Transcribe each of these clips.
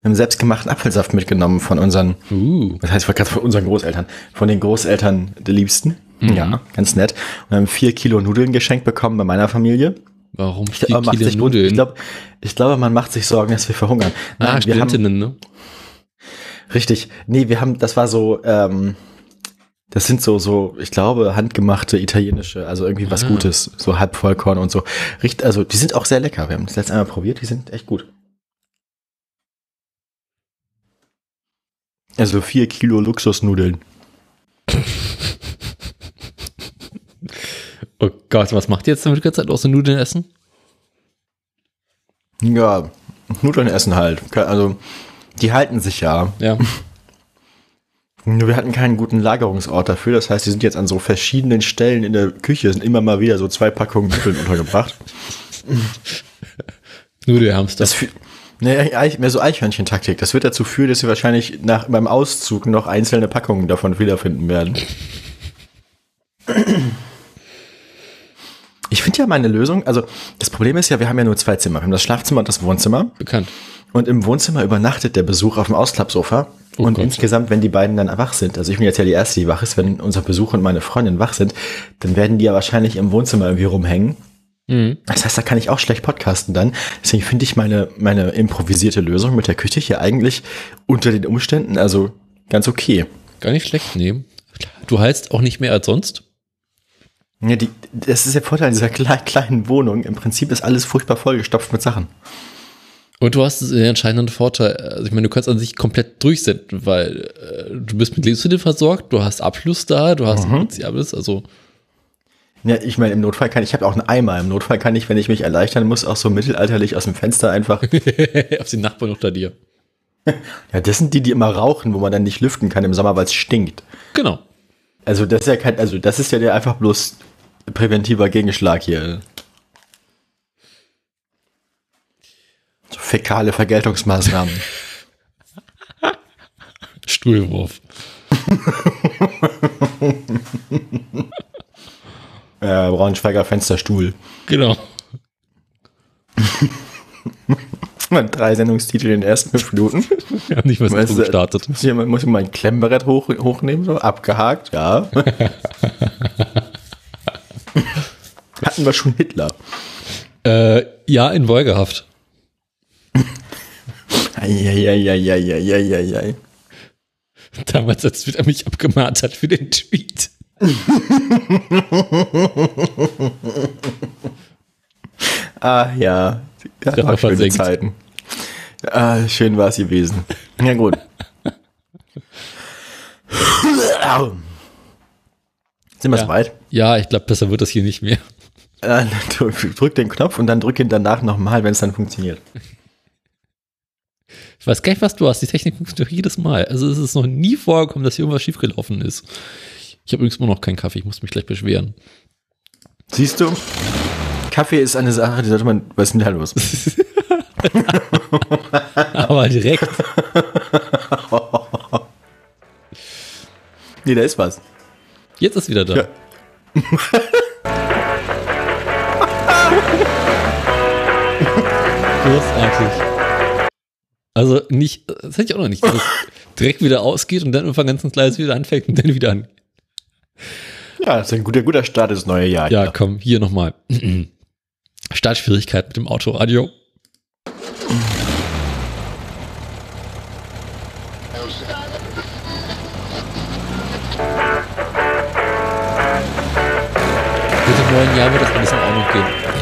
haben selbstgemachten Apfelsaft mitgenommen von unseren, das heißt gerade von unseren Großeltern, von den Großeltern der Liebsten. Ja, ganz nett. Und haben 4 Kilo Nudeln geschenkt bekommen bei meiner Familie. Warum 4 Kilo Nudeln? Ich glaube, man macht sich Sorgen, dass wir verhungern. Nein, Studentinnen, ne? Richtig. Nee, das war so, das sind so, ich glaube, handgemachte italienische, also irgendwie was Gutes, so Halbvollkorn und so. Also die sind auch sehr lecker. Wir haben das letzte einmal probiert, die sind echt gut. Also 4 Kilo Luxusnudeln. Oh Gott, was macht ihr jetzt damit die ganze Zeit außer Nudeln essen? Ja, Nudeln essen halt. Also die halten sich ja. Ja. Nur wir hatten keinen guten Lagerungsort dafür. Das heißt, die sind jetzt an so verschiedenen Stellen in der Küche, sind immer mal wieder so 2 Packungen Nudeln untergebracht. Nudelhamster. Mehr so Eichhörnchen-Taktik. Das wird dazu führen, dass wir wahrscheinlich beim Auszug noch einzelne Packungen davon wiederfinden werden. Ich finde ja meine Lösung, also das Problem ist ja, wir haben ja nur 2 Zimmer. Wir haben das Schlafzimmer und das Wohnzimmer. Bekannt. Und im Wohnzimmer übernachtet der Besuch auf dem Ausklappsofa. Und Gott. Insgesamt, wenn die beiden dann wach sind, also ich bin jetzt ja die Erste, die wach ist, wenn unser Besuch und meine Freundin wach sind, dann werden die ja wahrscheinlich im Wohnzimmer irgendwie rumhängen. Mhm. Das heißt, da kann ich auch schlecht podcasten dann. Deswegen finde ich meine improvisierte Lösung mit der Küche hier eigentlich unter den Umständen also ganz okay. Gar nicht schlecht, nee. Du heilst auch nicht mehr als sonst? Ja, das ist der Vorteil dieser kleinen Wohnung. Im Prinzip ist alles furchtbar vollgestopft mit Sachen. Und du hast den entscheidenden Vorteil, also ich meine, du kannst an sich komplett durchsenden, weil du bist mit Lebensmitteln versorgt, du hast Abschluss da, du hast alles, also. Ja, ich meine, im Notfall ich habe auch einen Eimer, im Notfall kann ich, wenn ich mich erleichtern muss, auch so mittelalterlich aus dem Fenster einfach. Auf den Nachbarn unter dir. Ja, das sind die immer rauchen, wo man dann nicht lüften kann im Sommer, weil es stinkt. Genau. Also das ist ja das ist ja der einfach bloß präventiver Gegenschlag hier. So fäkale Vergeltungsmaßnahmen. Stuhlwurf. Braunschweiger Fensterstuhl. Genau. 3 Sendungstitel in den ersten 5 Minuten. Wir haben nicht mal so gestartet. Muss ich mal ein Klemmbrett hochnehmen, so abgehakt, ja. Hatten wir schon Hitler? Ja, in Wolgahaft. Eieieiei. Damals wird er mich abgemartert für den Tweet. Ja. Das war schöne Zeiten. Schön war es gewesen. Ja, gut. Sind wir soweit? Ja, ich glaube, besser wird das hier nicht mehr. Drück den Knopf und dann drück ihn danach nochmal, wenn es dann funktioniert. Ich weiß gar nicht, was du hast. Die Technik funktioniert jedes Mal. Also es ist noch nie vorgekommen, dass hier irgendwas schiefgelaufen ist. Ich habe übrigens immer noch keinen Kaffee. Ich muss mich gleich beschweren. Siehst du? Kaffee ist eine Sache, die sollte man... Was ist denn da los? Aber direkt. Nee, da ist was. Jetzt ist wieder da. Ja. Großartig. Also nicht, das hätte ich auch noch nicht, dass es direkt wieder ausgeht und dann irgendwann ganz leise wieder anfängt und dann wieder an. Ja, das ist ein guter Start ins neue Jahr. Ja, komm, hier nochmal. Startschwierigkeit mit dem Autoradio. Mit dem neuen Jahr wird das alles in Ordnung gehen.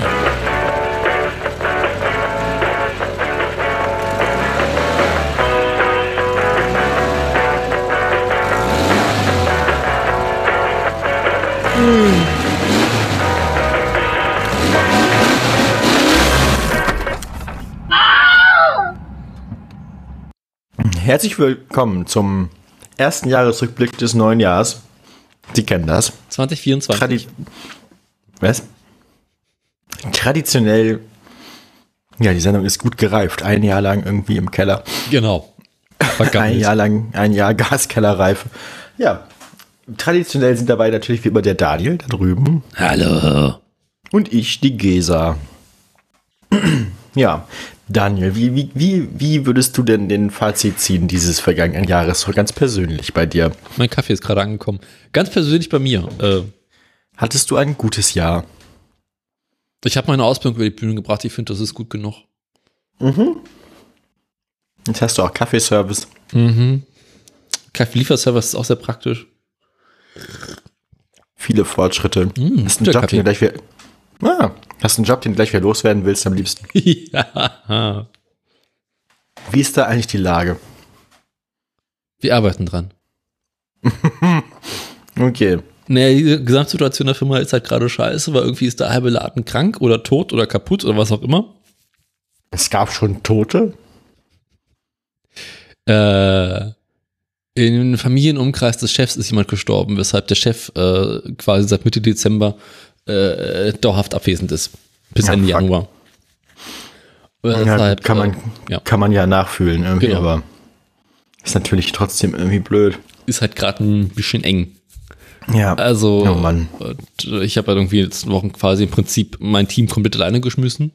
Herzlich willkommen zum ersten Jahresrückblick des neuen Jahres. Sie kennen das. 2024. Was? Traditionell, ja, die Sendung ist gut gereift. Ein Jahr lang irgendwie im Keller. Genau. Ein Jahr Gaskellerreife. Ja, traditionell sind dabei natürlich wie immer der Daniel da drüben. Hallo. Und ich, die Gesa. Ja, Daniel, wie würdest du denn den Fazit ziehen dieses vergangenen Jahres, so ganz persönlich bei dir? Mein Kaffee ist gerade angekommen. Ganz persönlich bei mir. Hattest du ein gutes Jahr? Ich habe meine Ausbildung über die Bühne gebracht. Ich finde, das ist gut genug. Jetzt hast du auch Kaffeeservice. Kaffeelieferservice ist auch sehr praktisch. Viele Fortschritte. Hast einen Job, hast einen Job, den du gleich wieder loswerden willst am liebsten. Ja. Wie ist da eigentlich die Lage? Wir arbeiten dran. Okay. Naja, die Gesamtsituation der Firma ist halt gerade scheiße, weil irgendwie ist der halbe Laden krank oder tot oder kaputt oder was auch immer. Es gab schon Tote? Im Familienumkreis des Chefs ist jemand gestorben, weshalb der Chef quasi seit Mitte Dezember dauerhaft abwesend ist. Bis Ende Januar. Deshalb, kann man ja nachfühlen irgendwie, genau. Aber ist natürlich trotzdem irgendwie blöd. Ist halt gerade ein bisschen eng. Ja, also oh Mann. Ich habe halt irgendwie letzten Wochen quasi im Prinzip mein Team komplett alleine geschmissen.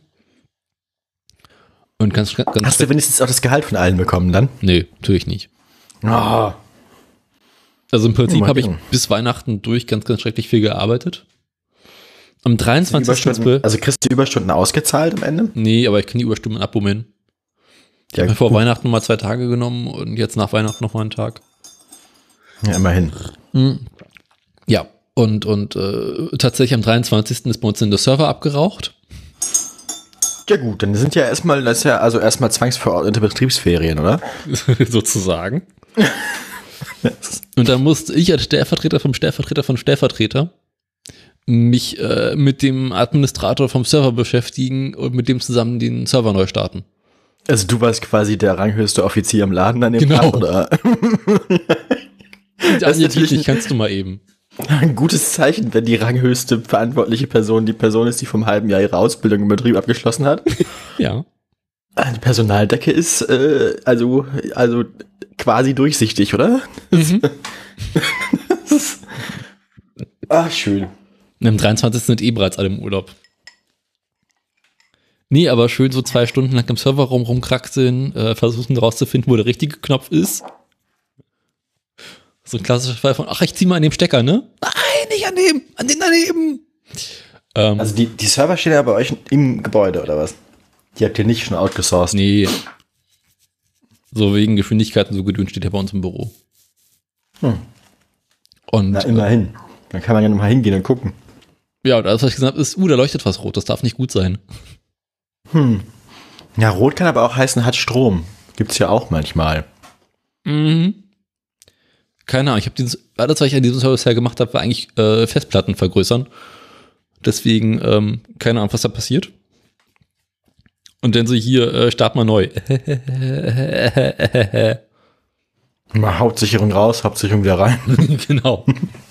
Und ganz hast du wenigstens auch das Gehalt von allen bekommen dann? Nee, natürlich nicht. Oh. Also im Prinzip habe ich bis Weihnachten durch ganz schrecklich viel gearbeitet. Am 23. Also kriegst du die Überstunden ausgezahlt am Ende? Nee, aber ich kann die Überstunden abbummeln. Ich habe mir vor Weihnachten mal 2 Tage genommen und jetzt nach Weihnachten noch mal einen Tag. Ja, immerhin. Ja, und tatsächlich am 23. ist bei uns in der Server abgeraucht. Ja gut, dann sind ja erstmal zwangsverordnete Betriebsferien, oder? Sozusagen. Und dann musste ich als Stellvertreter vom Stellvertreter mich mit dem Administrator vom Server beschäftigen und mit dem zusammen den Server neu starten. Also du warst quasi der ranghöchste Offizier im Laden an dem Tag, oder? Das ist natürlich kannst du mal eben. Ein gutes Zeichen, wenn die ranghöchste verantwortliche Person die Person ist, die vom halben Jahr ihre Ausbildung im Betrieb abgeschlossen hat. Ja. Die Personaldecke ist also quasi durchsichtig, oder? Schön. Und am 23. sind bereits alle im Urlaub. Nee, aber schön so 2 Stunden lang im Serverraum rumkraxeln, versuchen rauszufinden, wo der richtige Knopf ist. So ein klassischer Fall von, ich zieh mal an dem Stecker, ne? Nein, nicht an dem, an den daneben. Also die Server stehen ja bei euch im Gebäude, oder was? Die habt ihr nicht schon outgesourced? Nee. So wegen Geschwindigkeiten, so Gedöns steht ja bei uns im Büro. Und, na, immerhin. Dann kann man ja nochmal hingehen und gucken. Ja, und alles, was ich gesagt habe, ist, da leuchtet was rot, das darf nicht gut sein. Ja, rot kann aber auch heißen, hat Strom. Gibt's ja auch manchmal. Keine Ahnung, ich habe alles, was ich an diesem Service her gemacht habe, war eigentlich Festplatten vergrößern. Deswegen, keine Ahnung, was da passiert. Und dann so hier, start mal neu. Mal Hauptsicherung raus, Hauptsicherung wieder rein. Genau.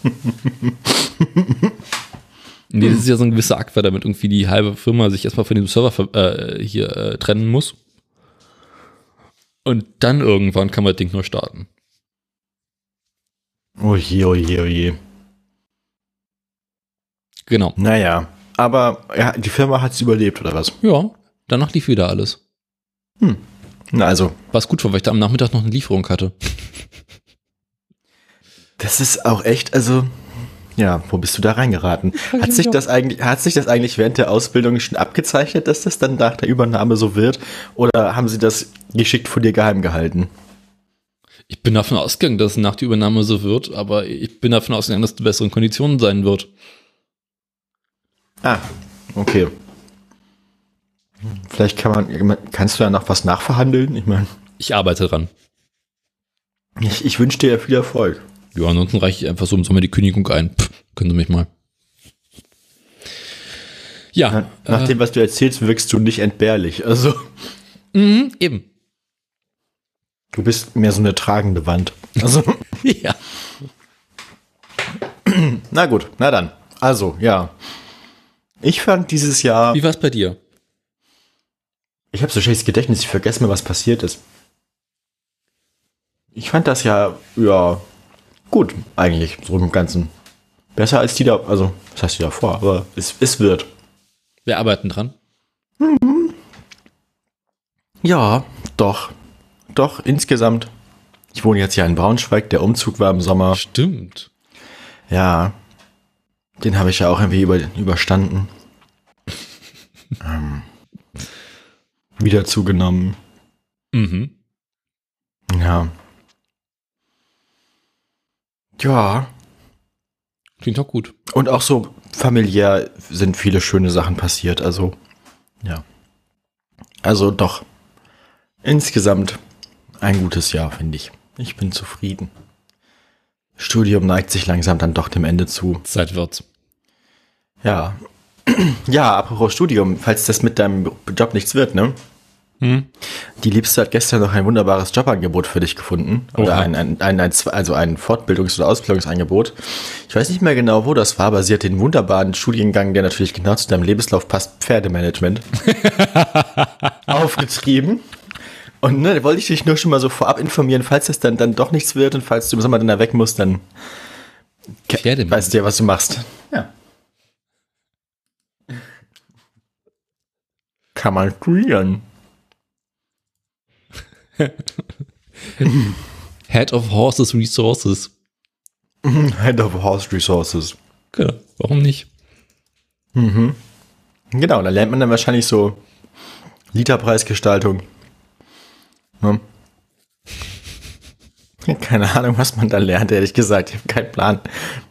Nee, das ist ja so ein gewisser Akt, weil damit irgendwie die halbe Firma sich erstmal von dem Server trennen muss. Und dann irgendwann kann man das Ding neu starten. Oh je. Genau. Naja, aber ja, die Firma hat es überlebt, oder was? Ja, danach lief wieder alles. Na also. Was gut war, weil ich da am Nachmittag noch eine Lieferung hatte. Das ist auch echt, also, ja, wo bist du da reingeraten? Hat sich das eigentlich während der Ausbildung schon abgezeichnet, dass das dann nach der Übernahme so wird? Oder haben sie das geschickt vor dir geheim gehalten? Ich bin davon ausgegangen, dass es nach der Übernahme so wird, aber ich bin davon ausgegangen, dass es besseren Konditionen sein wird. Ah, okay. Vielleicht kannst du ja noch was nachverhandeln? Ich meine. Ich arbeite dran. Ich wünsche dir ja viel Erfolg. Ja, ansonsten reiche ich einfach so im Sommer die Kündigung ein. Können Sie mich mal. Ja. Nach dem, was du erzählst, wirkst du nicht entbehrlich. Also. Eben. Du bist mehr so eine tragende Wand. Also. Ja. Na gut, na dann. Also, ja. Ich fand dieses Jahr. Wie war es bei dir? Ich habe so schlechtes Gedächtnis, ich vergesse mir, was passiert ist. Ich fand das ja gut, eigentlich, so im Ganzen. Besser als die da, also, was heißt die davor, aber es wird. Wir arbeiten dran. Ja, doch. Doch, insgesamt. Ich wohne jetzt ja in Braunschweig, der Umzug war im Sommer. Stimmt. Ja, den habe ich ja auch irgendwie überstanden. Wieder zugenommen. Mhm. Ja. Ja. Klingt auch gut. Und auch so familiär sind viele schöne Sachen passiert. Also, ja. Also doch. Insgesamt ein gutes Jahr, finde ich. Ich bin zufrieden. Studium neigt sich langsam dann doch dem Ende zu. Zeit wird's. Ja. Ja, apropos Studium, falls das mit deinem Job nichts wird, ne? Die Liebste hat gestern noch ein wunderbares Jobangebot für dich gefunden. Oder ein Fortbildungs- oder Ausbildungsangebot. Ich weiß nicht mehr genau, wo das war, aber sie hat den wunderbaren Studiengang, der natürlich genau zu deinem Lebenslauf passt, Pferdemanagement, aufgetrieben. Und ne, da wollte ich dich nur schon mal so vorab informieren, falls das dann doch nichts wird und falls du im Sommer dann da weg musst, dann weißt du ja, was du machst. Ja. Kann man studieren. Head of Horses Resources. Head of Horse Resources. Genau, warum nicht? Mhm. Genau, da lernt man dann wahrscheinlich so Literpreisgestaltung. Ne? Keine Ahnung, was man da lernt, ehrlich gesagt. Ich habe keinen Plan.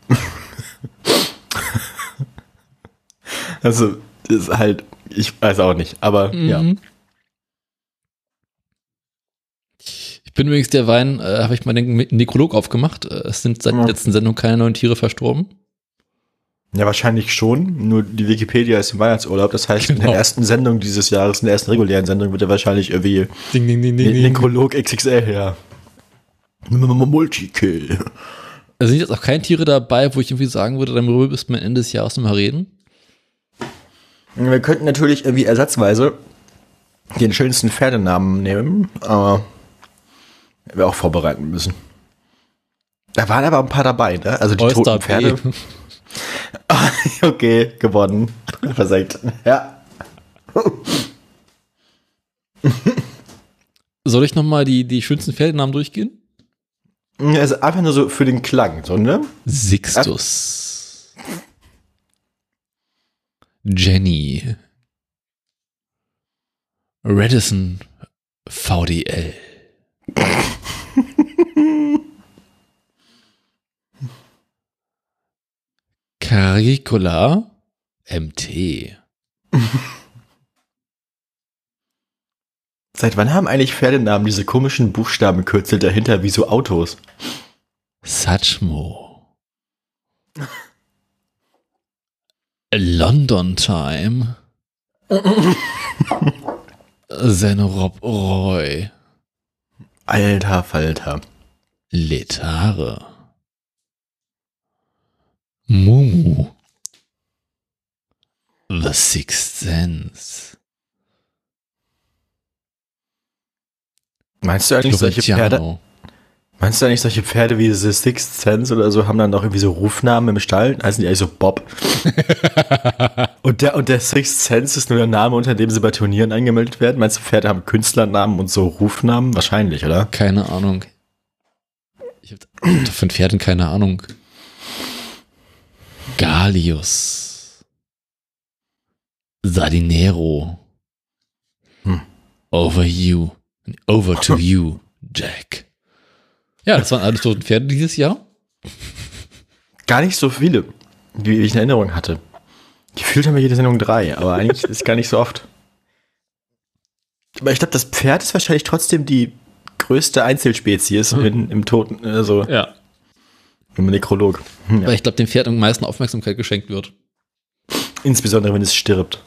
Also, das ist halt, ich weiß auch nicht, aber ja. Ich bin übrigens derweil, habe ich mal den Nekrolog aufgemacht. Es sind seit der letzten Sendung keine neuen Tiere verstorben. Ja, wahrscheinlich schon. Nur die Wikipedia ist im Weihnachtsurlaub. Das heißt, in der ersten Sendung dieses Jahres, in der ersten regulären Sendung, wird er wahrscheinlich irgendwie Nekrolog XXL, ja. Multikill. Also sind jetzt auch keine Tiere dabei, wo ich irgendwie sagen würde, darüber müssten wir Ende des Jahres nochmal reden. Wir könnten natürlich irgendwie ersatzweise den schönsten Pferdenamen nehmen, aber wir auch vorbereiten müssen. Da waren aber ein paar dabei, ne? Also die Oyster toten Pferde. Okay, gewonnen. Versagt. Ja. Soll ich nochmal die schönsten Pferdenamen durchgehen? Also einfach nur so für den Klang, so, ne? Sixtus. Jenny. Radisson VDL. Caricola MT. Seit wann haben eigentlich Pferdenamen diese komischen Buchstabenkürzel dahinter wie so Autos? Satchmo. London Time. Senorob Roy. Alter Falter. Letare. Mumu. The Sixth Sense. Meinst du eigentlich solche Pferde? Meinst du eigentlich solche Pferde wie The Sixth Sense oder so haben dann doch irgendwie so Rufnamen im Stall? Heißen die eigentlich so Bob? und der Sixth Sense ist nur der Name, unter dem sie bei Turnieren angemeldet werden? Meinst du, Pferde haben Künstlernamen und so Rufnamen? Wahrscheinlich, oder? Keine Ahnung. Ich hab von Pferden keine Ahnung. Galius. Sardinero. Over you. Over to you, Jack. Ja, das waren alles toten Pferde dieses Jahr. Gar nicht so viele, wie ich in Erinnerung hatte. Gefühlt haben wir jede Sendung 3, aber eigentlich ist gar nicht so oft. Aber ich glaube, das Pferd ist wahrscheinlich trotzdem die größte Einzelspezies im Toten, also ja. Im Nekrolog. Ja. Weil ich glaube, dem Pferd am meisten Aufmerksamkeit geschenkt wird. Insbesondere, wenn es stirbt.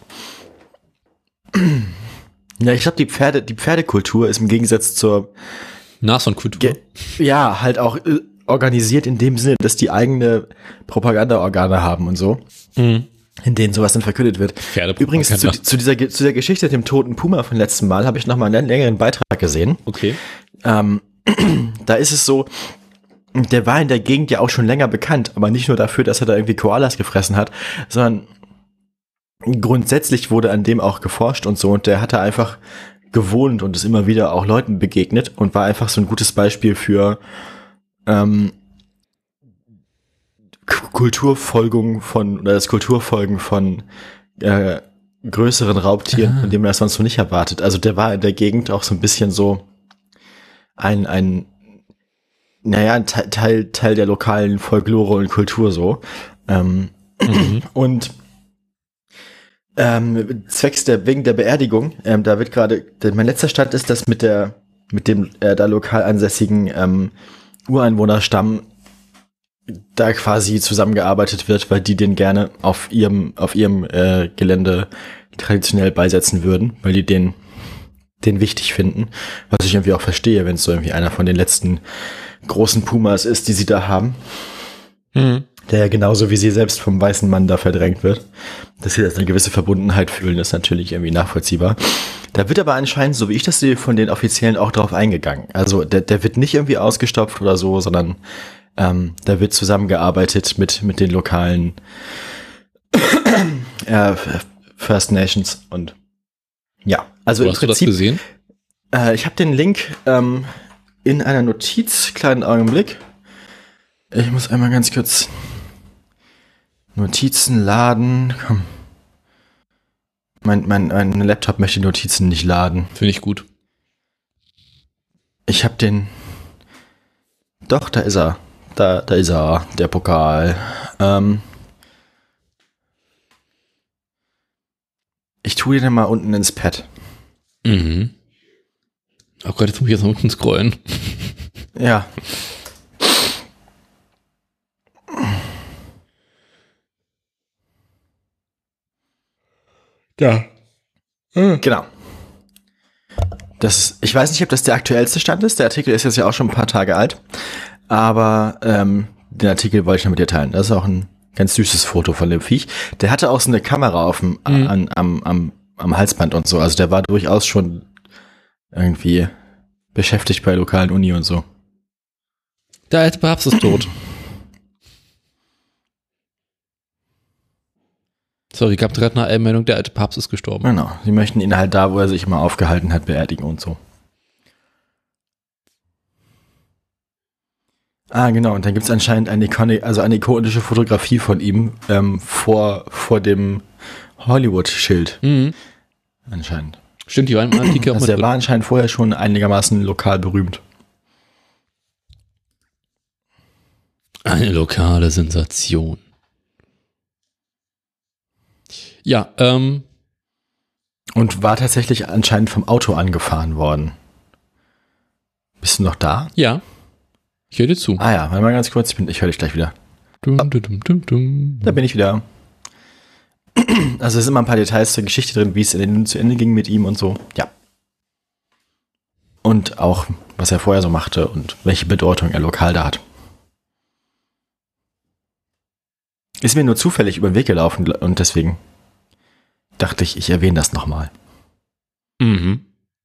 Ja, ich glaube, die Pferdekultur ist im Gegensatz zur Nashornkultur. Ja, halt auch organisiert in dem Sinne, dass die eigene Propagandaorgane haben und so, in denen sowas dann verkündet wird. Übrigens, zu dieser Geschichte mit dem toten Puma von letztem Mal habe ich nochmal einen längeren Beitrag gesehen. Okay. Da ist es so, der war in der Gegend ja auch schon länger bekannt, aber nicht nur dafür, dass er da irgendwie Koalas gefressen hat, sondern grundsätzlich wurde an dem auch geforscht und so, und der hatte einfach gewohnt und ist immer wieder auch Leuten begegnet und war einfach so ein gutes Beispiel für Kulturfolgen oder das Kulturfolgen von größeren Raubtieren, von denen man das sonst so nicht erwartet. Also der war in der Gegend auch so ein bisschen so ein Teil der lokalen Folklore und Kultur so. Und wegen der Beerdigung, da wird gerade, mein letzter Stand ist, dass mit dem da lokal ansässigen Ureinwohnerstamm da quasi zusammengearbeitet wird, weil die den gerne auf ihrem Gelände traditionell beisetzen würden, weil die den wichtig finden, was ich irgendwie auch verstehe, wenn es so irgendwie einer von den letzten großen Pumas ist, die sie da haben, der ja genauso wie sie selbst vom weißen Mann da verdrängt wird, dass sie da eine gewisse Verbundenheit fühlen, ist natürlich irgendwie nachvollziehbar. Da wird aber anscheinend, so wie ich das sehe, von den Offiziellen auch drauf eingegangen. Also der wird nicht irgendwie ausgestopft oder so, sondern da wird zusammengearbeitet mit den lokalen First Nations und ja, also im Prinzip. Hast du das gesehen? Ich habe den Link in einer Notiz, kleinen Augenblick. Ich muss einmal ganz kurz Notizen laden. Komm. Mein Laptop möchte Notizen nicht laden. Finde ich gut. Ich habe den. Doch, da ist er. Da ist er, der Pokal. Ich tue den mal unten ins Pad. Mhm. Oh Gott, jetzt muss ich jetzt nach unten scrollen. Ja. Ja. Genau. Ich weiß nicht, ob das der aktuellste Stand ist. Der Artikel ist jetzt ja auch schon ein paar Tage alt. Aber den Artikel wollte ich noch mit dir teilen. Das ist auch ein ganz süßes Foto von dem Viech. Der hatte auch so eine Kamera am Halsband und so. Also der war durchaus schon irgendwie beschäftigt bei lokalen Uni und so. Der alte Papst ist tot. Sorry, gab gerade eine Meldung, der alte Papst ist gestorben. Genau, sie möchten ihn halt da, wo er sich immer aufgehalten hat, beerdigen und so. Genau, und dann gibt es anscheinend eine ikonische Fotografie von ihm vor dem Hollywood-Schild. Mhm. Anscheinend. Stimmt, die war im Artikel auch also mit der drin. war anscheinend vorher schon einigermaßen lokal berühmt. Eine lokale Sensation. Ja, und war tatsächlich anscheinend vom Auto angefahren worden. Bist du noch da? Ja. Ich höre dir zu. Ja, warte mal ganz kurz, ich höre dich gleich wieder. Dum, dum, dum, dum. Da bin ich wieder. Also es sind immer ein paar Details zur Geschichte drin, wie es zu Ende ging mit ihm und so. Ja. Und auch, was er vorher so machte und welche Bedeutung er lokal da hat. Ist mir nur zufällig über den Weg gelaufen und deswegen dachte ich erwähne das nochmal. Mhm.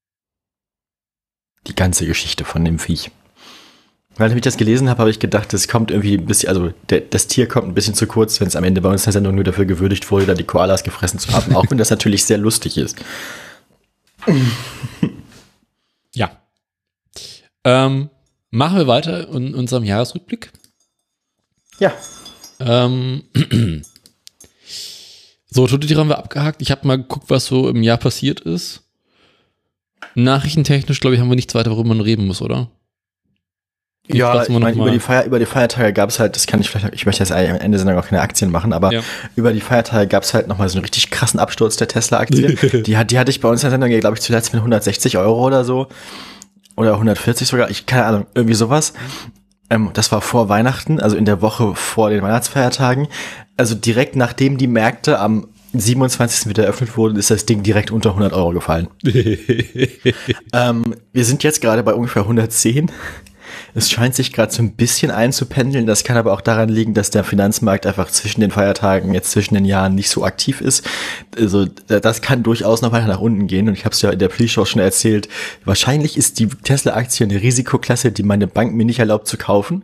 Die ganze Geschichte von dem Viech. Weil ich das gelesen habe, habe ich gedacht, es kommt irgendwie ein bisschen, also das Tier kommt ein bisschen zu kurz, wenn es am Ende bei uns in der Sendung nur dafür gewürdigt wurde, da die Koalas gefressen zu haben, auch wenn das natürlich sehr lustig ist. Ja. Machen wir weiter in unserem Jahresrückblick. Ja. So, Tourtiere haben wir abgehakt. Ich habe mal geguckt, was so im Jahr passiert ist. Nachrichtentechnisch, glaube ich, haben wir nichts weiter, worüber man reden muss, oder? Ja, ich meine, über die Feiertage gab es halt, das kann ich vielleicht, ich möchte jetzt am Ende der Sendung auch keine Aktien machen, aber ja. Über die Feiertage gab es halt nochmal so einen richtig krassen Absturz der Tesla-Aktie. die hatte ich bei uns in der Sendung, glaube ich, zuletzt mit 160 € oder so. Oder 140 sogar, keine Ahnung, irgendwie sowas. Das war vor Weihnachten, also in der Woche vor den Weihnachtsfeiertagen. Also direkt nachdem die Märkte am 27. wieder eröffnet wurden, ist das Ding direkt unter 100 € gefallen. Wir sind jetzt gerade bei ungefähr 110. Es scheint sich gerade so ein bisschen einzupendeln. Das kann aber auch daran liegen, dass der Finanzmarkt einfach zwischen den Feiertagen, jetzt zwischen den Jahren nicht so aktiv ist. Also das kann durchaus noch weiter nach unten gehen. Und ich habe es ja in der Pre-Show schon erzählt. Wahrscheinlich ist die Tesla-Aktie eine Risikoklasse, die meine Bank mir nicht erlaubt zu kaufen.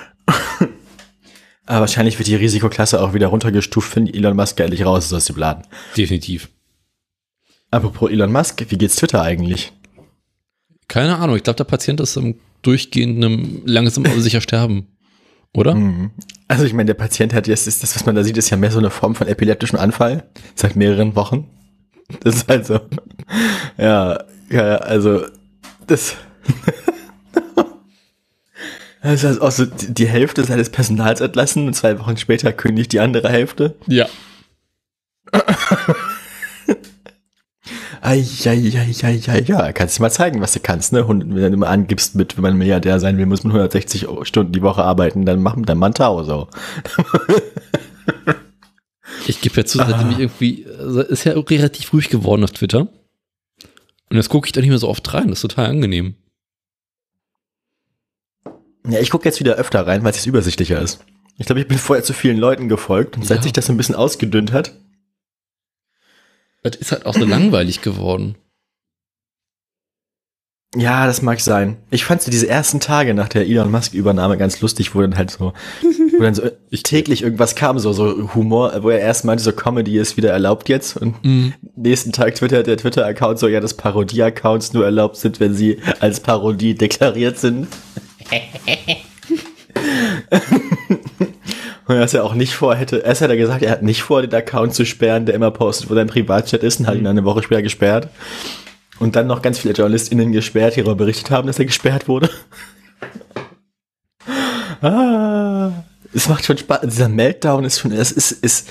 Aber wahrscheinlich wird die Risikoklasse auch wieder runtergestuft, wenn Elon Musk endlich raus ist aus dem Laden. Definitiv. Apropos Elon Musk, wie geht's Twitter eigentlich? Keine Ahnung, ich glaube, der Patient ist im durchgehenden, langsam aber sicher sterben. Oder? Also ich meine, der Patient hat jetzt, das, was man da sieht, ist ja mehr so eine Form von epileptischen Anfall seit mehreren Wochen. Das ist halt so. Ja, also das das heißt auch so, die Hälfte seines Personals entlassen und 2 Wochen später kündigt die andere Hälfte. Ja. Ja, kannst du mal zeigen, was du kannst, ne? Und wenn du immer angibst wenn man Milliardär sein will, muss man 160 Stunden die Woche arbeiten, dann machen dann mal ein Tau, so. Ich gebe ja zu, seitdem ich irgendwie, ist ja auch relativ ruhig geworden auf Twitter. Und jetzt gucke ich da nicht mehr so oft rein, das ist total angenehm. Ja, ich gucke jetzt wieder öfter rein, weil es jetzt übersichtlicher ist. Ich glaube, ich bin vorher zu vielen Leuten gefolgt und seit sich das so ein bisschen ausgedünnt hat. Das ist halt auch so langweilig geworden. Ja, das mag sein. Ich fand so diese ersten Tage nach der Elon Musk-Übernahme ganz lustig, wo dann täglich irgendwas kam, so Humor, wo er erst meinte, so Comedy ist wieder erlaubt jetzt und nächsten Tag twittert der Twitter-Account so, ja, dass Parodie-Accounts nur erlaubt sind, wenn sie als Parodie deklariert sind. Und er ja auch nicht erst hat er gesagt, er hat nicht vor, den Account zu sperren, der immer postet, wo sein Privatchat ist, und hat ihn dann eine Woche später gesperrt. Und dann noch ganz viele JournalistInnen gesperrt, die darüber berichtet haben, dass er gesperrt wurde. Es macht schon Spaß. Dieser Meltdown ist schon, es ist,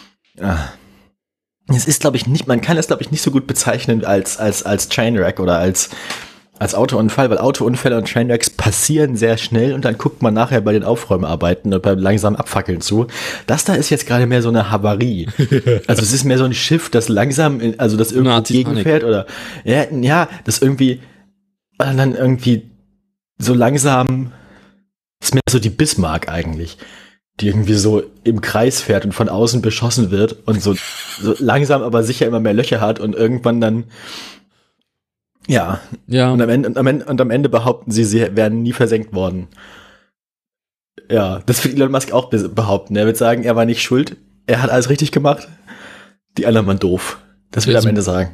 glaube ich, nicht, man kann es, glaube ich, nicht so gut bezeichnen als Trainwreck oder als Autounfall, weil Autounfälle und Trainwrecks passieren sehr schnell und dann guckt man nachher bei den Aufräumarbeiten und beim langsamen Abfackeln zu. Das da ist jetzt gerade mehr so eine Havarie. Also es ist mehr so ein Schiff, das langsam, das irgendwo gegenfährt oder das irgendwie dann irgendwie so langsam, ist mehr so die Bismarck eigentlich, die irgendwie so im Kreis fährt und von außen beschossen wird und so langsam aber sicher immer mehr Löcher hat und irgendwann dann ja. Und am Ende behaupten sie wären nie versenkt worden. Ja, das wird Elon Musk auch behaupten. Er wird sagen, er war nicht schuld, er hat alles richtig gemacht. Die anderen waren doof. Das wird er am Ende sagen.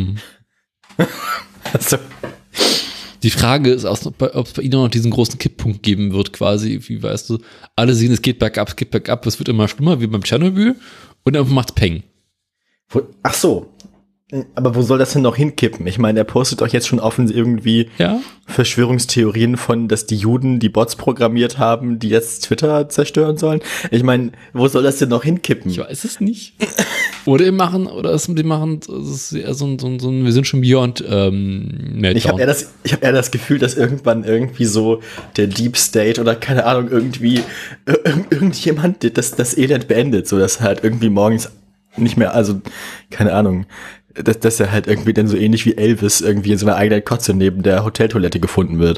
Also. Die Frage ist, ob es bei Ihnen noch diesen großen Kipppunkt geben wird, quasi, wie weißt du, alle sehen, es geht bergab, es wird immer schlimmer, wie beim Tschernobyl, und dann macht's Peng. Ach so. Aber wo soll das denn noch hinkippen? Ich meine, er postet doch jetzt schon offen irgendwie Verschwörungstheorien von, dass die Juden die Bots programmiert haben, die jetzt Twitter zerstören sollen. Ich meine, wo soll das denn noch hinkippen? Ich weiß es nicht. Oder die machen, das ist eher so ein wir sind schon beyond Meltdown. Ich habe eher das Gefühl, dass irgendwann irgendwie so der Deep State oder keine Ahnung, irgendwie irgendjemand das Elend beendet, so dass halt irgendwie morgens nicht mehr, also keine Ahnung, dass er halt irgendwie dann so ähnlich wie Elvis irgendwie in so einer eigenen Kotze neben der Hoteltoilette gefunden wird.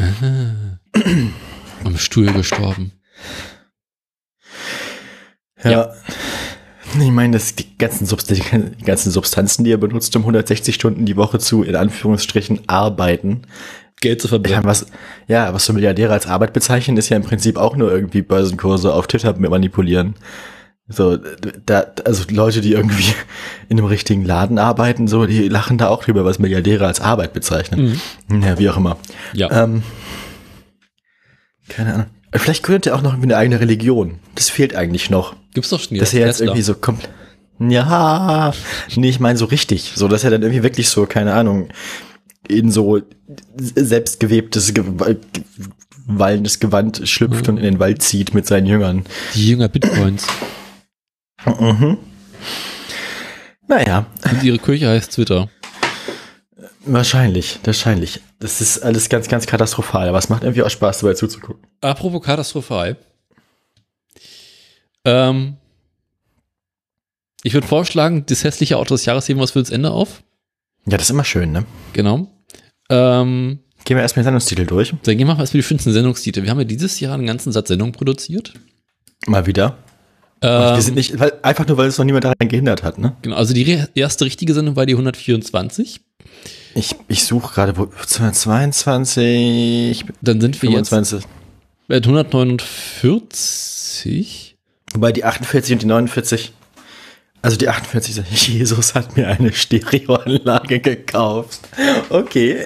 Am Stuhl gestorben. Ja. Ich meine, die ganzen Substanzen, die er benutzt, um 160 Stunden die Woche zu, in Anführungsstrichen, arbeiten. Geld zu verbrennen. Was so Milliardäre als Arbeit bezeichnen, ist ja im Prinzip auch nur irgendwie Börsenkurse auf Twitter manipulieren. So, also Leute, die irgendwie in einem richtigen Laden arbeiten, so, die lachen da auch drüber, was Milliardäre als Arbeit bezeichnen. Ja, wie auch immer. Ja. Keine Ahnung. Vielleicht gründet er auch noch eine eigene Religion. Das fehlt eigentlich noch. Gibt's doch schon. Dass er jetzt irgendwie so kommt. Ja, nee, ich meine so richtig. So, dass er dann irgendwie wirklich so, keine Ahnung, in so selbstgewebtes, wallendes Gewand schlüpft und in den Wald zieht mit seinen Jüngern. Die Jünger Bitcoins. Naja. Und ihre Kirche heißt Twitter. Wahrscheinlich. Das ist alles ganz, ganz katastrophal, aber es macht irgendwie auch Spaß, dabei zuzugucken. Apropos katastrophal. Ich würde vorschlagen, das hässliche Auto des Jahres heben wir uns für das Ende auf. Ja, das ist immer schön, ne? Genau. Gehen wir erstmal den Sendungstitel durch. Dann gehen wir erstmal die schönsten Sendungstitel. Wir haben ja dieses Jahr einen ganzen Satz Sendungen produziert. Mal wieder. Wir sind nicht, einfach nur, weil es noch niemand daran gehindert hat, ne? Genau, also die erste richtige Sendung war die 124. Ich suche gerade, 222. Dann sind wir 25. Jetzt bei 149. Wobei die 48 und die 49 Also die 48 sagt, Jesus hat mir eine Stereoanlage gekauft. Okay.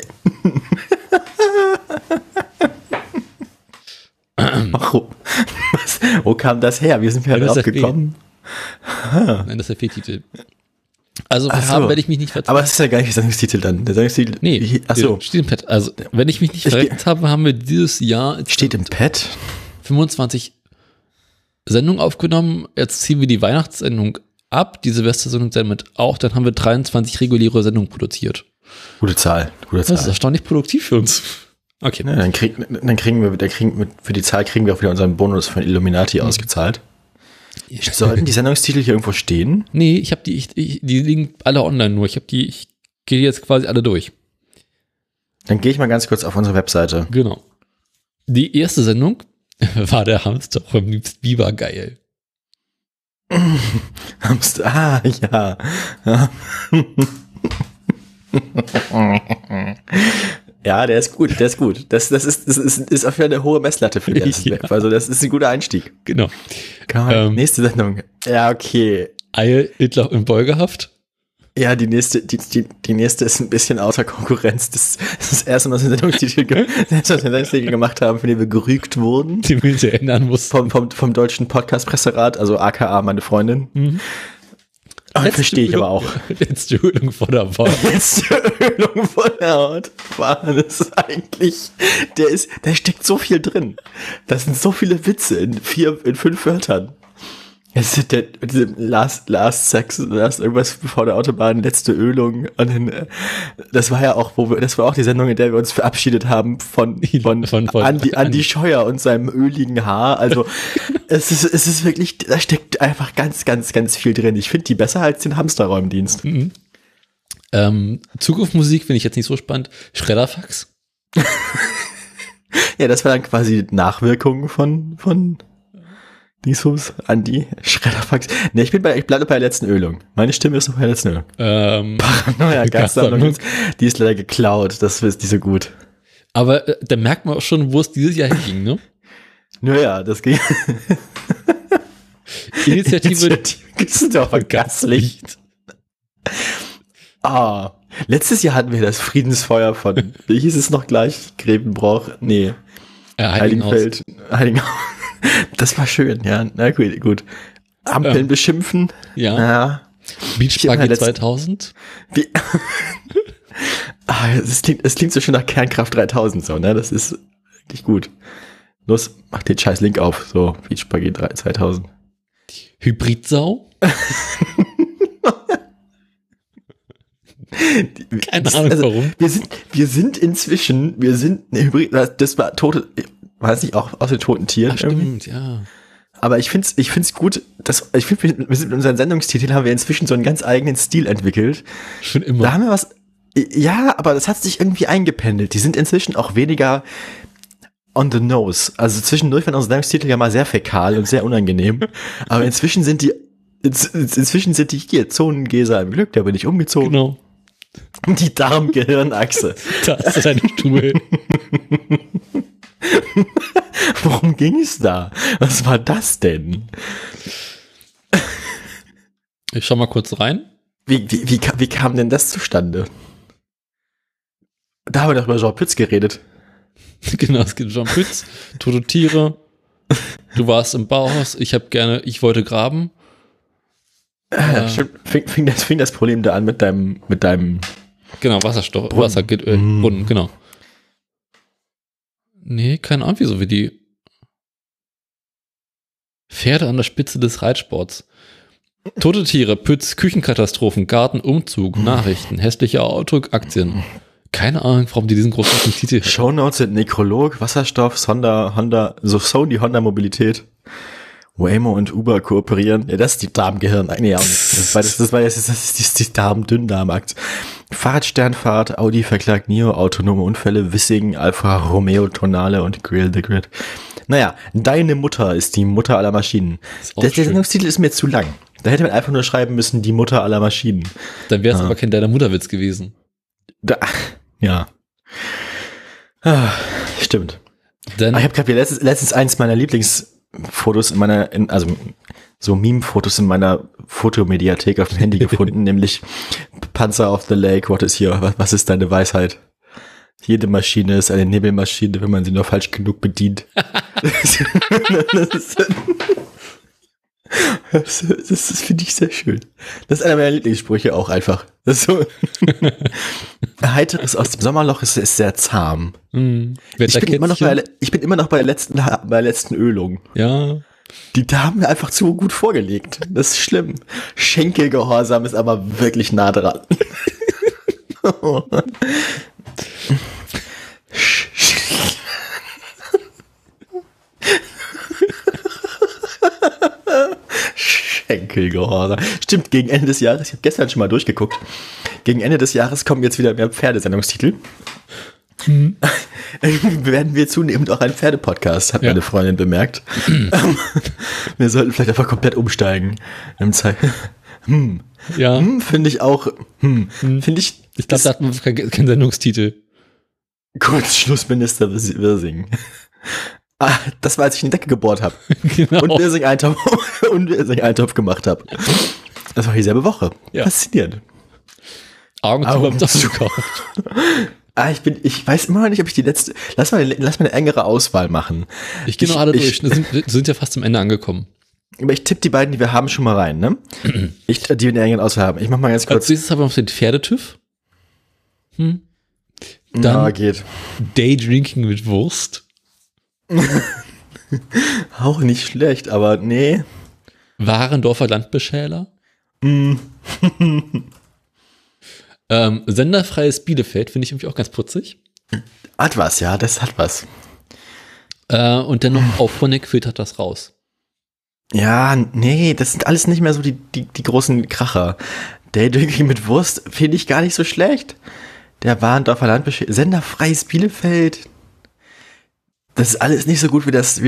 Warum? Wo kam das her? Wie sind wir drauf gekommen? Nein, das ist der Fehltitel. Also wenn ich mich nicht vertan habe. Aber es ist ja gar nicht der Sendungstitel dann. Der Sendungstitel. Nee, achso. Steht im Pad. Also, wenn ich mich nicht verrechnet habe, haben wir dieses Jahr. Steht im Pad? 25 Sendungen aufgenommen. Jetzt ziehen wir die Weihnachtssendung ab. Die Silvestersendung damit auch. Dann haben wir 23 reguläre Sendungen produziert. Gute Zahl. Das ist erstaunlich produktiv für uns. Okay. Ja, dann kriegen wir für die Zahl kriegen wir auch wieder unseren Bonus von Illuminati ausgezahlt. Sollten die Sendungstitel hier irgendwo stehen? Nee, ich habe die liegen alle online nur. Ich gehe jetzt quasi alle durch. Dann gehe ich mal ganz kurz auf unsere Webseite. Genau. Die erste Sendung war der Hamster vom liebsten Biber geil. Hamster, ja. Ja, der ist gut. Das ist auf jeden Fall eine hohe Messlatte für die erste Web. Also das ist ein guter Einstieg. Genau. Nächste Sendung. Ja, okay. Eil, Hitler in Beugehaft. Ja, die nächste ist ein bisschen außer Konkurrenz. Das ist das erste Mal, dass wir einen Sendungstitel gemacht haben, für den wir gerügt wurden. Die wir uns erinnern mussten. Vom deutschen Podcast-Presserat, also aka meine Freundin. Mhm. Verstehe ich aber auch. Letzte Ölung vor der Haut. Letzte Ölung vor der Haut. Das ist eigentlich, da steckt so viel drin. Das sind so viele Witze in 5 Wörtern. Es ist der Last Sex, irgendwas vor der Autobahn, letzte Ölung. Und dann, das war auch die Sendung, in der wir uns verabschiedet haben von Andi Scheuer und seinem öligen Haar. Also es ist wirklich, da steckt einfach ganz, ganz, ganz viel drin. Ich finde die besser als den Hamsterräumdienst. Mhm. Zukunftsmusik finde ich jetzt nicht so spannend. Schredderfax. Ja, das war dann quasi Nachwirkungen von Dingsbums, Andi, Schredderfax. Ne, ich bleibe bei der letzten Ölung. Meine Stimme ist noch bei der letzten Ölung. Paranoia Gastsammlung, die ist leider geklaut. Das ist nicht so gut. Aber da merkt man auch schon, wo es dieses Jahr hinging, ne? Naja, das ging. Initiative Christopher Gaslicht. Letztes Jahr hatten wir das Friedensfeuer von, wie hieß es noch gleich? Grevenbroich? Nee. Heiligenfeld. Heiligenhaus. Das war schön, ja. Na gut. Ampeln beschimpfen. Ja. Beachbuggy 2000. Es klingt so schön nach Kernkraft 3000 so, ne? Das ist wirklich gut. Los, mach den scheiß Link auf. So, Beachbuggy 2000. Hybridsau? Keine Ahnung warum. Wir sind eine Hybrid, das war tote, war es nicht auch aus den toten Tieren? Ach, stimmt, ja. Aber ich find's gut, wir sind mit unseren Sendungstiteln haben wir inzwischen so einen ganz eigenen Stil entwickelt. Schon immer. Da haben wir ja, aber das hat sich irgendwie eingependelt. Die sind inzwischen auch weniger on the nose. Also zwischendurch waren unsere Sendungstitel ja mal sehr fäkal und sehr unangenehm. Aber inzwischen sind die hier, Zonengesa im Glück, da bin ich umgezogen. Genau. Die Darm-Gehirn-Achse. Da ist dein Stuhl. Worum ging es da? Was war das denn? Ich schau mal kurz rein. Wie kam denn das zustande? Da haben wir doch über Jean Pütz geredet. Genau, es gibt Jean Pütz, tote Tiere. Du warst im Bauhaus, ich wollte graben. Fing das Problem da an mit deinem genau, Wasserstoff, Brunnen. Brunnen, genau. Nee, keine Ahnung, wieso wie die Pferde an der Spitze des Reitsports. Tote Tiere, Pütz, Küchenkatastrophen, Garten, Umzug, Nachrichten, hässliche Auto, Aktien. Keine Ahnung, warum die diesen großen Titel haben. Shownotes sind Nekrolog, Wasserstoff, Sony Honda Mobilität. Waymo und Uber kooperieren. Ja, das ist die Darmgehirn. Nee, auch nicht. Das ist die Darm-Dünndarm-Akt. Fahrradsternfahrt, Audi verklagt NIO, autonome Unfälle, Wissing, Alfa Romeo, Tonale und Grill the Grid. Naja, deine Mutter ist die Mutter aller Maschinen. Der Sendungstitel ist mir zu lang. Da hätte man einfach nur schreiben müssen, die Mutter aller Maschinen. Dann wäre es aber kein deiner Mutterwitz gewesen. Ja. Stimmt. Dann, ich habe gerade letztens eins meiner Fotos so Meme-Fotos in meiner Fotomediathek auf dem Handy gefunden, nämlich Panzer of the Lake, what is here? Was ist deine Weisheit? Jede Maschine ist eine Nebelmaschine, wenn man sie nur falsch genug bedient. Das finde ich sehr schön. Das ist einer meiner Lieblingssprüche auch einfach. Das ist so Heiteres aus dem Sommerloch ist sehr zahm. Ich bin immer noch bei der letzten Ölung. Ja. Da haben wir einfach zu gut vorgelegt. Das ist schlimm. Schenkelgehorsam ist aber wirklich nah dran. Schenkelgehorsam. Stimmt, gegen Ende des Jahres, ich habe gestern schon mal durchgeguckt, gegen Ende des Jahres kommen jetzt wieder mehr Pferdesendungstitel. Werden wir zunehmend auch ein Pferdepodcast, hat meine Freundin bemerkt. Wir sollten vielleicht einfach komplett umsteigen. Finde ich auch. Finde ich. Ich glaube, da hat man keinen Sendungstitel. Kurzschlussminister Wirsing. Das war, als ich in die Decke gebohrt habe. Genau. Und Wirsing-Eintopf gemacht habe. Das war dieselbe Woche. Ja. Faszinierend. Augen zu gekauft. Ich weiß immer noch nicht, ob ich die letzte. Lass mal eine engere Auswahl machen. Ich gehe noch alle durch. Wir sind ja fast zum Ende angekommen. Aber ich tippe die beiden, die wir haben, schon mal rein, ne? Die wir in der engeren Auswahl haben. Ich mach mal ganz kurz. Als nächstes haben wir noch den Pferdetüv. Dann ja, geht. Daydrinking mit Wurst. Auch nicht schlecht, aber nee. Warendorfer Landbeschäler. Senderfreies Bielefeld finde ich irgendwie auch ganz putzig. Hat was, ja, das hat was. Und dann noch auf Honeck filtert das raus. Ja, nee, das sind alles nicht mehr so die großen Kracher. Daydrinking mit Wurst finde ich gar nicht so schlecht. Der Warendorfer Landbeschäler, Senderfreies Bielefeld. Das ist alles nicht so gut wie das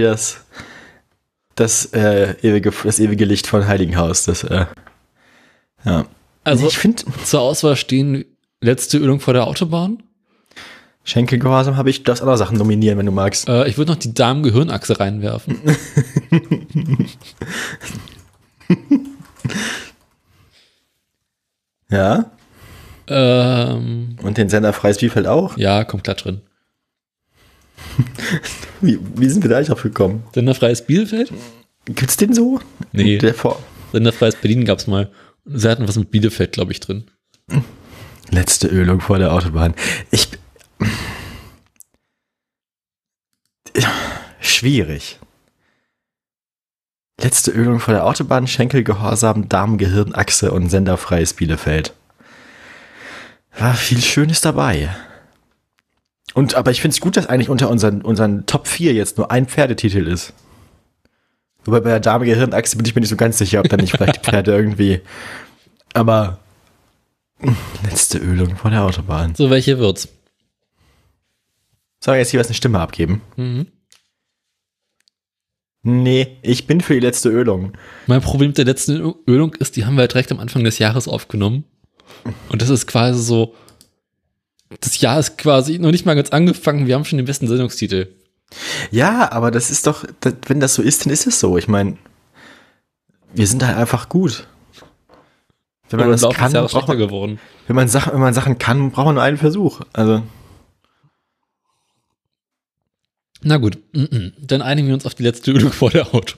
ewige Licht von Heiligenhaus. Ja. Also ich finde, zur Auswahl stehen letzte Ölung vor der Autobahn. Schenkelgehorsam habe ich, du darfst andere Sachen nominieren, wenn du magst. Ich würde noch die Darm-Gehirnachse reinwerfen. Ja. Und den Senderfreies Bielefeld auch? Ja, kommt glatt drin. Wie sind wir da eigentlich drauf gekommen? Senderfreies Bielefeld? Gibt's den so? Nee. Senderfreies Berlin gab's mal. Sie hatten was mit Bielefeld, glaube ich, drin. Letzte Ölung vor der Autobahn. Schwierig. Letzte Ölung vor der Autobahn, Schenkelgehorsam, Darm-Gehirnachse und Senderfreies Bielefeld. War viel Schönes dabei. Aber ich finde es gut, dass eigentlich unter unseren Top 4 jetzt nur ein Pferdetitel ist. Wobei bei der Darm-Gehirnachse bin ich mir nicht so ganz sicher, ob da nicht vielleicht die Pferde irgendwie. Aber letzte Ölung vor der Autobahn. So, welche wird's? Soll ich jetzt jeweils eine Stimme abgeben? Mhm. Nee, ich bin für die letzte Ölung. Mein Problem mit der letzten Ölung ist, die haben wir halt direkt am Anfang des Jahres aufgenommen. Und das ist quasi so, das Jahr ist quasi noch nicht mal ganz angefangen, wir haben schon den besten Sendungstitel. Ja, aber das ist doch, wenn das so ist, dann ist es so. Ich meine, wir sind halt einfach gut. Wenn man das kann, geworden. Wenn man Sachen kann, braucht man nur einen Versuch. Also. Na gut, dann einigen wir uns auf die letzte Ölung vor der Auto.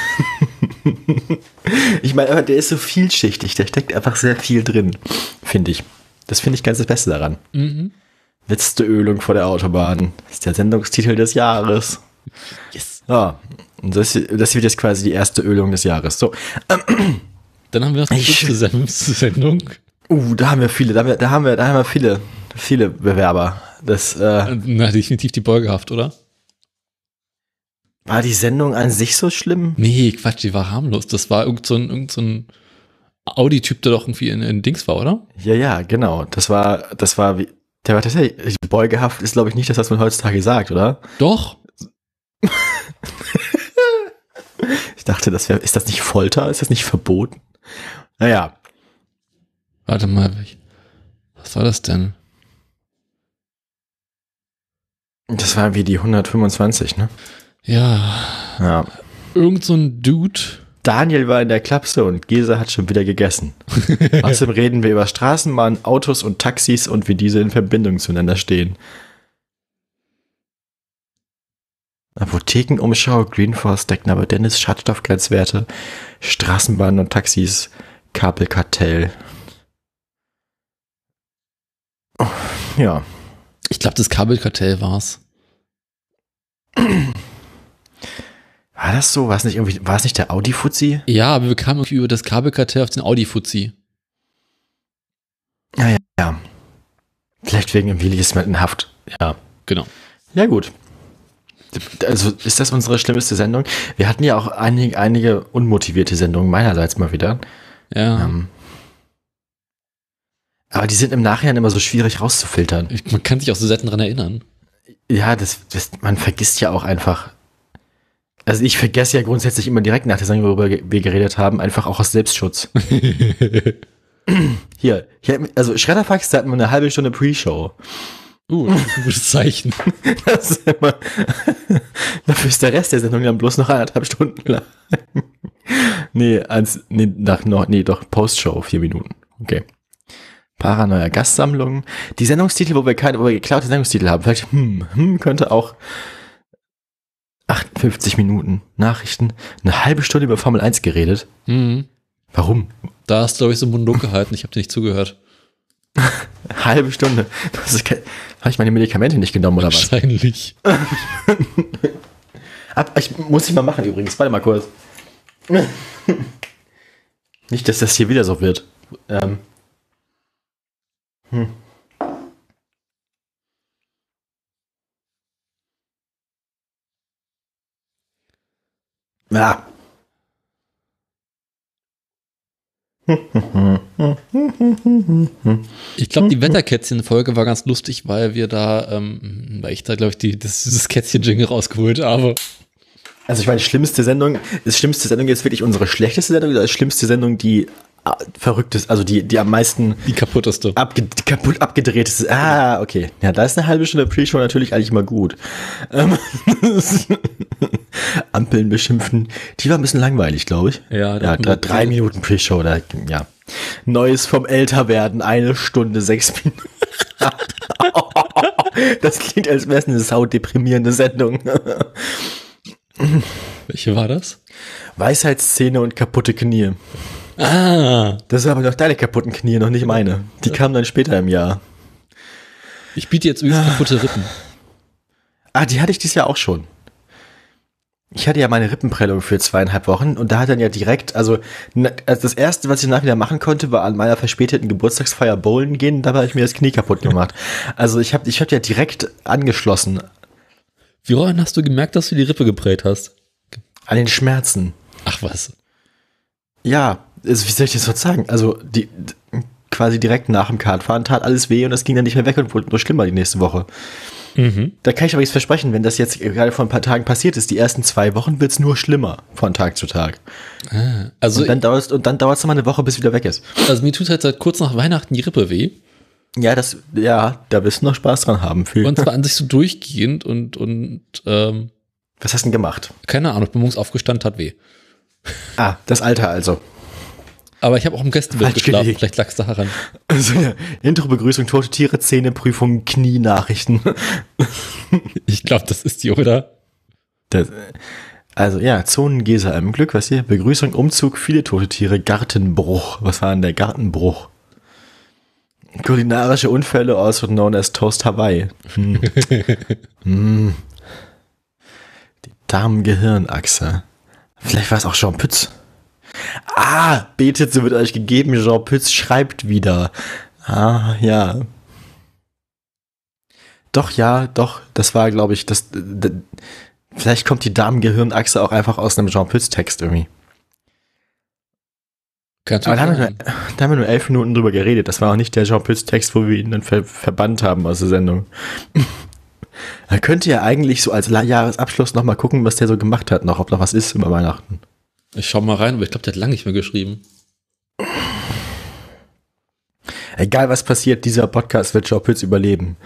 Ich meine, der ist so vielschichtig, da steckt einfach sehr viel drin, finde ich. Das finde ich ganz das Beste daran. Mhm. Letzte Ölung vor der Autobahn. Das ist der Sendungstitel des Jahres. Yes. Ja, und das wird jetzt quasi die erste Ölung des Jahres. So. Dann haben wir noch die fünfte Sendung. Da haben wir viele, da haben wir viele Bewerber. Na, definitiv die Beugehaft, oder? War die Sendung an sich so schlimm? Nee, Quatsch, die war harmlos. Das war irgend so ein Audi-Typ, der doch irgendwie in Dings war, oder? Ja, genau. Das war wie, der war tatsächlich, Beugehaft ist, glaube ich, nicht das, was man heutzutage sagt, oder? Doch. Ich dachte, ist das nicht Folter? Ist das nicht verboten? Naja. Warte mal, was war das denn? Das war wie die 125, ne? Ja. Irgend so ein Dude. Daniel war in der Klapse und Gesa hat schon wieder gegessen. Außerdem reden wir über Straßenbahnen, Autos und Taxis und wie diese in Verbindung zueinander stehen. Apothekenumschau, Greenforce, Deckname Dennis, Schadstoffgrenzwerte, Straßenbahnen und Taxis, Kabelkartell. Oh, ja. Ich glaube, das Kabelkartell war's. War das so? War es nicht der Audi-Fuzzi? Ja, aber wir kamen irgendwie über das Kabelkartell auf den Audi-Fuzzi. Ja. Vielleicht wegen Willi ist man in Haft. Ja. Genau. Ja, gut. Also ist das unsere schlimmste Sendung? Wir hatten ja auch einige unmotivierte Sendungen meinerseits mal wieder. Ja. Aber die sind im Nachhinein immer so schwierig rauszufiltern. Man kann sich auch so selten dran erinnern. Ja, man vergisst ja auch einfach. Also ich vergesse ja grundsätzlich immer direkt nach der Sendung, worüber wir geredet haben, einfach auch aus Selbstschutz. Hier, also Schredderfax, da hatten wir eine halbe Stunde Pre-Show. Das ist ein gutes Zeichen. Das ist immer, dafür ist der Rest der Sendung dann bloß noch 1,5 Stunden lang. Doch, Post-Show, 4 Minuten. Okay. Paranoia Gastsammlung. Die Sendungstitel, wo wir geklaute Sendungstitel haben. Vielleicht, könnte auch 58 Minuten Nachrichten. Eine halbe Stunde über Formel 1 geredet. Mhm. Warum? Da hast du, glaube ich, so einen Monolog gehalten. Ich habe dir nicht zugehört. Halbe Stunde. Habe ich meine Medikamente nicht genommen oder was? Wahrscheinlich. Muss ich mal machen übrigens. Warte mal kurz. Nicht, dass das hier wieder so wird. Ja. Ich glaube, die Wetterkätzchen-Folge war ganz lustig, weil ich da, glaube ich, dieses Kätzchen-Jingle rausgeholt habe. Also ich meine, die schlimmste Sendung ist wirklich unsere schlechteste Sendung oder die schlimmste Sendung, die verrücktest, also die am meisten die kaputteste. Kaputt abgedrehteste. Okay. Ja, da ist eine halbe Stunde Pre-Show natürlich eigentlich mal gut. Ampeln beschimpfen. Die war ein bisschen langweilig, glaube ich. Ja, 3 Minuten Pre-Show, ja. Neues vom Älterwerden, 1 Stunde, 6 Minuten. Das klingt, als wäre es eine saudeprimierende Sendung. Welche war das? Weisheitszähne und kaputte Knie. Das sind aber noch deine kaputten Knie, noch nicht meine. Die kamen dann später im Jahr. Ich biete jetzt übrigens kaputte Rippen. Die hatte ich dieses Jahr auch schon. Ich hatte ja meine Rippenprellung für 2,5 Wochen und da hat dann ja direkt, also das erste, was ich danach wieder machen konnte, war an meiner verspäteten Geburtstagsfeier bowlen gehen, da habe ich mir das Knie kaputt gemacht. Also ich hab ja direkt angeschlossen. Woran hast du gemerkt, dass du die Rippe geprellt hast? An den Schmerzen. Ach was. Ja, also wie soll ich das so sagen? Also quasi direkt nach dem Kartfahren tat alles weh und das ging dann nicht mehr weg und wurde nur schlimmer die nächste Woche. Mhm. Da kann ich aber jetzt versprechen, wenn das jetzt gerade vor ein paar Tagen passiert ist, die ersten 2 Wochen wird es nur schlimmer von Tag zu Tag. Also und dann dauert es noch mal eine Woche, bis es wieder weg ist. Also mir tut halt seit kurz nach Weihnachten die Rippe weh. Ja, da wirst du noch Spaß dran haben. Und zwar an sich so durchgehend und was hast du denn gemacht? Keine Ahnung, ich bin morgens aufgestanden, tat weh. Das Alter also. Aber ich habe auch im Gästebett geschlafen, vielleicht lag es daran. Also, ja. Intro-Begrüßung, tote Tiere, Zähneprüfung, Knie-Nachrichten. Ich glaube, das ist die, oder? Zonengesa im Glück, was hier? Begrüßung, Umzug, viele tote Tiere, Gartenbruch. Was war denn der Gartenbruch? Kulinarische Unfälle, also known as Toast Hawaii. Die Darm-Gehirnachse. Vielleicht war es auch Jean Pütz. Betet, so wird euch gegeben. Jean Pütz schreibt wieder. Ja. Doch. Das war, glaube ich, vielleicht kommt die Darm-Gehirnachse auch einfach aus einem Jean Pütz-Text irgendwie. Aber da haben wir nur 11 Minuten drüber geredet. Das war auch nicht der Jean Pütz-Text, wo wir ihn dann verbannt haben aus der Sendung. Man könnte ja eigentlich so als Jahresabschluss noch mal gucken, was der so gemacht hat, ob noch was ist über Weihnachten. Ich schau mal rein, aber ich glaube, der hat lange nicht mehr geschrieben. Egal was passiert, dieser Podcast wird Jean Pütz überleben.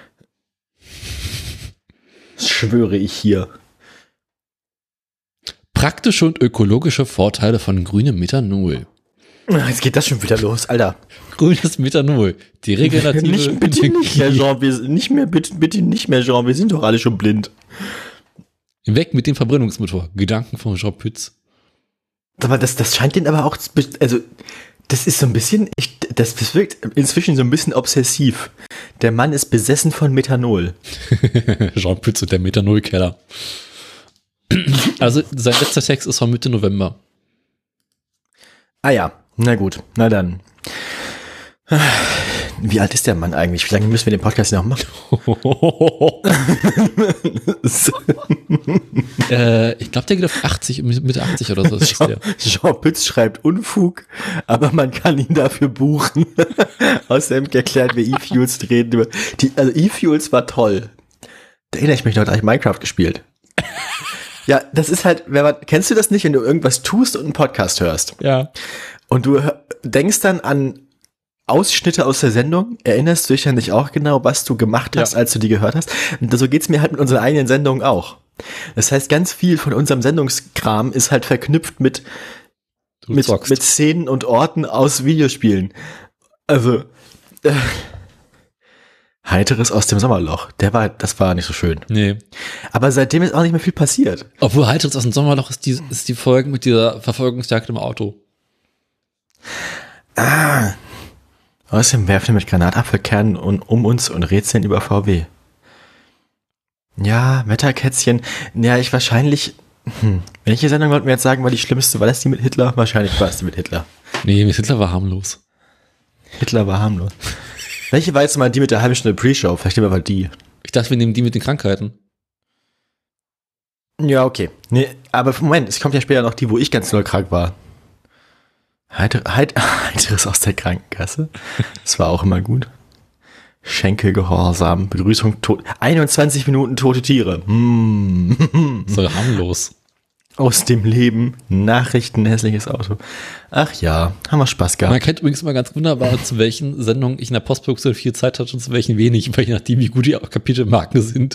Das schwöre ich hier. Praktische und ökologische Vorteile von grünem Methanol. Jetzt geht das schon wieder los, Alter. Grünes Methanol. Die regenerative Bitte nicht mehr, Jean. Bitte nicht mehr, Jean. Wir sind doch alle schon blind. Weg mit dem Verbrennungsmotor. Gedanken von Jean Pütz. Aber das scheint den aber auch, also das ist so ein bisschen, das wirkt inzwischen so ein bisschen obsessiv. Der Mann ist besessen von Methanol. Jean Pütz und der Methanolkeller. Also sein letzter Sex ist von Mitte November. Ah ja, na gut, na dann. Wie alt ist der Mann eigentlich? Wie lange müssen wir den Podcast noch machen? Ich glaube, der geht auf 80, Mitte 80 oder so. Ist der. Jean Pütz schreibt Unfug, aber man kann ihn dafür buchen. Außerdem erklären wir E-Fuels reden über. Also E-Fuels war toll. Da erinnere ich mich noch, da habe ich Minecraft gespielt. Ja, das ist halt, kennst du das nicht, wenn du irgendwas tust und einen Podcast hörst? Ja. Und du denkst dann an Ausschnitte aus der Sendung, erinnerst du dich ja nicht auch genau, was du gemacht hast, als du die gehört hast? Und so geht's mir halt mit unseren eigenen Sendungen auch. Das heißt, ganz viel von unserem Sendungskram ist halt verknüpft mit Szenen und Orten aus Videospielen. Also, Heiteres aus dem Sommerloch. Das war nicht so schön. Nee. Aber seitdem ist auch nicht mehr viel passiert. Obwohl Heiteres aus dem Sommerloch ist die Folge mit dieser Verfolgungsjagd im Auto. Außerdem werfen wir mit Granatapfelkernen um uns und rätseln über VW. Ja, Wetterkätzchen. Ja, welche Sendung wollten wir jetzt sagen, war die schlimmste? War das die mit Hitler? Wahrscheinlich war es die mit Hitler. Nee, mit Hitler war harmlos. Hitler war harmlos. Welche war jetzt mal die mit der halben Stunde Pre-Show? Vielleicht nehmen wir mal die. Ich dachte, wir nehmen die mit den Krankheiten. Ja, okay. Nee, aber Moment, es kommt ja später noch die, wo ich ganz doll krank war. Heiteres aus der Krankenkasse. Das war auch immer gut. Schenkelgehorsam, Begrüßung, 21 Minuten tote Tiere. So harmlos. Aus dem Leben, Nachrichten, hässliches Auto. Ach ja, haben wir Spaß gehabt. Man kennt übrigens mal ganz wunderbar, zu welchen Sendungen ich in der Postproduktion viel Zeit hatte und zu welchen wenig, weil je nachdem, wie gut die Kapitelmarken sind.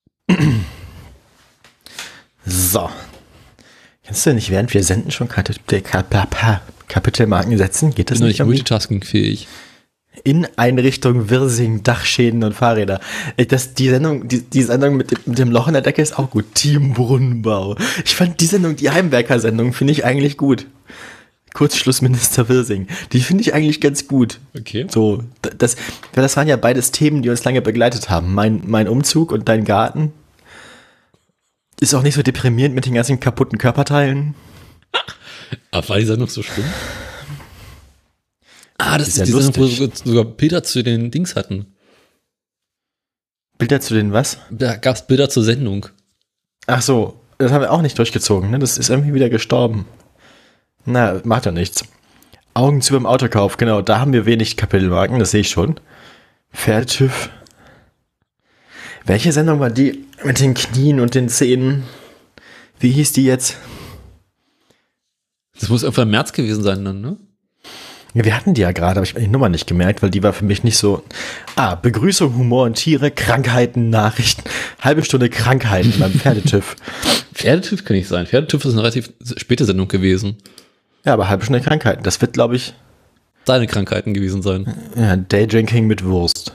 So. Kannst du nicht, während wir senden, schon Kapitelmarken setzen? Geht das bin nicht? Bin nicht multitaskingfähig. In Einrichtung Wirsing, Dachschäden und Fahrräder. Die Sendung mit dem Loch in der Decke ist auch gut. Team Brunnenbau. Ich fand die Sendung, die Heimwerker-Sendung, finde ich eigentlich gut. Kurzschlussminister Wirsing. Die finde ich eigentlich ganz gut. Okay. So, das waren ja beides Themen, die uns lange begleitet haben. Mein Umzug und dein Garten. Ist auch nicht so deprimierend mit den ganzen kaputten Körperteilen. Aber war die Sendung so schlimm? Das ist ja die Sendung, wo lustig. sogar Bilder zu den Dings hatten. Bilder zu den was? Da gab es Bilder zur Sendung. Ach so, das haben wir auch nicht durchgezogen. Ne? Das ist irgendwie wieder gestorben. Na, macht ja nichts. Augen zu beim Autokauf, genau. Da haben wir wenig Kapitelmarken, das sehe ich schon. Pferdetüv. Welche Sendung war die mit den Knien und den Zähnen? Wie hieß die jetzt? Das muss irgendwann im März gewesen sein dann, ne? Ja, wir hatten die ja gerade, aber ich habe die Nummer nicht gemerkt, weil die war für mich nicht so. Begrüßung, Humor und Tiere, Krankheiten, Nachrichten. Halbe Stunde Krankheiten beim Pferdetüv. Pferdetüv kann nicht sein. Pferdetüv ist eine relativ späte Sendung gewesen. Ja, aber halbe Stunde Krankheiten. Das wird, glaube ich, deine Krankheiten gewesen sein. Ja, Daydrinking mit Wurst.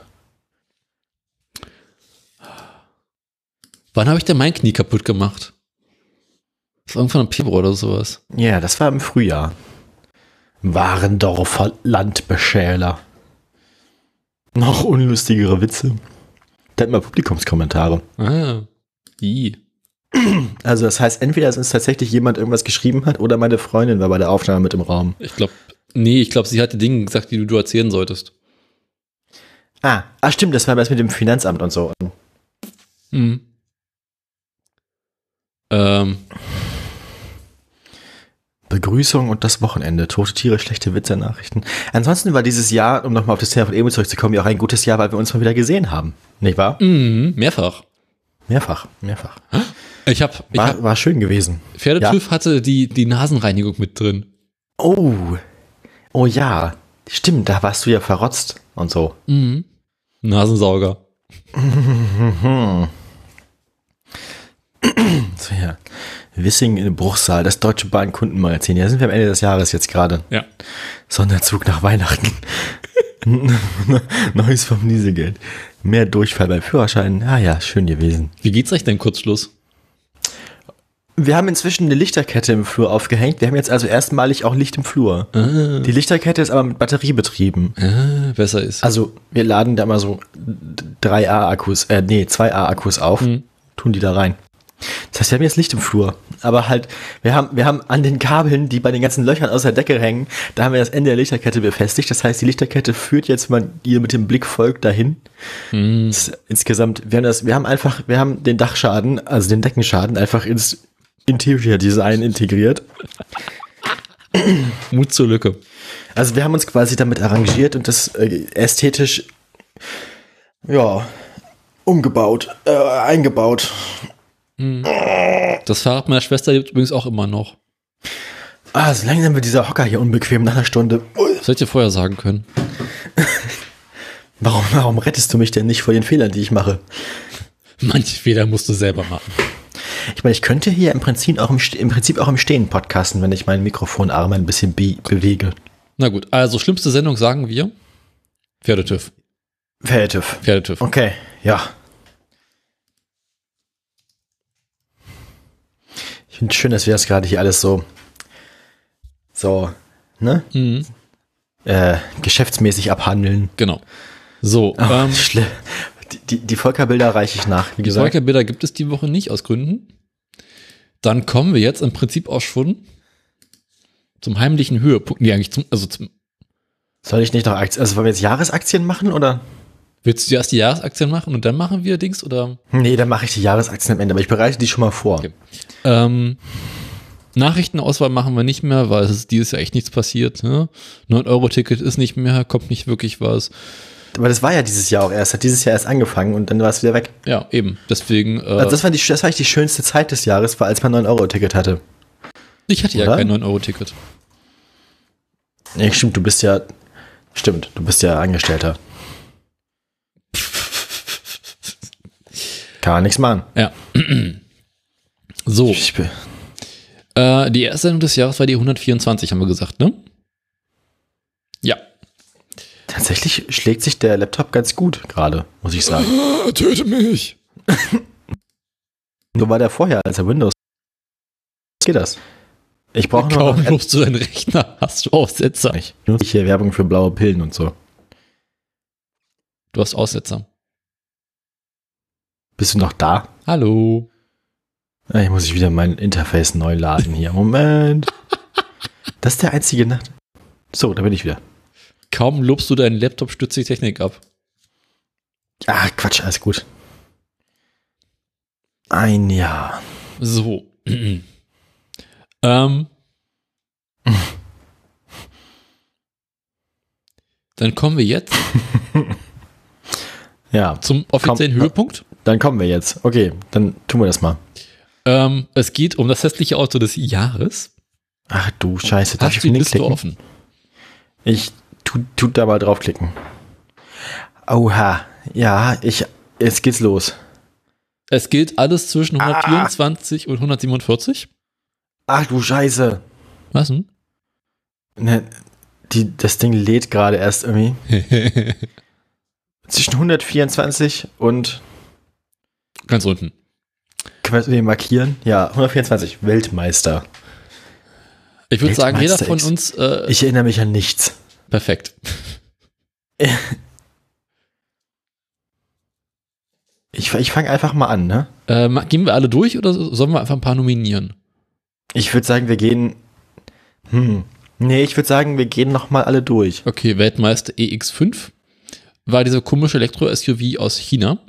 Wann habe ich denn mein Knie kaputt gemacht? Das war irgendwann im Februar oder sowas. Ja, das war im Frühjahr. Warendorfer Landbeschäler. Noch unlustigere Witze. Da hatten wir Publikumskommentare. Also das heißt, entweder dass uns tatsächlich jemand irgendwas geschrieben hat oder meine Freundin war bei der Aufnahme mit im Raum. Ich glaube, sie hatte Dinge gesagt, die du erzählen solltest. Stimmt, das war das mit dem Finanzamt und so. Begrüßung und das Wochenende. Tote Tiere, schlechte Witze, Nachrichten. Ansonsten war dieses Jahr, um nochmal auf das Thema von eben zurückzukommen, ja auch ein gutes Jahr, weil wir uns mal wieder gesehen haben. Nicht wahr? Mehrfach. War schön gewesen. Pferdetüv hatte die Nasenreinigung mit drin. Oh ja. Stimmt, da warst du ja verrotzt und so. Nasensauger. So, ja. Wissing in Bruchsal, das Deutsche Bahn Kundenmagazin. Ja, sind wir am Ende des Jahres jetzt gerade. Ja. Sonderzug nach Weihnachten. Neues vom Nieselgeld. Mehr Durchfall beim Führerschein. Ah ja, schön gewesen. Wie geht's euch denn Kurzschluss? Wir haben inzwischen eine Lichterkette im Flur aufgehängt. Wir haben jetzt also erstmalig auch Licht im Flur. Die Lichterkette ist aber mit Batterie betrieben. Besser ist. Also wir laden da mal so 2A-Akkus auf, tun die da rein. Das heißt, wir haben jetzt Licht im Flur, aber halt, wir haben an den Kabeln, die bei den ganzen Löchern aus der Decke hängen, da haben wir das Ende der Lichterkette befestigt. Das heißt, die Lichterkette führt jetzt, wenn man ihr mit dem Blick folgt, dahin. Insgesamt, wir haben den Dachschaden, also den Deckenschaden einfach ins Interior Design integriert. Mut zur Lücke. Also wir haben uns quasi damit arrangiert und das ästhetisch, ja, eingebaut. Das Fahrrad meiner Schwester lebt übrigens auch immer noch. So langsam wird dieser Hocker hier unbequem nach einer Stunde. Das hätte ich vorher sagen können. Warum rettest du mich denn nicht vor den Fehlern, die ich mache? Manche Fehler musst du selber machen. Ich meine, ich könnte hier im Prinzip auch im Stehen podcasten, wenn ich meinen Mikrofonarm ein bisschen bewege. Na gut, also schlimmste Sendung sagen wir Pferdetüff. Pferdetüff. Okay, ja. Ich finde es schön, dass wir das gerade hier alles so, ne? Geschäftsmäßig abhandeln. Genau. So. Die Volkerbilder reiche ich nach. Wie die gesagt. Volkerbilder gibt es die Woche nicht aus Gründen. Dann kommen wir jetzt im Prinzip auch schon zum heimlichen Höhepunkt. Nee, eigentlich Soll ich nicht noch Aktien, also wollen wir jetzt Jahresaktien machen, oder? Willst du erst die Jahresaktien machen und dann machen wir Dings, oder? Nee, dann mache ich die Jahresaktien am Ende, aber ich bereite die schon mal vor. Okay. Nachrichtenauswahl machen wir nicht mehr, weil es ist dieses Jahr echt nichts passiert. Ne? 9-Euro-Ticket ist nicht mehr, kommt nicht wirklich was. Aber das war ja dieses Jahr auch erst, hat dieses Jahr erst angefangen und dann war es wieder weg. Ja, eben. Deswegen. Also das war eigentlich die schönste Zeit des Jahres, als man 9-Euro-Ticket hatte. Ich hatte ja kein 9-Euro-Ticket. Nee, stimmt, du bist ja Angestellter. Kann man nichts machen. Ja. So. Die erste Sendung des Jahres war die 124, haben wir gesagt, ne? Ja. Tatsächlich schlägt sich der Laptop ganz gut gerade, muss ich sagen. Töte mich. So war der vorher, als er Windows. Geht das? Ich brauche noch. Kaum lobst du deinen Rechner, hast du Aussetzer. Ich nutze hier Werbung für blaue Pillen und so. Du hast Aussetzer. Bist du noch da? Hallo. Ich muss wieder mein Interface neu laden hier. Moment. Das ist der einzige. So, da bin ich wieder. Kaum lobst du deinen Laptop, stützt die Technik ab. Quatsch, alles gut. Ein Jahr. So. Dann kommen wir jetzt zum offiziellen Höhepunkt. Dann kommen wir jetzt. Okay, dann tun wir das mal. Es geht um das hässliche Auto des Jahres. Ach du Scheiße, darf Hast ich du die auf den Link Liste klicken? offen? Ich tu da mal draufklicken. Oha, ja, jetzt geht's los. Es gilt alles zwischen 124 und 147. Ach du Scheiße. Was denn? Ne, das Ding lädt gerade erst irgendwie. Zwischen 124 und ganz unten. Können wir markieren? Ja, 124, Weltmeister. Ich würde sagen, jeder von uns... ich erinnere mich an nichts. Perfekt. Ich fange einfach mal an, ne? Gehen wir alle durch oder sollen wir einfach ein paar nominieren? Ich würde sagen, wir gehen... ich würde sagen, wir gehen nochmal alle durch. Okay, Weltmeister EX5 war diese komische Elektro-SUV aus China.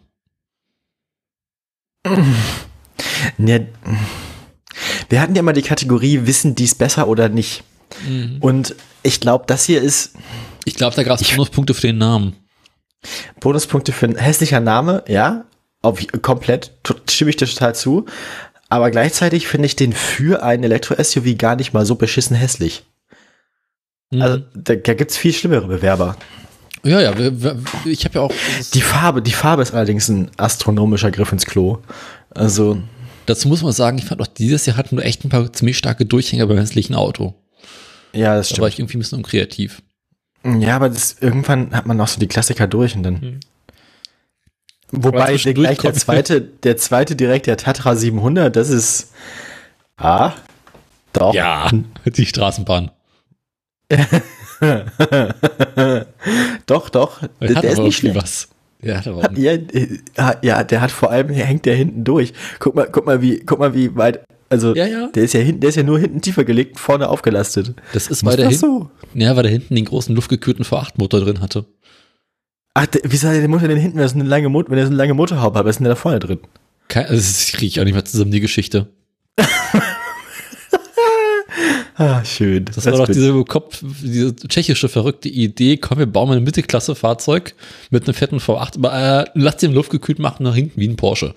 Ne, wir hatten ja mal die Kategorie, wissen die es besser oder nicht? Und ich glaube, das hier ist... Ich glaube, da gab es Bonuspunkte für den Namen. Bonuspunkte für ein hässlicher Name, ja, komplett, stimme ich dir total zu. Aber gleichzeitig finde ich den für ein Elektro-SUV gar nicht mal so beschissen hässlich. Also da gibt es viel schlimmere Bewerber. Ja, ich habe ja auch... Die Farbe ist allerdings ein astronomischer Griff ins Klo. Also... Dazu muss man sagen, ich fand auch dieses Jahr hatten wir echt ein paar ziemlich starke Durchhänger beim hässlichen Auto. Ja, das Da stimmt. war ich irgendwie ein bisschen unkreativ. Ja, aber irgendwann hat man auch so die Klassiker durch und dann. Wobei gleich der zweite direkt, der Tatra 700, das ist. Doch. Ja, die Straßenbahn. Doch. Der ist nicht schlecht. Was. Ja, der hat vor allem, hängt der hinten durch. Guck mal, wie weit. Also, ja. Der ist ja nur hinten tiefer gelegt, vorne aufgelastet. Das ist, weil der hinten den großen luftgekühlten V8-Motor drin hatte. Ach, wie soll der Motor denn hinten, wenn er so eine lange Motorhaube hat, was ist denn da vorne drin? Das kriege ich auch nicht mehr zusammen, die Geschichte. Schön. Das war doch diese tschechische verrückte Idee, komm, wir bauen mal ein Mittelklasse-Fahrzeug mit einem fetten V8, aber lass den luftgekühlt machen nach hinten wie ein Porsche.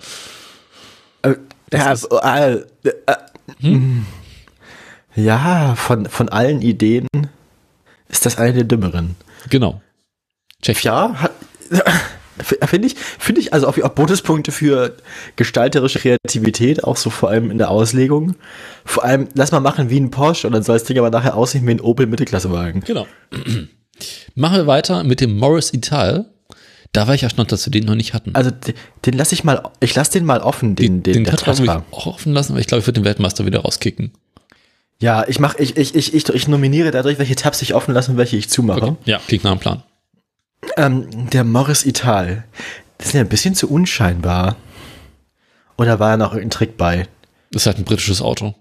Ja, von allen Ideen ist das eine der dümmeren. Genau. Ja, finde ich, also auch Bonuspunkte für gestalterische Kreativität, auch so vor allem in der Auslegung. Vor allem, lass mal machen wie ein Porsche und dann soll das Ding aber nachher aussehen wie ein Opel Mittelklassewagen. Genau. Machen wir weiter mit dem Morris Ital. Da war ich erstaunt, dass wir den noch nicht hatten. Also den lasse ich mal offen, den Tatra will ich auch offen lassen, aber ich glaube, ich würde den Weltmeister wieder rauskicken. Ja, ich nominiere dadurch, welche Tabs ich offen lasse und welche ich zumache. Okay. Ja, klingt nach einem Plan. Der Morris Ital, das ist ja ein bisschen zu unscheinbar. Oder war ja noch irgendein Trick bei? Das ist halt ein britisches Auto.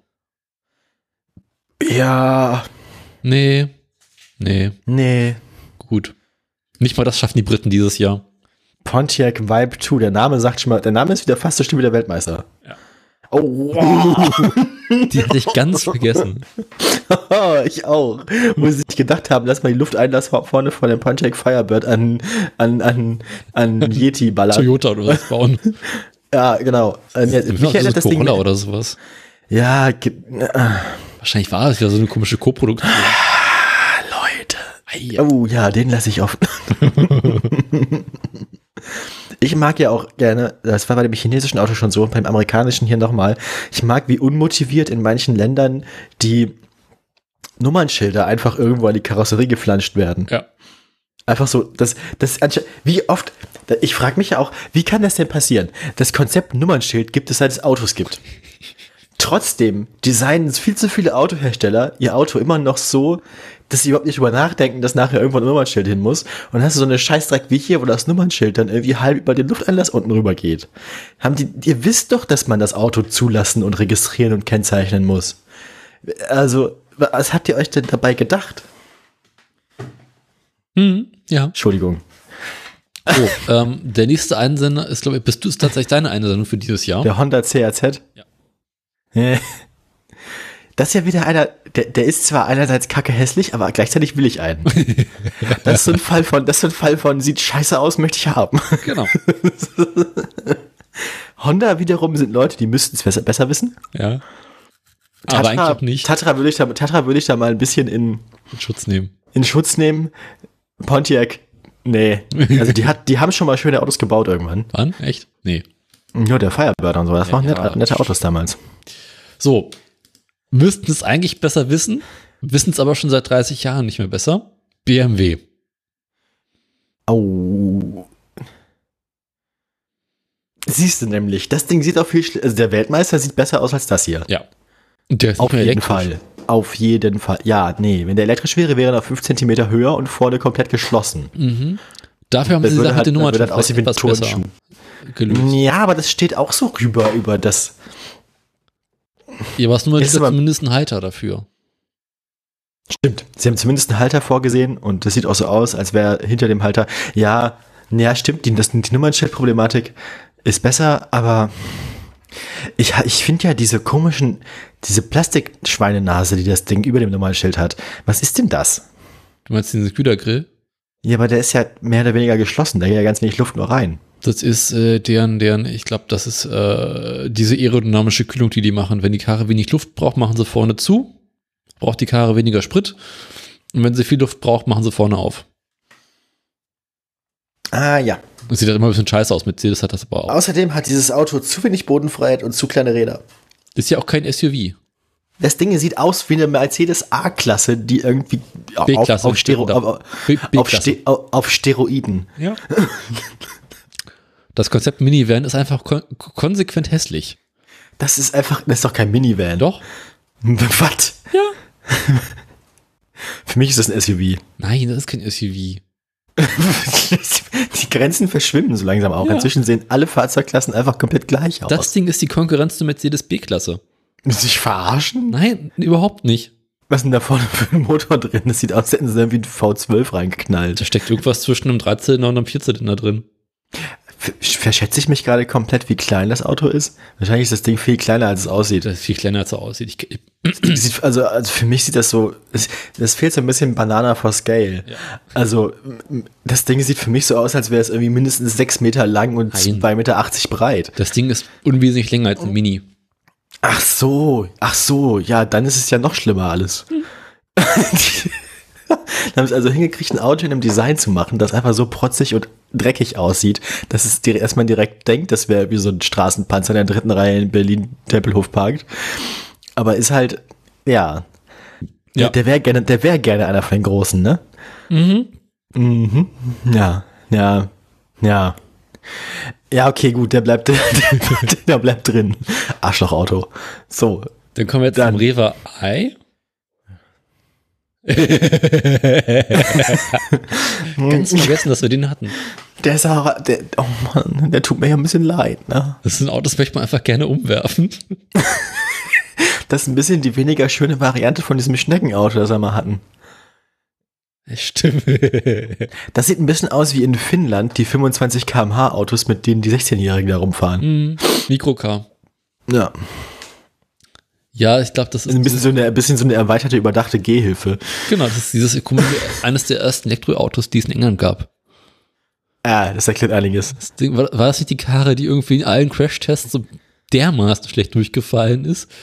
Ja. Nee. Gut. Nicht mal das schaffen die Briten dieses Jahr. Pontiac Vibe 2, der Name ist wieder fast so schlimm wie der Weltmeister. Ja. Oh, wow. Die hatte ich ganz vergessen. Ich auch. Wo sie sich gedacht haben, lass mal die Lufteinlass vorne von dem Pontiac Firebird an Yeti ballern. Toyota oder was bauen. Ja, genau. Mich erinnert das Ding oder sowas. Ja, wahrscheinlich war das ja so eine komische Koproduktion. Leute. Oh ja, den lasse ich offen. Ich mag ja auch gerne, das war bei dem chinesischen Auto schon so und beim amerikanischen hier nochmal, ich mag, wie unmotiviert in manchen Ländern die Nummernschilder einfach irgendwo an die Karosserie geflanscht werden. Ja. Einfach so, wie oft, ich frage mich ja auch, wie kann das denn passieren? Das Konzept Nummernschild gibt es, seit es Autos gibt. Trotzdem designen viel zu viele Autohersteller ihr Auto immer noch so, dass sie überhaupt nicht drüber nachdenken, dass nachher irgendwo ein Nummernschild hin muss. Und dann hast du so eine Scheißdreck wie hier, wo das Nummernschild dann irgendwie halb über den Lufteinlass unten rüber geht. Ihr wisst doch, dass man das Auto zulassen und registrieren und kennzeichnen muss. Also, was habt ihr euch denn dabei gedacht? Ja. Entschuldigung. So, der nächste Einsender ist, glaube ich, ist tatsächlich deine Einsendung für dieses Jahr? Der Honda CRZ? Ja. Das ist ja wieder einer, der ist zwar einerseits kacke hässlich, aber gleichzeitig will ich einen. Das ist so ein Fall von sieht scheiße aus, möchte ich haben. Genau. Honda wiederum sind Leute, die müssten es besser wissen. Ja. Aber eigentlich auch nicht. Tatra würde ich da mal ein bisschen in Schutz nehmen. In Schutz nehmen. Pontiac, nee. Also die haben schon mal schöne Autos gebaut irgendwann. Wann? Echt? Nee. Ja, der Firebird und so. Das waren nette Autos damals. So. Müssten es eigentlich besser wissen, wissen es aber schon seit 30 Jahren nicht mehr besser. BMW. Oh. Siehst du nämlich, das Ding sieht auch also der Weltmeister sieht besser aus als das hier. Ja. Der ist auf jeden Fall. Auf jeden Fall. Ja, nee, wenn der elektrisch wäre, wäre er noch 5 cm höher und vorne komplett geschlossen. Mhm. Dafür haben sie gesagt, mit den Nummern schon etwas besser gelöst. Ja, aber das steht auch so rüber über das. Ja, was Nummer ist zumindest ein Halter dafür. Stimmt. Sie haben zumindest einen Halter vorgesehen und das sieht auch so aus, als wäre hinter dem Halter. Ja, stimmt. Die Nummernschildproblematik ist besser, aber ich finde ja diese Plastikschweinenase, die das Ding über dem Nummernschild hat. Was ist denn das? Du meinst diesen Kühlergrill? Ja, aber der ist ja mehr oder weniger geschlossen. Da geht ja ganz wenig Luft nur rein. Das ist deren, ich glaube, das ist diese aerodynamische Kühlung, die machen. Wenn die Karre wenig Luft braucht, machen sie vorne zu. Braucht die Karre weniger Sprit. Und wenn sie viel Luft braucht, machen sie vorne auf. Ah, ja. Das sieht halt immer ein bisschen scheiße aus. Mercedes hat das aber auch. Außerdem hat dieses Auto zu wenig Bodenfreiheit und zu kleine Räder. Ist ja auch kein SUV. Das Ding sieht aus wie eine Mercedes A-Klasse, die irgendwie B-Klasse auf Steroiden. Ja. Das Konzept Minivan ist einfach konsequent hässlich. Das ist doch kein Minivan. Doch. Was? Ja. Für mich ist das ein SUV. Nein, das ist kein SUV. Die Grenzen verschwimmen so langsam auch. Ja. Inzwischen sehen alle Fahrzeugklassen einfach komplett gleich aus. Das Ding ist die Konkurrenz zur Mercedes B-Klasse. Willst du dich verarschen? Nein, überhaupt nicht. Was ist denn da vorne für ein Motor drin? Das sieht aus, als hätten sie irgendwie ein V12 reingeknallt. Da steckt irgendwas zwischen einem 13er und einem 14er drin. Verschätze ich mich gerade komplett, wie klein das Auto ist? Wahrscheinlich ist das Ding viel kleiner, als es aussieht. Das ist viel kleiner, als es aussieht. Also für mich sieht das so, das fehlt so ein bisschen Banana for Scale. Ja. Also das Ding sieht für mich so aus, als wäre es irgendwie mindestens 6 Meter lang und 2,80 Meter breit. Das Ding ist unwesentlich länger als ein Mini. Ach so, ja, dann ist es ja noch schlimmer alles. Dann haben sie also hingekriegt, ein Auto in einem Design zu machen, das einfach so protzig und dreckig aussieht, dass es erstmal direkt denkt, das wäre wie so ein Straßenpanzer in der 3. Reihe in Berlin-Tempelhof parkt. Aber ist halt, ja. Der wäre gerne einer von den Großen, ne? Mhm. Ja. Ja, okay, gut, der bleibt drin. Arschlochauto. So. Dann kommen wir jetzt zum Rewe Ei. Ganz vergessen, dass wir den hatten. Oh Mann, der tut mir ja ein bisschen leid, ne? Das sind Autos, möchte man einfach gerne umwerfen. Das ist ein bisschen die weniger schöne Variante von diesem Schneckenauto, das wir mal hatten. Stimmt. Das sieht ein bisschen aus wie in Finnland, die 25 km/h Autos, mit denen die 16-Jährigen da rumfahren. Mikrocar. Ja. Ja, ich glaube, das ist ein bisschen so eine erweiterte, überdachte Gehhilfe. Genau, das ist eines der ersten Elektroautos, die es in England gab. Das erklärt einiges. Das Ding, war das nicht die Karre, die irgendwie in allen Crashtests so dermaßen schlecht durchgefallen ist?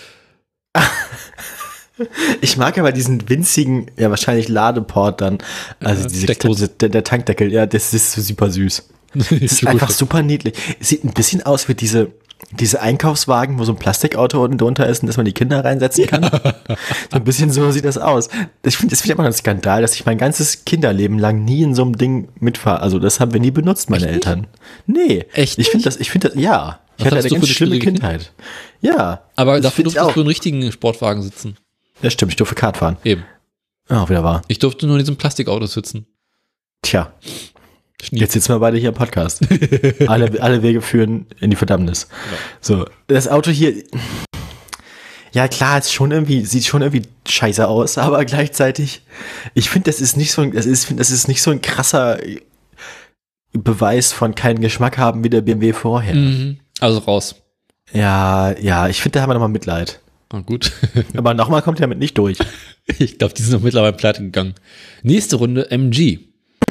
Ich mag aber diesen winzigen, ja wahrscheinlich Ladeport dann, also der Tankdeckel, ja, das ist super süß. Das ist einfach super niedlich. Es sieht ein bisschen aus wie diese Einkaufswagen, wo so ein Plastikauto unten drunter ist und dass man die Kinder reinsetzen kann. So ein bisschen so sieht das aus. Das finde ich immer ein Skandal, dass ich mein ganzes Kinderleben lang nie in so einem Ding mitfahre. Also das haben wir nie benutzt, meine Eltern. Nee. Echt? Ich finde das, ja. Ich hatte eine ganz schlimme Kindheit. Ja. Aber dafür durftest du in einen richtigen Sportwagen sitzen. Ja, stimmt. Ich durfte Kart fahren. Eben. Ah, wieder wahr. Ich durfte nur in diesem Plastikauto sitzen. Tja. Jetzt sitzen wir beide hier im Podcast. alle Wege führen in die Verdammnis. Genau. So, das Auto hier, ja klar, sieht schon irgendwie scheiße aus, aber gleichzeitig, ich finde, das ist nicht so ein krasser Beweis von keinen Geschmack haben wie der BMW vorher. Also raus. Ja, ich finde, da haben wir nochmal Mitleid. Ah, gut. Aber nochmal kommt er damit nicht durch. Ich glaube, die sind noch mittlerweile pleite gegangen. Nächste Runde, MG.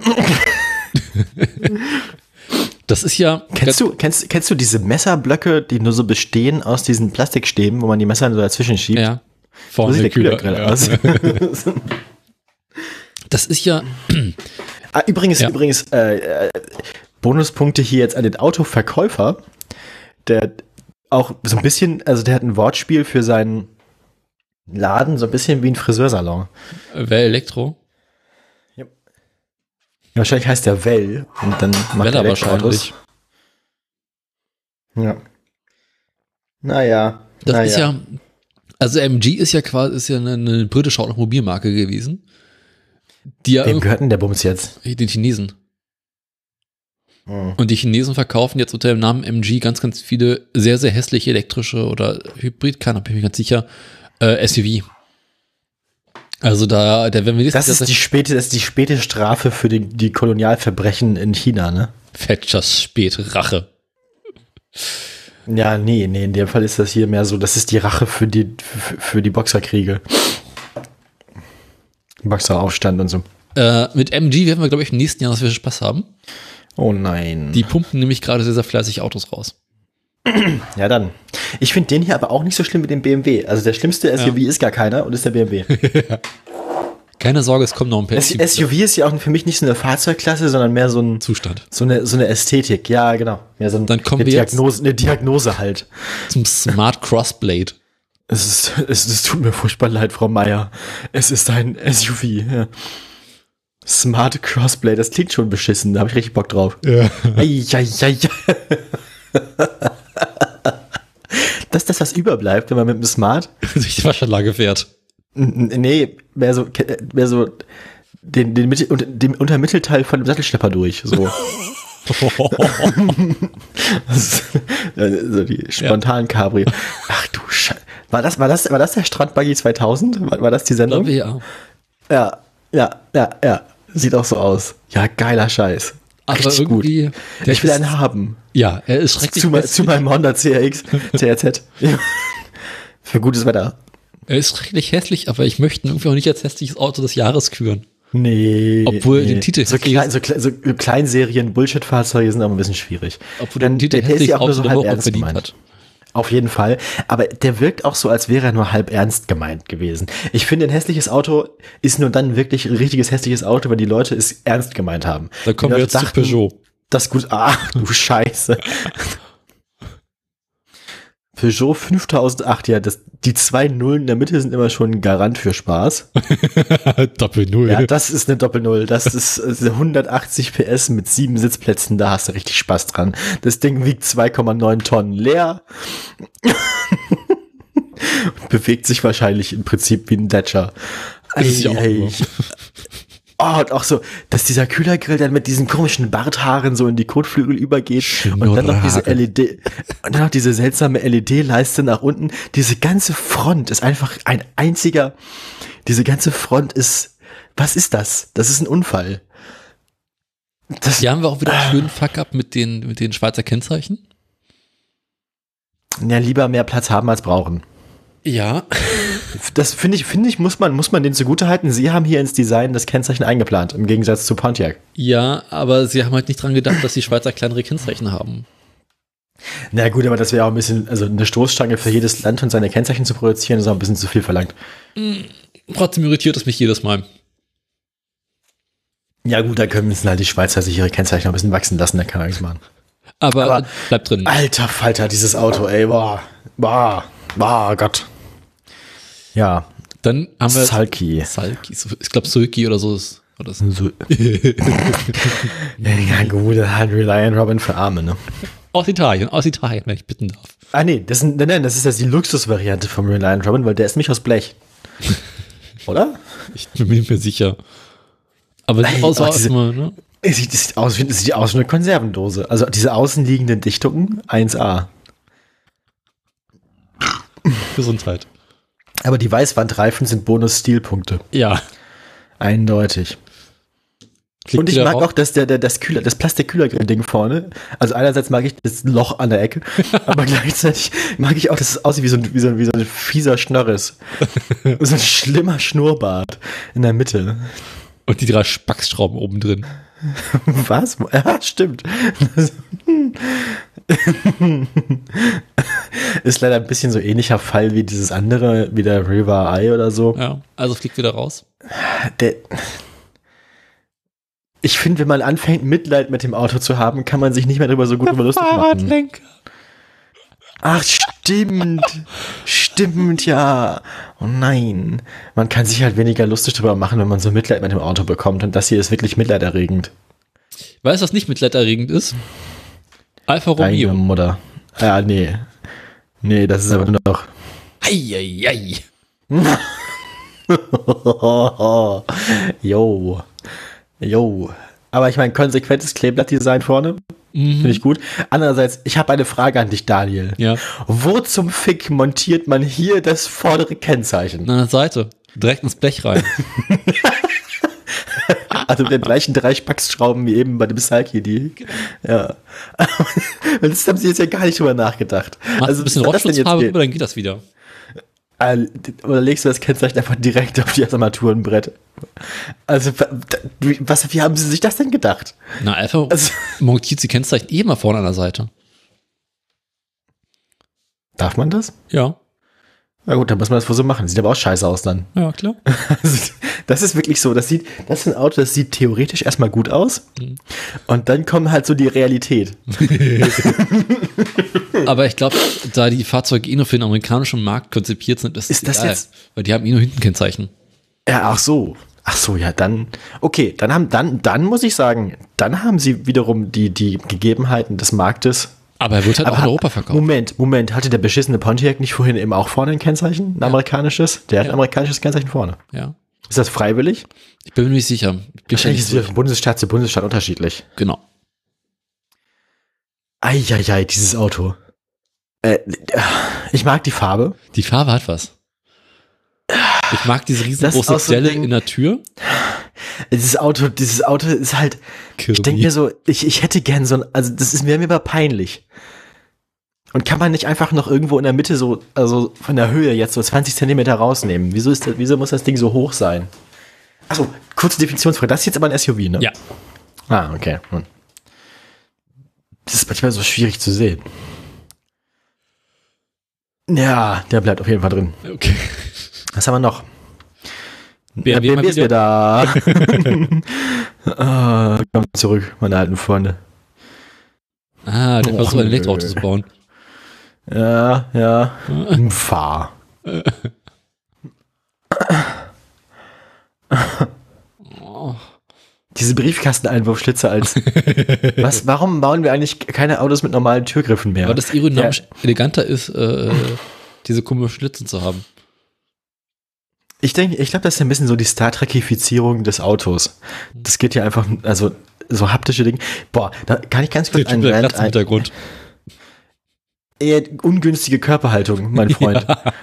Das ist ja. Kennst du diese Messerblöcke, die nur so bestehen aus diesen Plastikstäben, wo man die Messer so dazwischen schiebt? Ja. Vorne so sieht der Kühlergrill aus. Das ist ja. Übrigens, Bonuspunkte hier jetzt an den Autoverkäufer, der auch so ein bisschen, also der hat ein Wortspiel für seinen Laden, so ein bisschen wie ein Friseursalon. Wer Elektro? Ja. Wahrscheinlich heißt der Well und dann macht er wahrscheinlich. Ja. Naja. Das ist ja, also MG ist ja quasi eine britische Automobilmarke gewesen. Wem gehört denn der Bums jetzt? Den Chinesen. Und die Chinesen verkaufen jetzt unter dem Namen MG ganz, ganz viele sehr, sehr hässliche elektrische oder Hybridkarren, bin ich mir ganz sicher, SUV. Also wenn wir das ist die späte Strafe für die Kolonialverbrechen in China, ne? Thatchers späte Rache. Ja, nee, in dem Fall ist das hier mehr so, das ist die Rache für die Boxerkriege. Boxeraufstand und so. Mit MG werden wir, glaube ich, im nächsten Jahr, dass wir Spaß haben. Oh nein. Die pumpen nämlich gerade sehr, sehr fleißig Autos raus. Ja, dann. Ich finde den hier aber auch nicht so schlimm wie den BMW. Also der schlimmste SUV ist gar keiner und ist der BMW. Keine Sorge, es kommt noch ein paar SUV ist ja auch für mich nicht so eine Fahrzeugklasse, sondern mehr so ein Zustand. So eine Ästhetik, ja, genau. Ja, so Dann kommen eine Diagnose halt. Zum Smart Crossblade. Es tut mir furchtbar leid, Frau Meier. Es ist ein SUV. Ja. Smart Crossblade, das klingt schon beschissen, da habe ich richtig Bock drauf. Ja. Das ist das, was überbleibt, wenn man mit dem Smart durch die Waschanlage fährt. Nee, mehr so den unteren Mittelteil von dem Sattelschlepper durch. So. So die spontanen Cabrio. Ach du Scheiße. War das der Strandbuggy 2000? War das die Sendung? Ich glaube, ja. Ja. Sieht auch so aus. Ja, geiler Scheiß. Aber richtig irgendwie. Gut. Ich will einen haben. Ja, er ist schrecklich. Zu meinem Honda CRZ. Für gutes Wetter. Er ist schrecklich hässlich, aber ich möchte ihn irgendwie auch nicht als hässliches Auto des Jahres küren. Nee. Obwohl den Titel so Kleinserien-Bullshit-Fahrzeuge sind aber ein bisschen schwierig. Obwohl der Titel hässlich auch so halb ernst verdient hat. Auf jeden Fall. Aber der wirkt auch so, als wäre er nur halb ernst gemeint gewesen. Ich finde, ein hässliches Auto ist nur dann wirklich ein richtiges hässliches Auto, wenn die Leute es ernst gemeint haben. Da kommen wir jetzt zu Peugeot. Das gut. Ach, du Scheiße. Peugeot 5008, ja, die 2 Nullen in der Mitte sind immer schon ein Garant für Spaß. Doppel-Null. Ja, das ist eine Doppel-Null. Das ist 180 PS mit 7 Sitzplätzen, da hast du richtig Spaß dran. Das Ding wiegt 2,9 Tonnen leer. Und bewegt sich wahrscheinlich im Prinzip wie ein Dacia. Und auch so, dass dieser Kühlergrill dann mit diesen komischen Barthaaren so in die Kotflügel übergeht und dann noch diese LED und dann noch diese seltsame LED-Leiste nach unten. Diese ganze Front ist einfach ein einziger, diese ganze Front ist, was ist das? Das ist ein Unfall. Hier haben wir auch wieder einen schönen Fuck-up mit den Schweizer Kennzeichen. Ja, lieber mehr Platz haben als brauchen. Ja. Das finde ich, muss man denen zugutehalten. Sie haben hier ins Design das Kennzeichen eingeplant, im Gegensatz zu Pontiac. Ja, aber sie haben halt nicht dran gedacht, dass die Schweizer kleinere Kennzeichen haben. Na gut, aber das wäre auch ein bisschen, also eine Stoßstange für jedes Land und seine Kennzeichen zu produzieren, ist auch ein bisschen zu viel verlangt. Trotzdem irritiert es mich jedes Mal. Ja gut, da müssen halt die Schweizer sich ihre Kennzeichen noch ein bisschen wachsen lassen, da kann man nichts machen. Aber bleibt drin. Alter Falter, dieses Auto, ey, boah, Gott. Ja. Dann haben wir Salki. Ich glaube Sulky oder so ist. Oder so. Ja gut, halt Reliant Robin für Arme, ne? Aus Italien, wenn ich bitten darf. Ah nee, das ist ja die Luxusvariante vom Reliant Robin, weil der ist nicht aus Blech. Oder? Ich bin mir sicher. Aber sieht ne? Es sieht aus wie eine Konservendose. Also diese außenliegenden Dichtungen, 1A. Gesundheit. Aber die Weißwandreifen sind Bonus-Stilpunkte. Ja. Eindeutig. Und ich mag auch, dass das Plastikkühlergrill-Ding vorne, also einerseits mag ich das Loch an der Ecke, aber gleichzeitig mag ich auch, dass es aussieht wie so ein fieser Schnörres. So ein schlimmer Schnurrbart in der Mitte. Und die 3 Spacksschrauben oben drin. Was? Ja, stimmt. Ist leider ein bisschen so ähnlicher Fall wie dieses andere, wie der River Eye oder so. Ja, also fliegt wieder raus. Ich finde, wenn man anfängt, Mitleid mit dem Auto zu haben, kann man sich nicht mehr darüber so gut lustig machen. Fahrradlenker. Ach, stimmt. Stimmt, ja. Oh nein. Man kann sich halt weniger lustig drüber machen, wenn man so Mitleid mit dem Auto bekommt. Und das hier ist wirklich mitleiderregend. Weißt du, was nicht mitleiderregend ist? Alfa Romeo. Deine Mutter. Ja, nee. Nee, das ist aber nur noch. Eieiei. Jo. Aber ich meine, konsequentes Kleeblattdesign vorne. Finde ich gut. Andererseits, ich habe eine Frage an dich, Daniel. Ja. Wo zum Fick montiert man hier das vordere Kennzeichen? An der Seite. Direkt ins Blech rein. Also mit den gleichen 3 Spacksschrauben wie eben bei dem Salki, die. Genau. Ja. Das haben sie jetzt ja gar nicht drüber nachgedacht. Machst ein bisschen Rotschutzfarbe, dann geht das wieder. Oder legst du das Kennzeichen einfach direkt auf das Armaturenbrett? Also, wie haben sie sich das denn gedacht? Na, einfach montiert sie Kennzeichen eh mal vorne an der Seite. Darf man das? Ja. Na gut, dann muss man das wohl so machen. Sieht aber auch scheiße aus dann. Ja, klar. Also, das ist wirklich so. Das ist ein Auto, das sieht theoretisch erstmal gut aus. Und dann kommt halt so die Realität. Aber ich glaube, da die Fahrzeuge nur für den amerikanischen Markt konzipiert sind, ist das egal, jetzt? Weil die haben nur hinten Kennzeichen. Ja, ach so, ja, dann, okay, dann muss ich sagen, dann haben sie wiederum die Gegebenheiten des Marktes. Aber er wird halt auch in Europa verkauft. Moment, hatte der beschissene Pontiac nicht vorhin eben auch vorne ein Kennzeichen, ein amerikanisches? Der hat ein amerikanisches Kennzeichen vorne. Ja. Ist das freiwillig? Ich bin mir nicht sicher. Wahrscheinlich ist es von Bundesstaat zu Bundesstaat unterschiedlich. Genau. Eieiei, dieses Auto. Ich mag die Farbe. Die Farbe hat was. Ich mag diese riesengroße Delle in der Tür. Dieses Auto ist halt, Kirby. Ich denke mir so, ich hätte gern so ein, also das wäre mir aber peinlich. Und kann man nicht einfach noch irgendwo in der Mitte so, also von der Höhe jetzt so 20 Zentimeter rausnehmen? Wieso muss das Ding so hoch sein? Achso, kurze Definitionsfrage. Das ist jetzt aber ein SUV, ne? Ja. Ah, okay. Das ist manchmal so schwierig zu sehen. Ja, der bleibt auf jeden Fall drin. Okay. Was haben wir noch? BMW ist wieder da. Komm zurück, meine alten Freunde. Der versucht ein Elektroauto zu bauen. Ja. Fahr. Diese Briefkasteneinwurfschlitze als. Warum bauen wir eigentlich keine Autos mit normalen Türgriffen mehr? Weil das aerodynamisch eleganter ist, diese komischen Schlitze zu haben. Ich glaube, das ist ein bisschen so die Star Trekifizierung des Autos. Das geht ja einfach, also so haptische Dinge. Boah, da kann ich ganz kurz einen Rant im Hintergrund. Eher ungünstige Körperhaltung, mein Freund.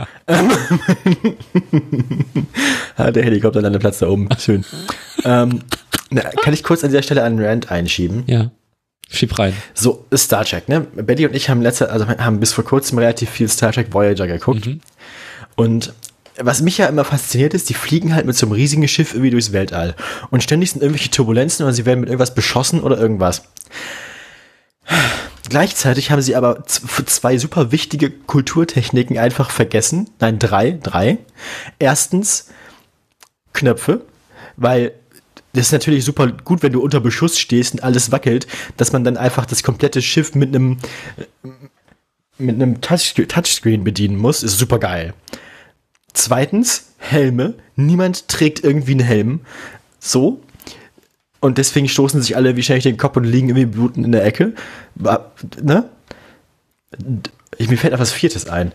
Der Helikopter landet Platz da oben. Schön. Kann ich kurz an dieser Stelle einen Rant einschieben? Ja. Schieb rein. So, Star Trek, ne? Betty und ich haben bis vor kurzem relativ viel Star Trek Voyager geguckt. Und was mich ja immer fasziniert ist, die fliegen halt mit so einem riesigen Schiff irgendwie durchs Weltall. Und ständig sind irgendwelche Turbulenzen oder sie werden mit irgendwas beschossen oder irgendwas. Gleichzeitig haben sie aber zwei super wichtige Kulturtechniken einfach vergessen. Nein, drei. Erstens Knöpfe, weil das ist natürlich super gut, wenn du unter Beschuss stehst und alles wackelt, dass man dann einfach das komplette Schiff mit einem Touchscreen bedienen muss. Ist super geil. Zweitens, Helme. Niemand trägt irgendwie einen Helm. So. Und deswegen stoßen sich alle wie schnell den Kopf und liegen irgendwie blutend in der Ecke. Ne? Mir fällt noch was Viertes ein.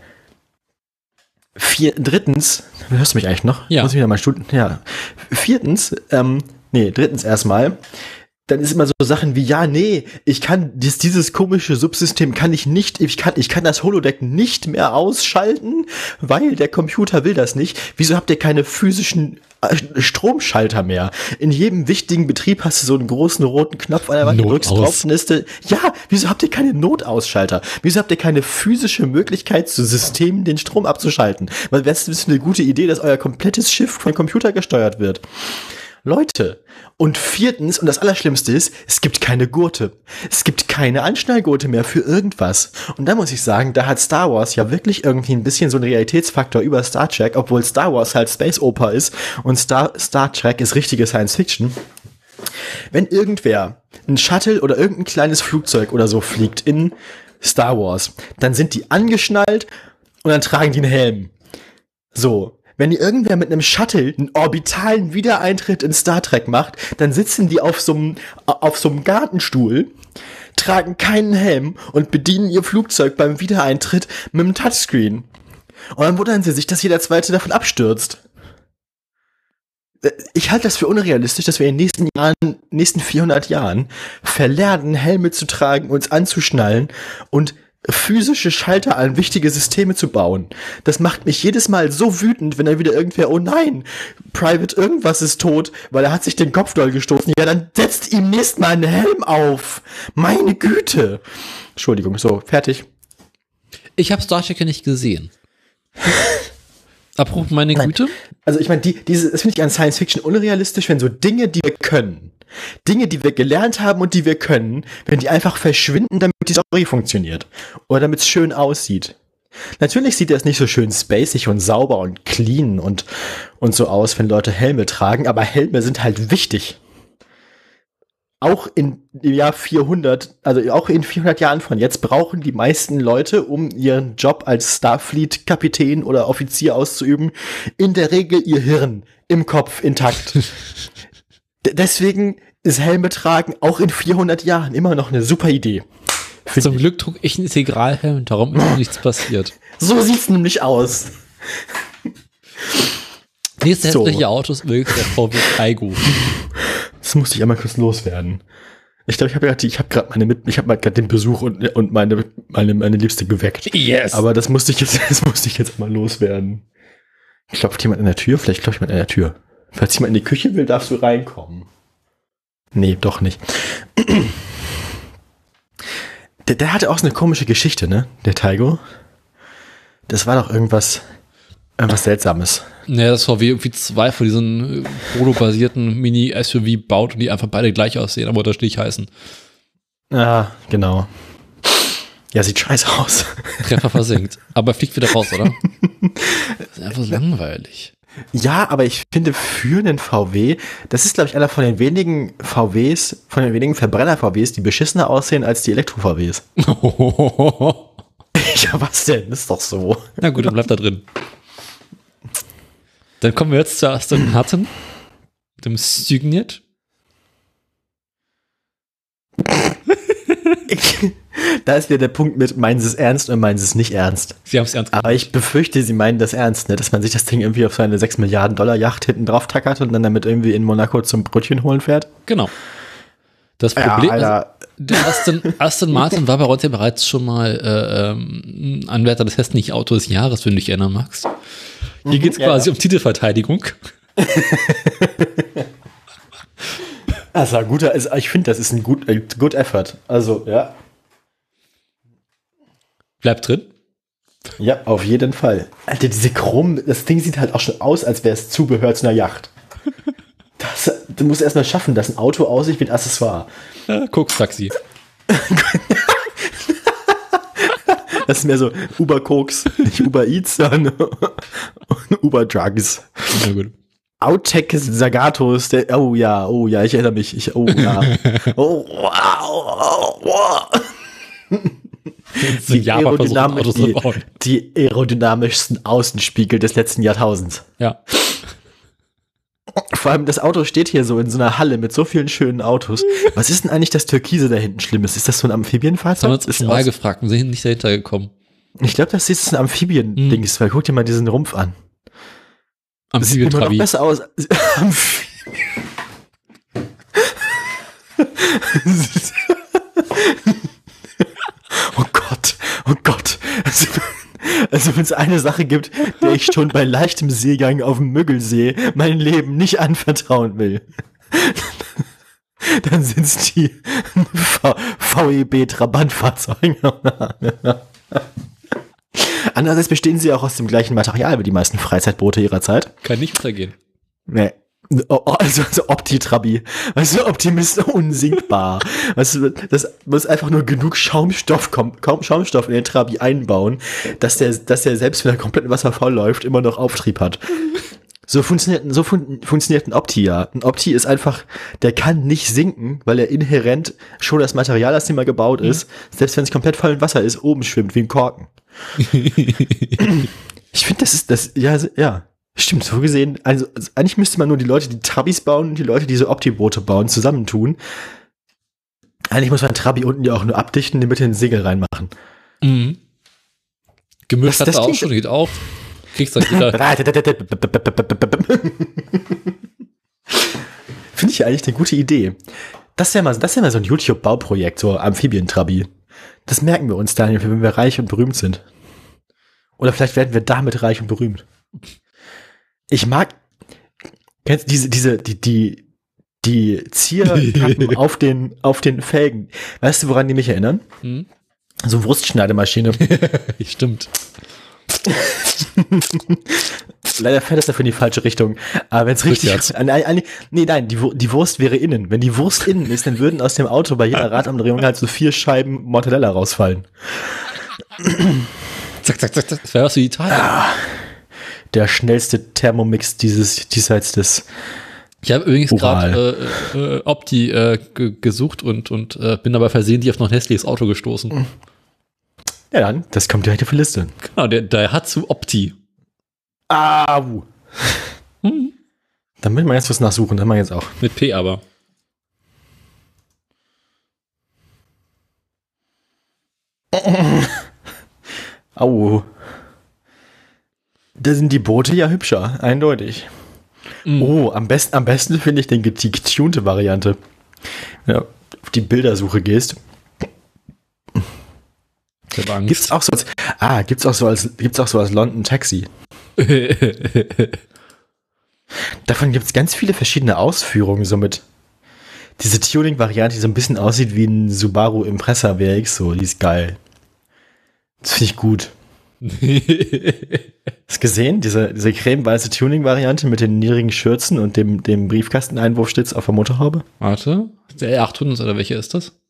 Drittens, hörst du mich eigentlich noch? Ja. Muss ich wieder mal ja. Drittens erstmal. Dann ist immer so Sachen wie, ich kann dieses komische Subsystem ich kann das Holodeck nicht mehr ausschalten, weil der Computer will das nicht. Wieso habt ihr keine physischen Stromschalter mehr? In jedem wichtigen Betrieb hast du so einen großen roten Knopf an der Wand, drückst drauf und wieso habt ihr keine Notausschalter? Wieso habt ihr keine physische Möglichkeit zu Systemen den Strom abzuschalten? Weil das ist eine gute Idee, dass euer komplettes Schiff von Computer gesteuert wird. Leute. Und viertens, und das Allerschlimmste ist, es gibt keine Gurte. Es gibt keine Anschnallgurte mehr für irgendwas. Und da muss ich sagen, da hat Star Wars ja wirklich irgendwie ein bisschen so einen Realitätsfaktor über Star Trek, obwohl Star Wars halt Space Oper ist und Star Trek ist richtige Science Fiction. Wenn irgendwer ein Shuttle oder irgendein kleines Flugzeug oder so fliegt in Star Wars, dann sind die angeschnallt und dann tragen die einen Helm. So. Wenn irgendwer mit einem Shuttle einen orbitalen Wiedereintritt in Star Trek macht, dann sitzen die auf so einem Gartenstuhl, tragen keinen Helm und bedienen ihr Flugzeug beim Wiedereintritt mit einem Touchscreen. Und dann wundern sie sich, dass jeder Zweite davon abstürzt. Ich halte das für unrealistisch, dass wir in den nächsten 400 Jahren verlernen, Helme zu tragen, uns anzuschnallen und physische Schalter an wichtige Systeme zu bauen. Das macht mich jedes Mal so wütend, wenn dann wieder irgendwer, oh nein, Private irgendwas ist tot, weil er hat sich den Kopf doll gestoßen. Ja, dann setzt ihm nächstes Mal einen Helm auf. Meine Güte. Entschuldigung, so, fertig. Ich habe Star Trek ja nicht gesehen. Apropos meine Güte. Also ich meine, das finde ich an Science Fiction unrealistisch, wenn so Dinge, die wir können, Dinge, die wir gelernt haben und die wir können, wenn die einfach verschwinden, damit die Story funktioniert. Oder damit es schön aussieht. Natürlich sieht das nicht so schön spacig und sauber und clean und so aus, wenn Leute Helme tragen, aber Helme sind halt wichtig. Auch im Jahr 400, also auch in 400 Jahren von jetzt, brauchen die meisten Leute, um ihren Job als Starfleet-Kapitän oder Offizier auszuüben, in der Regel ihr Hirn im Kopf intakt. Deswegen ist Helme tragen auch in 400 Jahren immer noch eine super Idee. Zum Glück trug ich einen Integralhelm, darum ist nichts passiert. So sieht's nämlich aus. Nächste hässliche Autos wirklich der VW Taigo. Das musste ich einmal kurz loswerden. Ich glaube, ich habe gerade den Besuch und meine Liebste geweckt. Yes. Aber das musste ich jetzt mal loswerden. Klopft jemand an der Tür? Vielleicht klopft jemand an der Tür. Falls jemand in die Küche will, darfst du reinkommen. Nee, doch nicht. Der hatte auch so eine komische Geschichte, ne? Der Taigo. Das war doch irgendwas Seltsames. Naja, das VW irgendwie 2 von diesen Polo-basierten Mini-SUV baut und die einfach beide gleich aussehen, aber unterschiedlich heißen. Ah, genau. Ja, sieht scheiße aus. Treffer versenkt. Aber fliegt wieder raus, oder? Das ist einfach so langweilig. Ja, aber ich finde, für einen VW, das ist, glaube ich, einer von den wenigen VWs, von den wenigen Verbrenner-VWs, die beschissener aussehen als die Elektro-VWs. Ja, was denn? Ist doch so. Na gut, dann bleibt da drin. Dann kommen wir jetzt zu Aston Martin, dem Signet. Da ist wieder der Punkt mit, meinen Sie es ernst und meinen Sie es nicht ernst. Sie haben es ernst gemacht. Aber ich befürchte, Sie meinen das ernst, ne? Dass man sich das Ding irgendwie auf so eine 6 Milliarden Dollar Yacht hinten drauf tackert und dann damit irgendwie in Monaco zum Brötchen holen fährt. Genau. Das Problem ist, der Aston Martin war bei uns ja bereits schon mal Anwärter des hässlichen Autos des Jahres, wenn du dich erinnern magst. Hier geht es quasi um Titelverteidigung. Also ein guter, ich finde, das ist ein good effort. Also, ja. Bleibt drin. Ja, auf jeden Fall. Alter, das Ding sieht halt auch schon aus, als wäre es Zubehör zu einer Yacht. Du musst erstmal schaffen, dass ein Auto aussieht wie ein Accessoire. Koks-Taxi. Das ist mehr so Uber-Koks, nicht Uber Eats, sondern Uber-Drugs. Ja, gut. Outtake Zagatos, oh ja, ich erinnere mich, die aerodynamischsten Außenspiegel des letzten Jahrtausends. Ja. Vor allem, das Auto steht hier so in so einer Halle mit so vielen schönen Autos. Was ist denn eigentlich das Türkise da hinten Schlimmes? Ist das so ein Amphibienfahrzeug? Haben wir uns mal gefragt und sind nicht dahinter gekommen. Ich glaube, das ist ein Amphibien-Dings, weil guck dir mal diesen Rumpf an. Das sieht immer noch besser aus. Oh Gott. Also wenn es eine Sache gibt, der ich schon bei leichtem Seegang auf dem Müggelsee mein Leben nicht anvertrauen will, dann sind es die VEB-Trabantfahrzeuge. Andererseits bestehen sie auch aus dem gleichen Material wie die meisten Freizeitboote ihrer Zeit. Kann nicht untergehen. Nee. Also Opti-Trabi. Weißt du, Optimist unsinkbar. Weißt du, das muss einfach nur genug Schaumstoff in den Trabi einbauen, dass der selbst, wenn er komplett in Wasser voll läuft, immer noch Auftrieb hat. So funktioniert ein Opti, ja. Ein Opti ist einfach, der kann nicht sinken, weil er inhärent schon das Material, das immer gebaut ist, selbst wenn es komplett voll in Wasser ist, oben schwimmt wie ein Korken. Ich finde, ja. Stimmt, so gesehen, also eigentlich müsste man nur die Leute, die Trabis bauen und die Leute, die so Opti-Boote bauen, zusammentun. Eigentlich muss man Trabi unten ja auch nur abdichten und in die Mitte den Segel reinmachen. Mhm. Gemischt hat er auch schon, geht auf. Kriegst du wieder. Finde ich eigentlich eine gute Idee. Das wäre mal so ein YouTube-Bauprojekt, so Amphibien-Trabi. Das merken wir uns, Daniel, wenn wir reich und berühmt sind. Oder vielleicht werden wir damit reich und berühmt. Ich mag, kennst du die Zierkappen auf den Felgen. Weißt du, woran die mich erinnern? So eine Wurstschneidemaschine. Stimmt. Leider fährt das dafür in die falsche Richtung. Aber wenn es richtig ist. Nein, die Wurst wäre innen. Wenn die Wurst innen ist, dann würden aus dem Auto bei jeder Radumdrehung halt so 4 Scheiben Mortadella rausfallen. Zack, zack, zack, zack. Das wäre was wie Italien. Der schnellste Thermomix diesseits des Ich habe übrigens gerade Opti gesucht und bin dabei versehentlich auf noch Nestles Auto gestoßen. Ja, dann, das kommt direkt auf die Liste. Genau, der Daihatsu Opti. Au! Dann will man jetzt was nachsuchen, das machen wir jetzt auch. Mit P aber. Au. Da sind die Boote ja hübscher, eindeutig. Oh, am besten finde ich die getunte Variante. Wenn du auf die Bildersuche gehst. Gibt's auch so als London Taxi. Davon gibt es ganz viele verschiedene Ausführungen, so mit diese Tuning-Variante, die so ein bisschen aussieht wie ein Subaru Impreza WRX, so, die ist geil. Das finde ich gut. Hast du gesehen? Diese cremeweiße Tuning-Variante mit den niedrigen Schürzen und dem Briefkasteneinwurfstütz auf der Motorhaube? Warte, der R800 oder welcher ist das?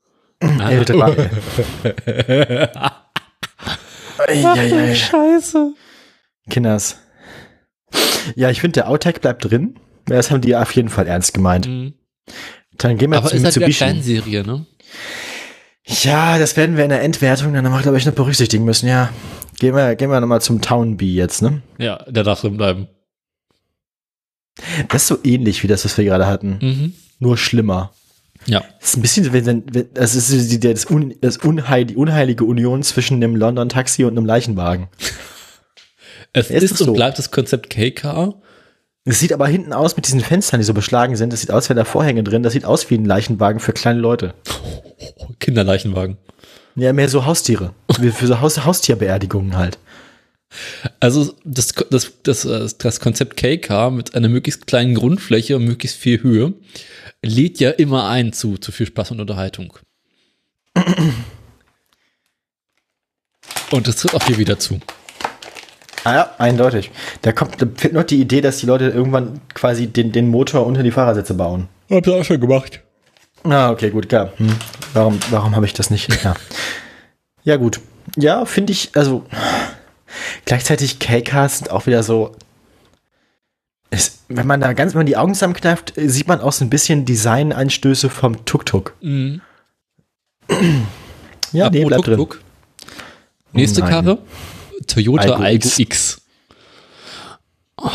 Scheiße. Kinders. Ja, ich finde, der Outtake bleibt drin. Das haben die auf jeden Fall ernst gemeint. Dann gehen wir aber zu ist halt wieder Mitsubishi. Kleinserie, ne? Ja, das werden wir in der Endwertung dann nochmal, glaube ich, noch berücksichtigen müssen, ja. Gehen wir nochmal zum Townbee jetzt, ne? Ja, der darf drin bleiben. Das ist so ähnlich wie das, was wir gerade hatten. Nur schlimmer. Ja. Das ist ein bisschen, das ist die unheilige Union zwischen einem London-Taxi und einem Leichenwagen. Es ist und bleibt das Konzept KK. Es sieht aber hinten aus mit diesen Fenstern, die so beschlagen sind. Das sieht aus, wenn da Vorhänge drin. Das sieht aus wie ein Leichenwagen für kleine Leute. Kinderleichenwagen. Ja, mehr so Haustiere. Für so Haustierbeerdigungen halt. Also das Konzept KK mit einer möglichst kleinen Grundfläche und möglichst viel Höhe lädt ja immer ein zu viel Spaß und Unterhaltung. Und das tritt auch hier wieder zu. Ah ja, eindeutig. Da fehlt noch die Idee, dass die Leute irgendwann quasi den Motor unter die Fahrersitze bauen. Hab ich auch schon gemacht. Ah, okay, gut, klar. Warum habe ich das nicht? Ja, ja gut. Ja, finde ich, also gleichzeitig KKs sind auch wieder so, wenn man die Augen zusammenkneift, sieht man auch so ein bisschen Design-Einstöße vom Tuk-Tuk. Ja, nee, bleibt drin. Nächste Karre. Toyota Aygo X. Oh.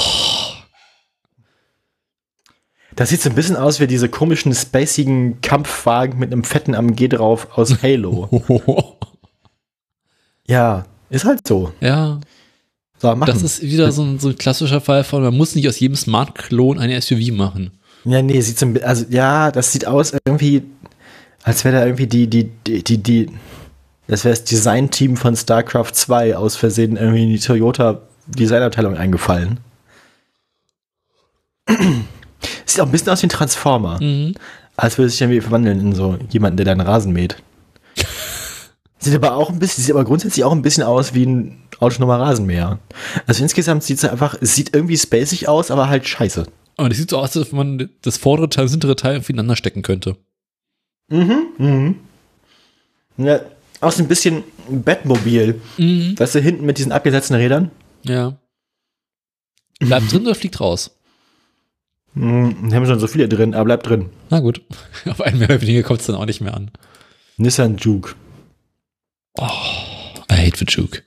Das sieht so ein bisschen aus wie diese komischen, spacigen Kampfwagen mit einem fetten AMG drauf aus Halo. Ja, ist halt so. Ja. So, machen. Das ist wieder so ein klassischer Fall von, man muss nicht aus jedem Smart-Klon eine SUV machen. Ja, nee, das sieht aus irgendwie, als wäre da irgendwie das wäre das Design-Team von StarCraft 2 aus Versehen irgendwie in die Toyota-Designabteilung eingefallen. Sieht auch ein bisschen aus wie ein Transformer. Als würde sich irgendwie verwandeln in so jemanden, der deinen Rasen mäht. Sieht aber grundsätzlich auch ein bisschen aus wie ein autonomer Rasenmäher. Also insgesamt sieht es sieht irgendwie spacig aus, aber halt scheiße. Aber das sieht so aus, als wenn man das vordere Teil und das hintere Teil aufeinander stecken könnte. Ja, auch so ein bisschen Bettmobil. Weißt du, hinten mit diesen abgesetzten Rädern? Ja. Bleibt drin oder fliegt raus? Wir haben schon so viele drin, aber bleibt drin. Na gut. Auf einen mehr oder weniger kommt es dann auch nicht mehr an. Nissan Juke. Oh, I hate the Juke.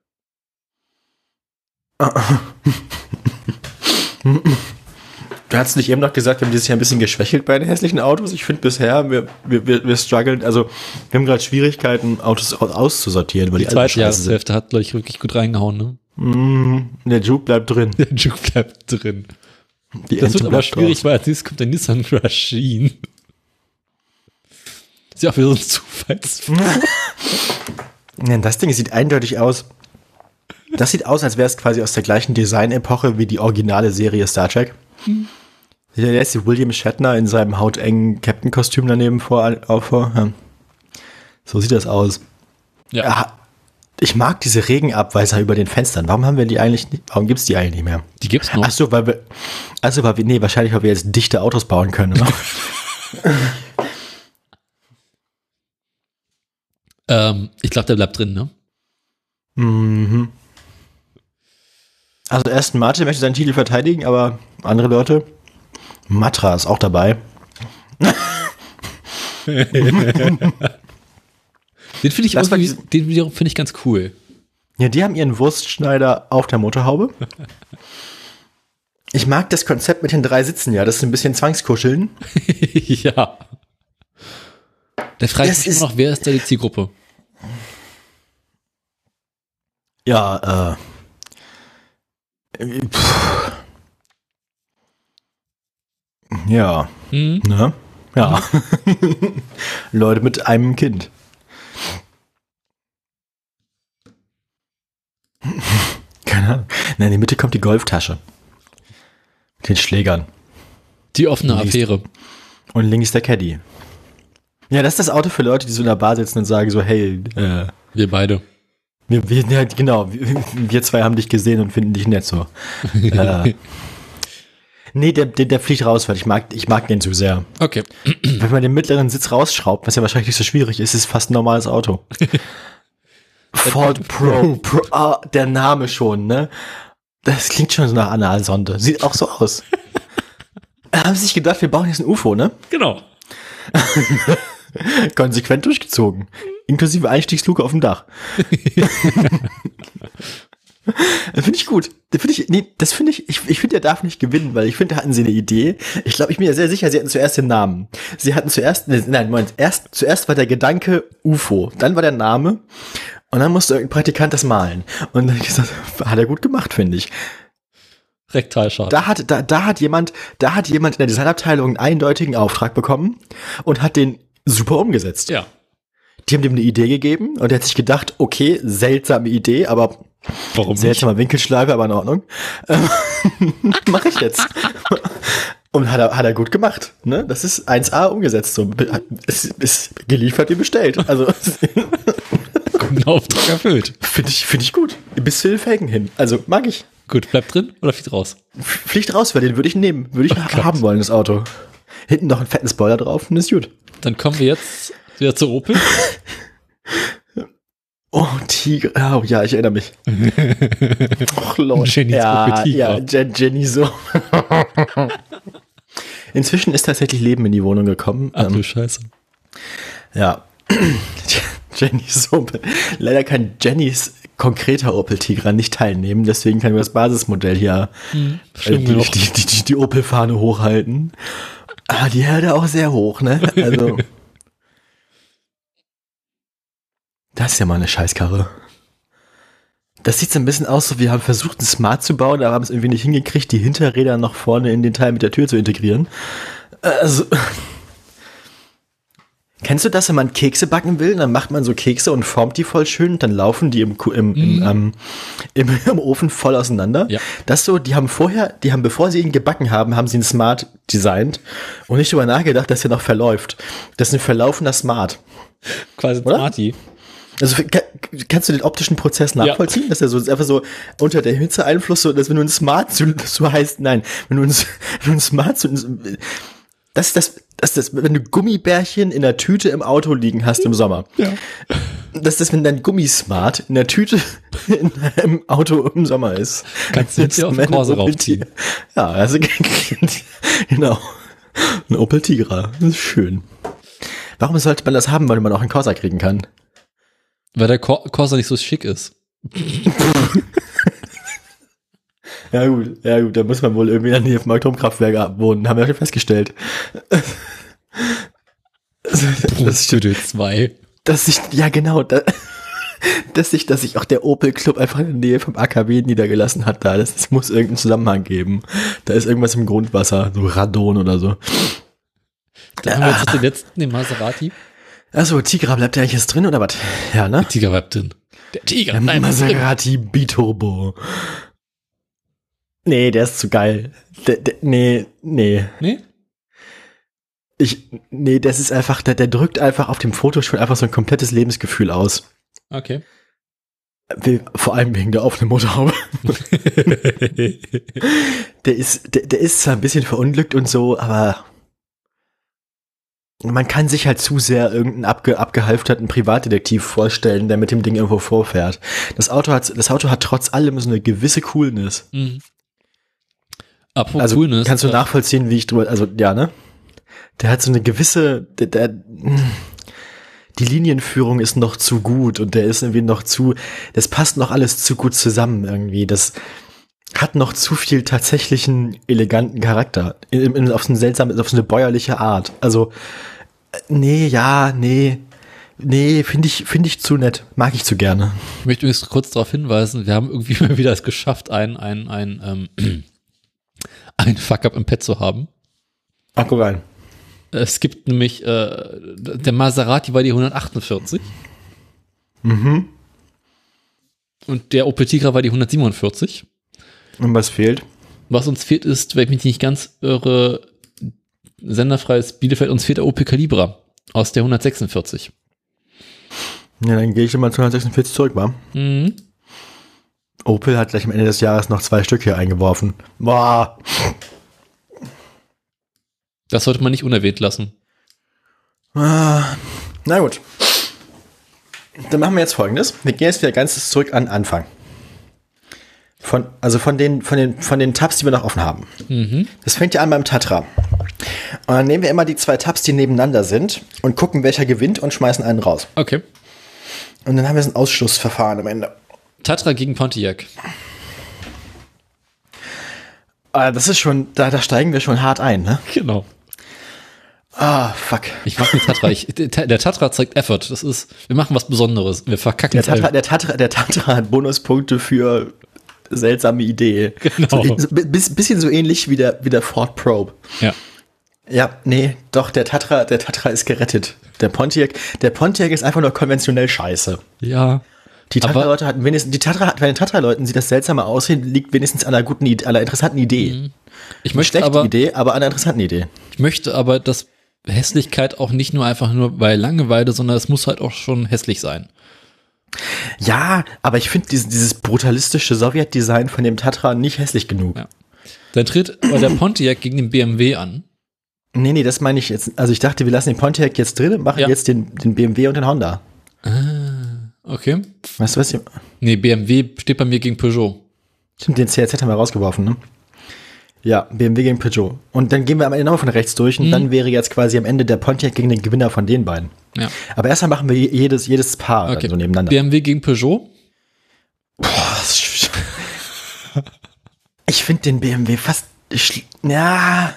Du hast nicht eben noch gesagt, wir haben dieses Jahr ein bisschen geschwächelt bei den hässlichen Autos. Ich finde bisher, wir strugglen, also wir haben gerade Schwierigkeiten, Autos auszusortieren. Weil die zweite Jahreshälfte hat, glaube ich, wirklich gut reingehauen, ne? Der Juke bleibt drin. Der Juke bleibt drin. Das wird aber schwierig, weil als nächstes kommt der Nissan Rasheen. Ist ja auch wieder so ein Zufallsfall. Ja, das Ding sieht eindeutig aus. Das sieht aus, als wäre es quasi aus der gleichen Design-Epoche wie die originale Serie Star Trek. Der ist William Shatner in seinem hautengen Captain-Kostüm daneben vor. So sieht das aus. Ja. Ich mag diese Regenabweiser über den Fenstern. Warum haben wir die eigentlich nicht? Warum gibt es die eigentlich nicht mehr? Die gibt's noch. Wahrscheinlich, weil wir jetzt dichte Autos bauen können. Ich glaube, der bleibt drin, ne? Mhm. Also Aston Martin möchte seinen Titel verteidigen, aber andere Leute, Matra ist auch dabei. Den finde ich, find ich ganz cool. Ja, die haben ihren Wurstschneider auf der Motorhaube. Ich mag das Konzept mit den 3 Sitzen, ja. Das ist ein bisschen Zwangskuscheln. Ja. Da frage ich mich immer noch, wer ist da die Zielgruppe? Ja, ja. Ne? Ja. Leute mit einem Kind. Keine Ahnung. Nein, in die Mitte kommt die Golftasche. Mit den Schlägern. Die offene Affäre. Und links der Caddy. Ja, das ist das Auto für Leute, die so in der Bar sitzen und sagen so, hey, wir beide. Wir zwei haben dich gesehen und finden dich nett so. Nee, der fliegt raus, weil ich mag den zu sehr. Okay. Wenn man den mittleren Sitz rausschraubt, was ja wahrscheinlich nicht so schwierig ist, ist es fast ein normales Auto. Ford Pro, der Name schon, ne? Das klingt schon so nach Analsonde. Sieht auch so aus. Haben sie sich gedacht, wir bauen jetzt ein UFO, ne? Genau. Konsequent durchgezogen. Inklusive Einstiegsluke auf dem Dach. Finde ich gut. Ich finde, der darf nicht gewinnen, weil ich finde, da hatten sie eine Idee. Ich glaube, ich bin ja sehr sicher, sie hatten zuerst den Namen. Zuerst war der Gedanke UFO, dann war der Name und dann musste irgendein Praktikant das malen. Und dann gesagt, hat er gut gemacht, finde ich. Rektalschaden. Da hat jemand in der Designabteilung einen eindeutigen Auftrag bekommen und hat den super umgesetzt. Ja. Die haben dem eine Idee gegeben und er hat sich gedacht, okay, seltsame Idee, aber warum nicht? Seltsamer Winkelschleife, aber in Ordnung. Mache ich jetzt. Und hat er gut gemacht. Ne? Das ist 1A umgesetzt. So. Es ist geliefert wie bestellt. Also guten Auftrag erfüllt. Finde ich gut. Bis Phil Felgen hin. Also mag ich. Gut, bleibt drin oder fliegt raus? Fliegt raus, weil den würde ich nehmen. Würde ich haben wollen, das Auto. Hinten noch einen fetten Spoiler drauf und ist gut. Dann kommen wir jetzt wieder zu Opel. Oh, Tiger. Oh, ja, ich erinnere mich. Och, Lord. Jenny so. Inzwischen ist tatsächlich Leben in die Wohnung gekommen. Ach du Scheiße. Ja. Jenny so. Leider kann Jennys konkreter Opel Tigra nicht teilnehmen, deswegen kann wir das Basismodell hier die Opel-Fahne hochhalten. Ah, die hält auch sehr hoch, ne? Also. Das ist ja mal eine Scheißkarre. Das sieht so ein bisschen aus, so wir haben versucht, ein Smart zu bauen, aber haben es irgendwie nicht hingekriegt, die Hinterräder noch vorne in den Teil mit der Tür zu integrieren. Also, kennst du das, wenn man Kekse backen will, dann macht man so Kekse und formt die voll schön, dann laufen die im Ofen voll auseinander? Ja. Das so, bevor sie ihn gebacken haben, haben sie einen Smart designt und nicht drüber nachgedacht, dass er noch verläuft. Das ist ein verlaufender Smart. Quasi Smarty. Also kannst du den optischen Prozess nachvollziehen, dass er so einfach so unter der Hitzeeinfluss so, dass wenn du ein Smart so heißt, nein, wenn du ein Smart wenn du Gummibärchen in der Tüte im Auto liegen hast im Sommer. Ja. Wenn dein Gummismart in der Tüte in deinem Auto im Sommer ist. Kannst du jetzt hier auf den Corsa raufziehen. Ja, also genau. Ein Opel Tigra. Das ist schön. Warum sollte man das haben, weil man auch einen Corsa kriegen kann? Weil der Corsa nicht so schick ist. Ja gut, da muss man wohl irgendwie in der Nähe vom Atomkraftwerk wohnen, haben wir ja schon festgestellt. Das Studio 2. Dass sich auch der Opel Club einfach in der Nähe vom AKW niedergelassen hat da. Das muss irgendeinen Zusammenhang geben. Da ist irgendwas im Grundwasser, so Radon oder so. Dann haben wir jetzt den letzten, den Maserati. Achso, Tigra bleibt der eigentlich jetzt drin oder was? Ja, ne? Der Tiger bleibt drin. Der Tiger bleibt drin. Maserati Biturbo. Nee, der ist zu geil. Nee? Das ist einfach, der drückt einfach auf dem Foto schon einfach so ein komplettes Lebensgefühl aus. Okay. Vor allem wegen der offenen Motorhaube. Der ist zwar ein bisschen verunglückt und so, aber man kann sich halt zu sehr irgendeinen abgehalfterten Privatdetektiv vorstellen, der mit dem Ding irgendwo vorfährt. Das Auto hat trotz allem so eine gewisse Coolness. Mhm. Apropos also Coolness. Kannst du nachvollziehen, wie ich drüber, also ja, ne? Der hat so eine gewisse, die Linienführung ist noch zu gut und der ist irgendwie das passt noch alles zu gut zusammen irgendwie. Das hat noch zu viel tatsächlichen, eleganten Charakter. Auf so eine bäuerliche Art. Also, nee, finde ich zu nett. Mag ich zu gerne. Ich möchte übrigens kurz darauf hinweisen, wir haben irgendwie mal wieder es geschafft, ein Fuck-up im Pad zu haben. Ach, guck rein. Es gibt nämlich, der Maserati war die 148. Mhm. Und der Opel Tigra war die 147. Und was fehlt? Was uns fehlt ist, wenn ich mich nicht ganz irre, senderfreies Bielefeld, uns fehlt der Opel Calibra aus der 146. Ja, dann gehe ich immer zu 146 zurück, wa? Mhm. Opel hat gleich am Ende des Jahres noch 2 Stück hier eingeworfen. Boah. Das sollte man nicht unerwähnt lassen. Na gut. Dann machen wir jetzt Folgendes. Wir gehen jetzt wieder ganz zurück an Anfang. Von den Tabs, die wir noch offen haben. Mhm. Das fängt ja an beim Tatra. Und dann nehmen wir immer die 2 Tabs, die nebeneinander sind und gucken, welcher gewinnt und schmeißen einen raus. Okay. Und dann haben wir so ein Ausschlussverfahren am Ende. Tatra gegen Pontiac. Das ist schon, da steigen wir schon hart ein, ne? Genau. Fuck. Ich mag den Tatra. Der Tatra zeigt Effort. Wir machen was Besonderes. Wir verkacken der Tatra hat Bonuspunkte für seltsame Idee. Genau. So, bisschen so ähnlich wie der Ford Probe. Ja. Ja, nee, doch, der Tatra ist gerettet. Der Pontiac ist einfach nur konventionell scheiße. Ja. Die Tatra-Leute hatten wenigstens, bei den Tatra-Leuten sieht das seltsame Aussehen, liegt wenigstens an einer interessanten Idee. Ich möchte aber an einer interessanten Idee. Ich möchte aber, dass Hässlichkeit auch nicht nur einfach nur bei Langeweile, sondern es muss halt auch schon hässlich sein. Ja, aber ich finde dieses brutalistische Sowjet-Design von dem Tatra nicht hässlich genug. Ja. Dann tritt der Pontiac gegen den BMW an. Nee, das meine ich jetzt. Also ich dachte, wir lassen den Pontiac jetzt drin und machen jetzt den BMW und den Honda. Okay. Weißt du was? Nee, BMW steht bei mir gegen Peugeot. Stimmt, den CRZ haben wir rausgeworfen, ne? Ja, BMW gegen Peugeot. Und dann gehen wir am Ende nochmal von rechts durch und dann wäre jetzt quasi am Ende der Pontiac gegen den Gewinner von den beiden. Ja. Aber erstmal machen wir jedes Paar so nebeneinander. BMW gegen Peugeot? Ich finde den BMW fast... Ja...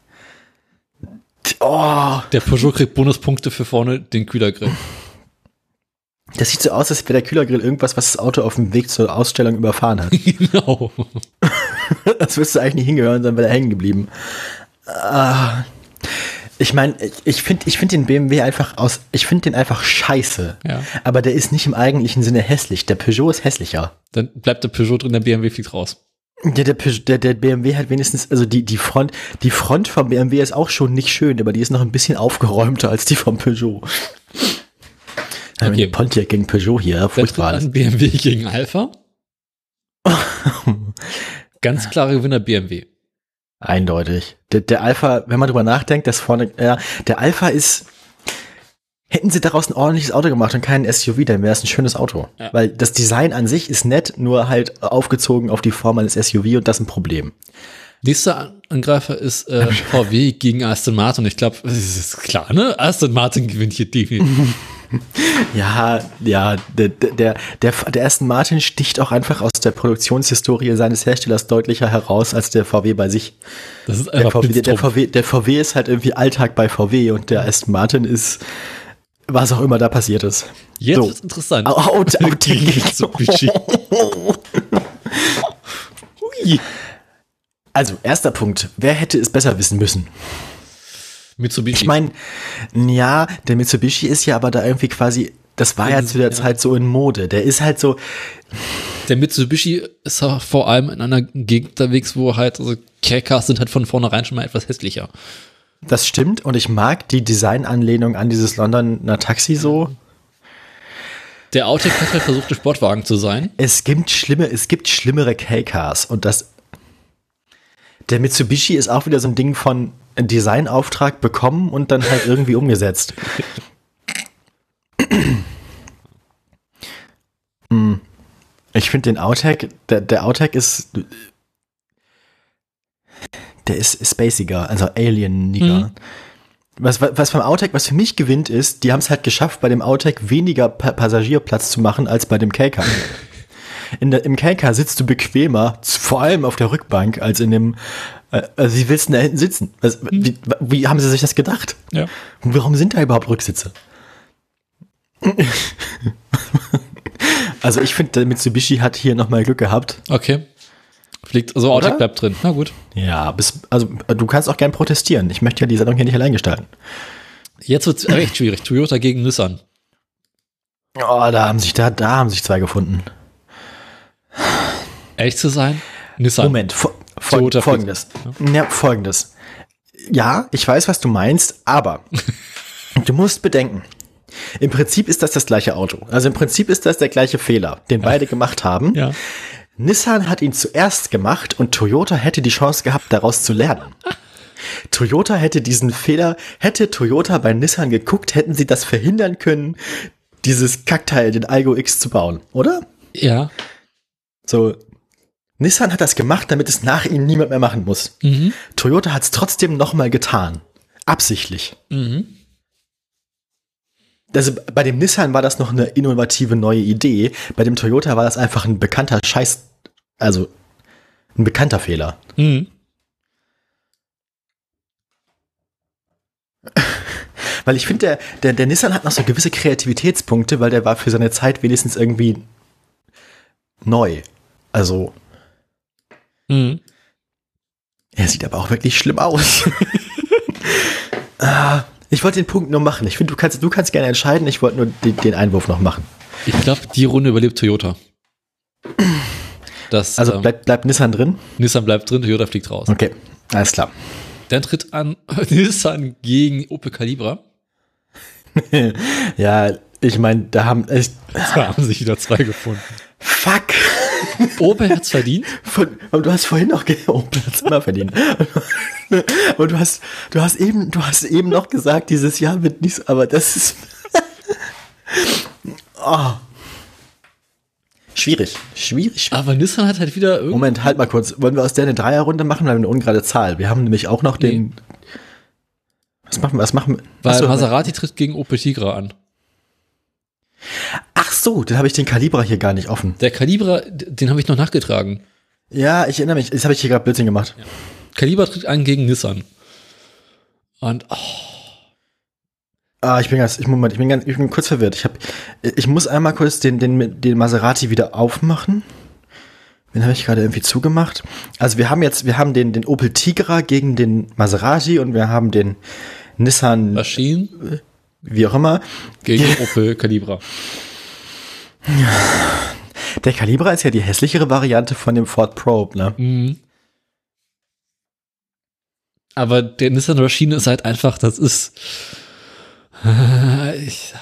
Oh. Der Peugeot kriegt Bonuspunkte für vorne den Kühlergrill. Das sieht so aus, als wäre der Kühlergrill irgendwas, was das Auto auf dem Weg zur Ausstellung überfahren hat. Genau. Das wirst du eigentlich nicht hingehören, sondern wäre er hängen geblieben. Ich meine, ich find den BMW ich finde den einfach scheiße. Ja. Aber der ist nicht im eigentlichen Sinne hässlich. Der Peugeot ist hässlicher. Dann bleibt der Peugeot drin, der BMW fliegt raus. Der BMW hat wenigstens, also die Front vom BMW ist auch schon nicht schön, aber die ist noch ein bisschen aufgeräumter als die vom Peugeot. Okay. Pontiac gegen Peugeot hier, furchtbar. Dann BMW gegen Alpha. Ganz klarer Gewinner BMW. Eindeutig. Der Alpha, wenn man drüber nachdenkt, der Alpha ist, hätten sie daraus ein ordentliches Auto gemacht und keinen SUV, dann wäre es ein schönes Auto. Ja. Weil das Design an sich ist nett, nur halt aufgezogen auf die Form eines SUV und das ist ein Problem. Nächster Angreifer ist VW gegen Aston Martin. Ich glaube, das ist klar, ne? Aston Martin gewinnt hier definitiv. Ja, der Aston Martin sticht auch einfach aus der Produktionshistorie seines Herstellers deutlicher heraus als der VW bei sich. Das ist einfach der VW ist halt irgendwie Alltag bei VW und der Aston Martin ist was auch immer da passiert ist. Jetzt ist interessant. Mitsubishi. Hui. Also, erster Punkt. Wer hätte es besser wissen müssen? Mitsubishi. Ich meine, ja, der Mitsubishi ist ja aber da irgendwie quasi, das war ja zu der Zeit so in Mode. Der ist halt so. Der Mitsubishi ist auch vor allem in einer Gegend unterwegs, wo halt, also K-Cars sind halt von vornherein schon mal etwas hässlicher. Das stimmt und ich mag die Designanlehnung an dieses Londoner Taxi so. Der Autec hat halt versucht, ein Sportwagen zu sein. Es gibt schlimmere K-Cars und der Mitsubishi ist auch wieder so ein Ding von, einen Designauftrag bekommen und dann halt irgendwie umgesetzt. Ich finde den Outtake, der Outtake ist, der ist spaciger, also alieniger. Was beim Outtake, was für mich gewinnt ist, die haben es halt geschafft, bei dem Outtake weniger Passagierplatz zu machen als bei dem K-Car. Im K-Car sitzt du bequemer, vor allem auf der Rückbank, als in dem, also wie willst du da hinten sitzen? Also, wie haben sie sich das gedacht? Ja. Und warum sind da überhaupt Rücksitze? Also ich finde, der Mitsubishi hat hier nochmal Glück gehabt. Okay. Also Outtake bleibt drin. Na gut. Ja, also du kannst auch gern protestieren. Ich möchte ja die Sendung hier nicht allein gestalten. Jetzt wird es echt schwierig. Toyota gegen Nissan. Oh, da haben sich zwei gefunden. Ehrlich zu sein? Nissan. Moment, folgendes. Ja, folgendes. Ja, ich weiß, was du meinst, aber du musst bedenken, im Prinzip ist das gleiche Auto. Also im Prinzip ist das der gleiche Fehler, den beide gemacht haben. Ja. Nissan hat ihn zuerst gemacht und Toyota hätte die Chance gehabt, daraus zu lernen. Toyota hätte diesen Fehler, hätte Toyota bei Nissan geguckt, hätten sie das verhindern können, dieses Kackteil, den Aygo X zu bauen, oder? Ja. So, Nissan hat das gemacht, damit es nach ihnen niemand mehr machen muss. Toyota hat es trotzdem nochmal getan. Absichtlich. Also bei dem Nissan war das noch eine innovative neue Idee. Bei dem Toyota war das einfach ein bekannter Scheiß, also ein bekannter Fehler. Weil ich finde, der Nissan hat noch so gewisse Kreativitätspunkte, weil der war für seine Zeit wenigstens irgendwie neu. Also er sieht aber auch wirklich schlimm aus. Ich wollte den Punkt nur machen. Ich finde, du kannst gerne entscheiden. Ich wollte nur den Einwurf noch machen. Ich glaube, die Runde überlebt Toyota. Also bleibt Nissan drin? Nissan bleibt drin, Toyota fliegt raus. Okay, alles klar. Dann tritt an Nissan gegen Opel Calibra. Ja, ich meine, da haben sich wieder zwei gefunden. Fuck! Opel hat's verdient. Aber du hast vorhin noch Opel hat's immer verdient. Aber du hast eben noch gesagt, dieses Jahr wird nichts, aber das ist schwierig. Aber Nissan hat halt wieder irgendwie. Moment, halt mal kurz. Wollen wir aus der eine Dreierrunde machen, weil wir eine ungerade Zahl. Wir haben nämlich auch noch den. Was machen wir? Weil Maserati tritt gegen Opel Tigra an. Ach so, dann habe ich den Calibra hier gar nicht offen. Der Calibra, den habe ich noch nachgetragen. Ja, ich erinnere mich. Das habe ich hier gerade Blödsinn gemacht. Ja. Calibra tritt an gegen Nissan. Und ich bin kurz verwirrt. Ich muss einmal kurz den Maserati wieder aufmachen. Den habe ich gerade irgendwie zugemacht. Also wir haben den Opel Tigra gegen den Maserati und wir haben den Nissan Maschinen, wie auch immer, gegen Opel Calibra. Der Calibra ist ja die hässlichere Variante von dem Ford Probe, ne? Aber der Nissan Maschine ist halt einfach, das ist ich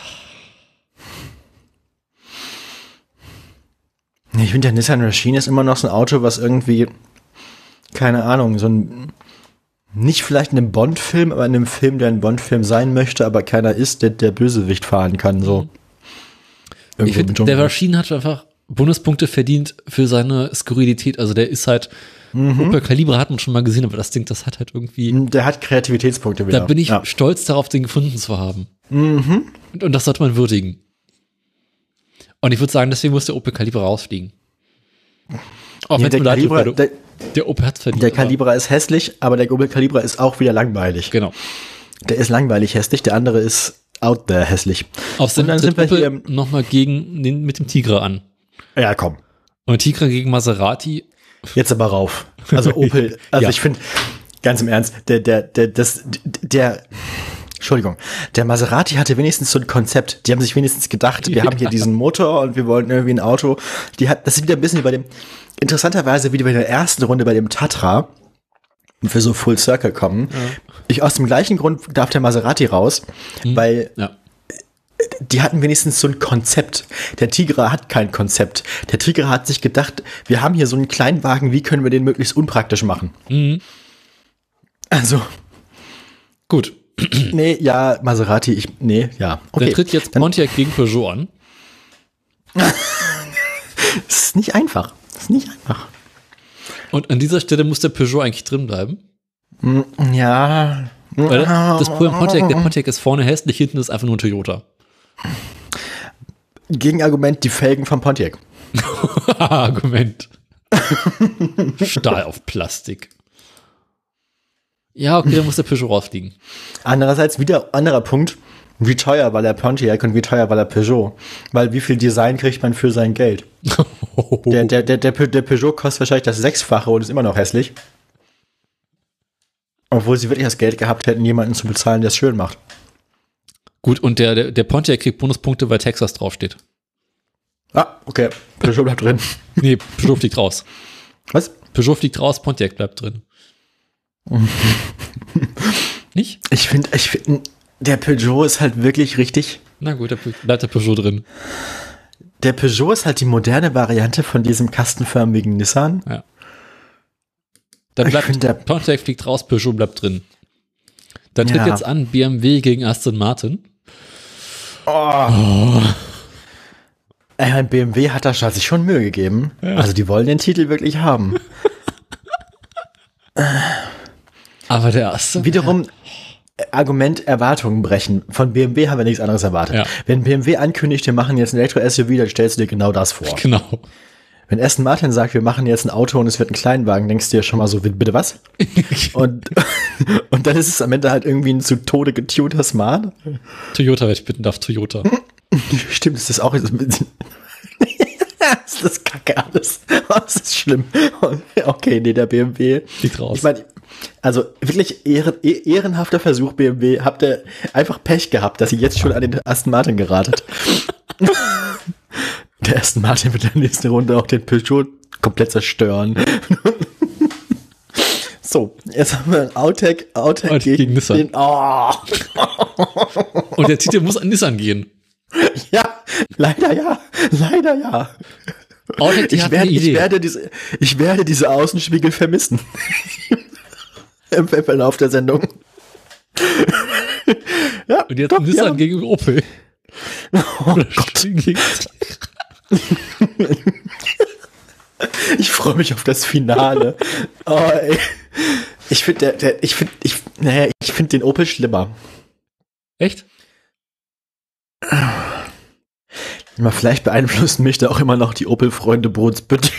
finde, der Nissan Machine ist immer noch so ein Auto, was irgendwie, keine Ahnung, so ein, nicht vielleicht in einem Bond-Film, aber in einem Film, der ein Bond-Film sein möchte, aber keiner ist, der Bösewicht fahren kann, so. Ich finde, der Machine hat einfach Bonuspunkte verdient für seine Skurrilität, also der ist halt, Opel Calibra hat man schon mal gesehen, aber das Ding, das hat halt irgendwie. Der hat Kreativitätspunkte wieder. Da bin ich stolz darauf, den gefunden zu haben. Und das sollte man würdigen. Und ich würde sagen, deswegen muss der Opel Calibra rausfliegen. Auch wenn der Opel hat's verdient. Der Calibra ist hässlich, aber der Opel Calibra ist auch wieder langweilig. Genau. Der ist langweilig hässlich, der andere ist out there hässlich. Außerdem dann sind wir hier nochmal mit dem Tigra an. Ja, komm. Und Tigra gegen Maserati. Jetzt aber rauf. Also Opel, ich finde, ganz im Ernst, Entschuldigung, der Maserati hatte wenigstens so ein Konzept. Die haben sich wenigstens gedacht, wir haben hier diesen Motor und wir wollen irgendwie ein Auto. Das ist wieder ein bisschen wie bei dem, interessanterweise wie bei der ersten Runde bei dem Tatra, wenn wir so Full Circle kommen. Ja. Aus dem gleichen Grund darf der Maserati raus, weil die hatten wenigstens so ein Konzept. Der Tigra hat kein Konzept. Der Tigra hat sich gedacht, wir haben hier so einen Kleinwagen, wie können wir den möglichst unpraktisch machen? Also, Gut. Nee, ja, Maserati, ja. Okay. Dann tritt jetzt Pontiac gegen Peugeot an. Das ist nicht einfach. Und an dieser Stelle muss der Peugeot eigentlich drin bleiben. Ja. Weil das Problem der Pontiac ist vorne hässlich, hinten ist einfach nur ein Toyota. Gegenargument, die Felgen vom Pontiac. Argument. Stahl auf Plastik. Ja, okay, dann muss der Peugeot rausfliegen. Andererseits wieder anderer Punkt, wie teuer war der Pontiac und wie teuer war der Peugeot? Weil wie viel Design kriegt man für sein Geld? Der Peugeot kostet wahrscheinlich das 6-fache und ist immer noch hässlich. Obwohl sie wirklich das Geld gehabt hätten, jemanden zu bezahlen, der es schön macht. Gut, und der Pontiac kriegt Bonuspunkte, weil Texas draufsteht. Ah, okay. Peugeot bleibt drin. Nee, Peugeot fliegt raus. Was? Peugeot fliegt raus, Pontiac bleibt drin. Nicht? Ich finde, der Peugeot ist halt wirklich richtig. Na gut, da bleibt der Peugeot drin. Der Peugeot ist halt die moderne Variante von diesem kastenförmigen Nissan. Ja. Dann bleibt der Pontiac fliegt raus, Peugeot bleibt drin. Dann tritt jetzt an BMW gegen Aston Martin. BMW hat da sich schon Mühe gegeben. Ja. Also die wollen den Titel wirklich haben. Aber der Aston... Wiederum Argument Erwartungen brechen. Von BMW haben wir nichts anderes erwartet. Ja. Wenn BMW ankündigt, wir machen jetzt ein Elektro-SUV, dann stellst du dir genau das vor. Genau. Wenn Aston Martin sagt, wir machen jetzt ein Auto und es wird ein Kleinwagen, denkst du dir schon mal so, bitte was? und dann ist es am Ende halt irgendwie ein zu Tode getunter Smart. Toyota, wenn ich bitten darf, Toyota. Stimmt, ist das auch ein bisschen... ist das kacke alles. Das ist schlimm. Okay, nee, der BMW. Liegt raus. Ich meine, also wirklich ehrenhafter Versuch, BMW. Habt ihr einfach Pech gehabt, dass ihr jetzt schon an den Aston Martin geratet. Der Aston Martin wird in der nächsten Runde auch den Peugeot komplett zerstören. So, jetzt haben wir ein Outtake gegen Nissan. Und der Titel muss an Nissan gehen. Ja, leider ja. Ich werde diese Außenspiegel vermissen. Im Verlauf der Sendung. Ja, und jetzt Nissan gegen Opel. Oh Gott. Ich freue mich auf das Finale. Oh, ey. Ich finde den Opel schlimmer. Echt? Aber vielleicht beeinflussen mich da auch immer noch die Opel-Freunde Brunsbüttel.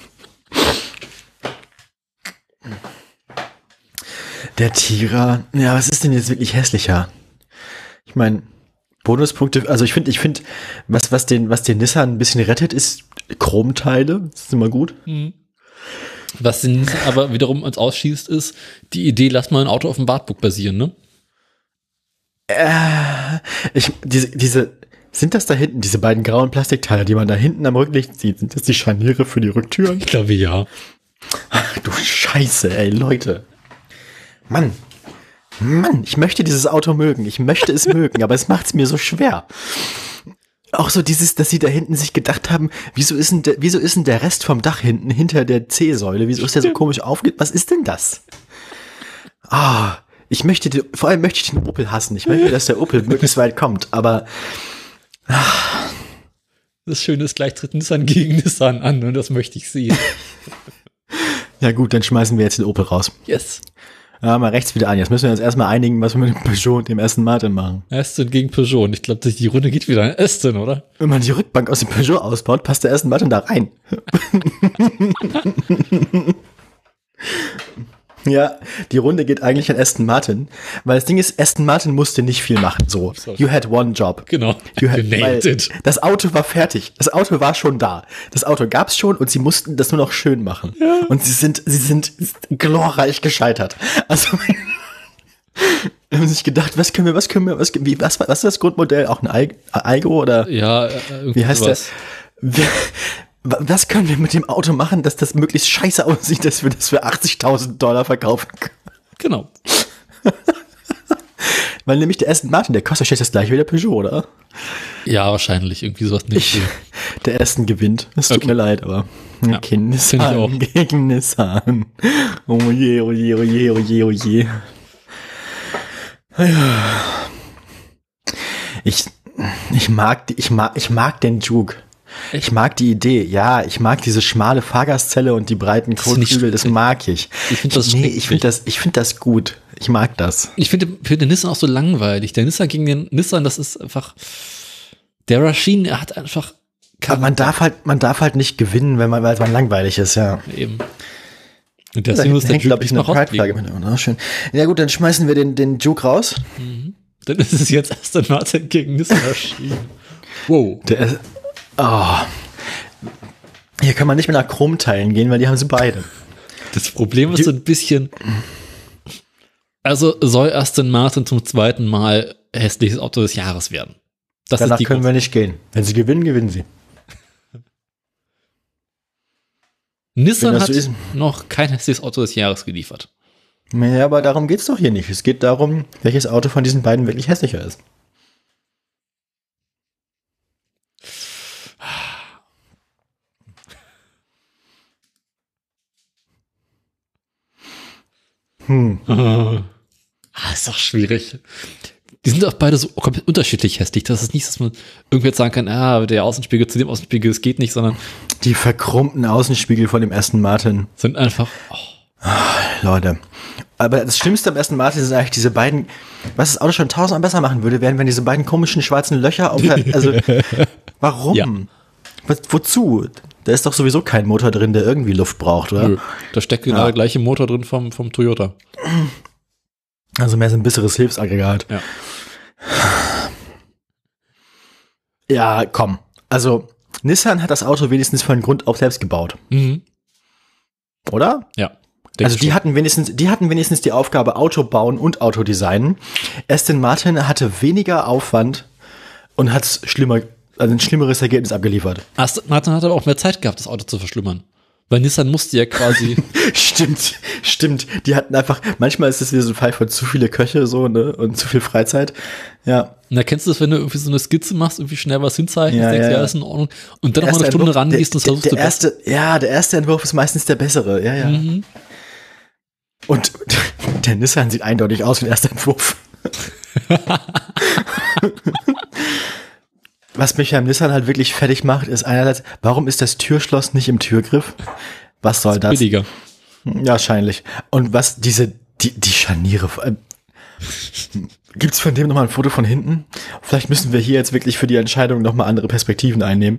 Der Tira, ja, was ist denn jetzt wirklich hässlicher? Ich meine, Bonuspunkte, also ich finde, was den Nissan ein bisschen rettet, ist Chromteile, das ist immer gut. Mhm. Was den Nissan aber wiederum uns ausschießt, ist die Idee, lass mal ein Auto auf dem Wartburg basieren, ne? Sind das da hinten, diese beiden grauen Plastikteile, die man da hinten am Rücklicht sieht, sind das die Scharniere für die Rücktüren? Ich glaube, ja. Ach du Scheiße, ey, Leute. Mann, ich möchte dieses Auto mögen. Ich möchte es mögen, aber es macht es mir so schwer. Auch so dieses, dass sie da hinten sich gedacht haben, wieso ist denn der Rest vom Dach hinten, hinter der C-Säule, wieso ist der so komisch aufgeht? Was ist denn das? Vor allem möchte ich den Opel hassen. Ich möchte, dass der Opel möglichst weit kommt, aber das Schöne ist, gleich tritt Nissan gegen Nissan an und das möchte ich sehen. Ja gut, dann schmeißen wir jetzt den Opel raus. Yes. Ja, mal rechts wieder an. Jetzt müssen wir uns erstmal einigen, was wir mit dem Peugeot und dem Aston Martin machen. Aston gegen Peugeot. Und ich glaube, die Runde geht wieder an Aston, oder? Wenn man die Rückbank aus dem Peugeot ausbaut, passt der Aston Martin da rein. Ja, die Runde geht eigentlich an Aston Martin, weil das Ding ist, Aston Martin musste nicht viel machen, so. You had one job. Genau. Das Auto war fertig. Das Auto war schon da. Das Auto gab's schon und sie mussten das nur noch schön machen. Ja. Und sie sind glorreich gescheitert. Also, haben sich gedacht, was ist das Grundmodell? Auch ein Aigo oder? Ja, wie heißt das? Was können wir mit dem Auto machen, dass das möglichst scheiße aussieht, dass wir das für $80.000 verkaufen können? Genau. Weil nämlich der Aston Martin, der kostet wahrscheinlich das gleiche wie der Peugeot, oder? Ja, wahrscheinlich. Irgendwie sowas nicht. Der Aston gewinnt. Es tut mir leid, aber okay, Nissan gegen Nissan. Oh je, oh je, oh je, oh je, oh je. Ich mag den Juke. Ich mag die Idee, ja, ich mag diese schmale Fahrgastzelle und die breiten Kotflügel, das mag ich. Ich finde das gut. Ich mag das. Ich finde den Nissan auch so langweilig. Der Nissan gegen den Nissan, das ist einfach, der Rasheen, er hat einfach, aber man darf halt nicht gewinnen, weil man langweilig ist, ja. Eben. Und deswegen ist der Juke, glaube ich, eine Pride-Flagge mit. Oh, schön. Ja gut, dann schmeißen wir den Juke raus. Mhm. Dann ist es jetzt Aston Martin gegen Nissan Rasheen. Wow. Hier kann man nicht mehr nach Chromteilen gehen, weil die haben sie beide. Das Problem ist so ein bisschen, also soll Aston Martin zum zweiten Mal hässliches Auto des Jahres werden. Danach können wir nicht gehen. Wenn sie gewinnen, gewinnen sie. Nissan hat noch kein hässliches Auto des Jahres geliefert. Ja, aber darum geht es doch hier nicht. Es geht darum, welches Auto von diesen beiden wirklich hässlicher ist. Ist doch schwierig. Die sind auch beide so komplett unterschiedlich hässlich. Das ist nicht, dass man irgendwie jetzt sagen kann, der Außenspiegel zu dem Außenspiegel, das geht nicht, sondern die verkrummten Außenspiegel von dem Aston Martin sind einfach, Leute. Aber das Schlimmste am Aston Martin sind eigentlich diese beiden, was das Auto schon tausendmal besser machen würde, wären, wenn diese beiden komischen schwarzen Löcher also, warum? Ja. Wozu? Da ist doch sowieso kein Motor drin, der irgendwie Luft braucht, oder? Nö, da steckt genau der gleiche Motor drin vom Toyota. Also mehr so ein besseres Hilfsaggregat. Ja. Ja, komm. Also, Nissan hat das Auto wenigstens von Grund auf selbst gebaut. Mhm. Oder? Ja. Also die hatten wenigstens die Aufgabe Auto bauen und Auto designen. Aston Martin hatte weniger Aufwand und hat ein schlimmeres Ergebnis abgeliefert. Aston Martin hat aber auch mehr Zeit gehabt, das Auto zu verschlimmern. Weil Nissan musste ja quasi. Stimmt. Die hatten einfach, manchmal ist es wieder so ein Fall von zu viele Köche so, ne, und zu viel Freizeit. Ja. Und da kennst du das, wenn du irgendwie so eine Skizze machst, irgendwie schnell was hinzeichnest, denkst, ist in Ordnung. Und dann noch mal eine Stunde rangehst und versuchst du der erste Entwurf ist meistens der bessere, ja. Mhm. Und der Nissan sieht eindeutig aus wie der erste Entwurf. Was mich am Nissan halt wirklich fertig macht, ist einerseits, warum ist das Türschloss nicht im Türgriff? Was soll das? Billiger. Ja, wahrscheinlich. Und was die Scharniere. Gibt's von dem nochmal ein Foto von hinten? Vielleicht müssen wir hier jetzt wirklich für die Entscheidung nochmal andere Perspektiven einnehmen.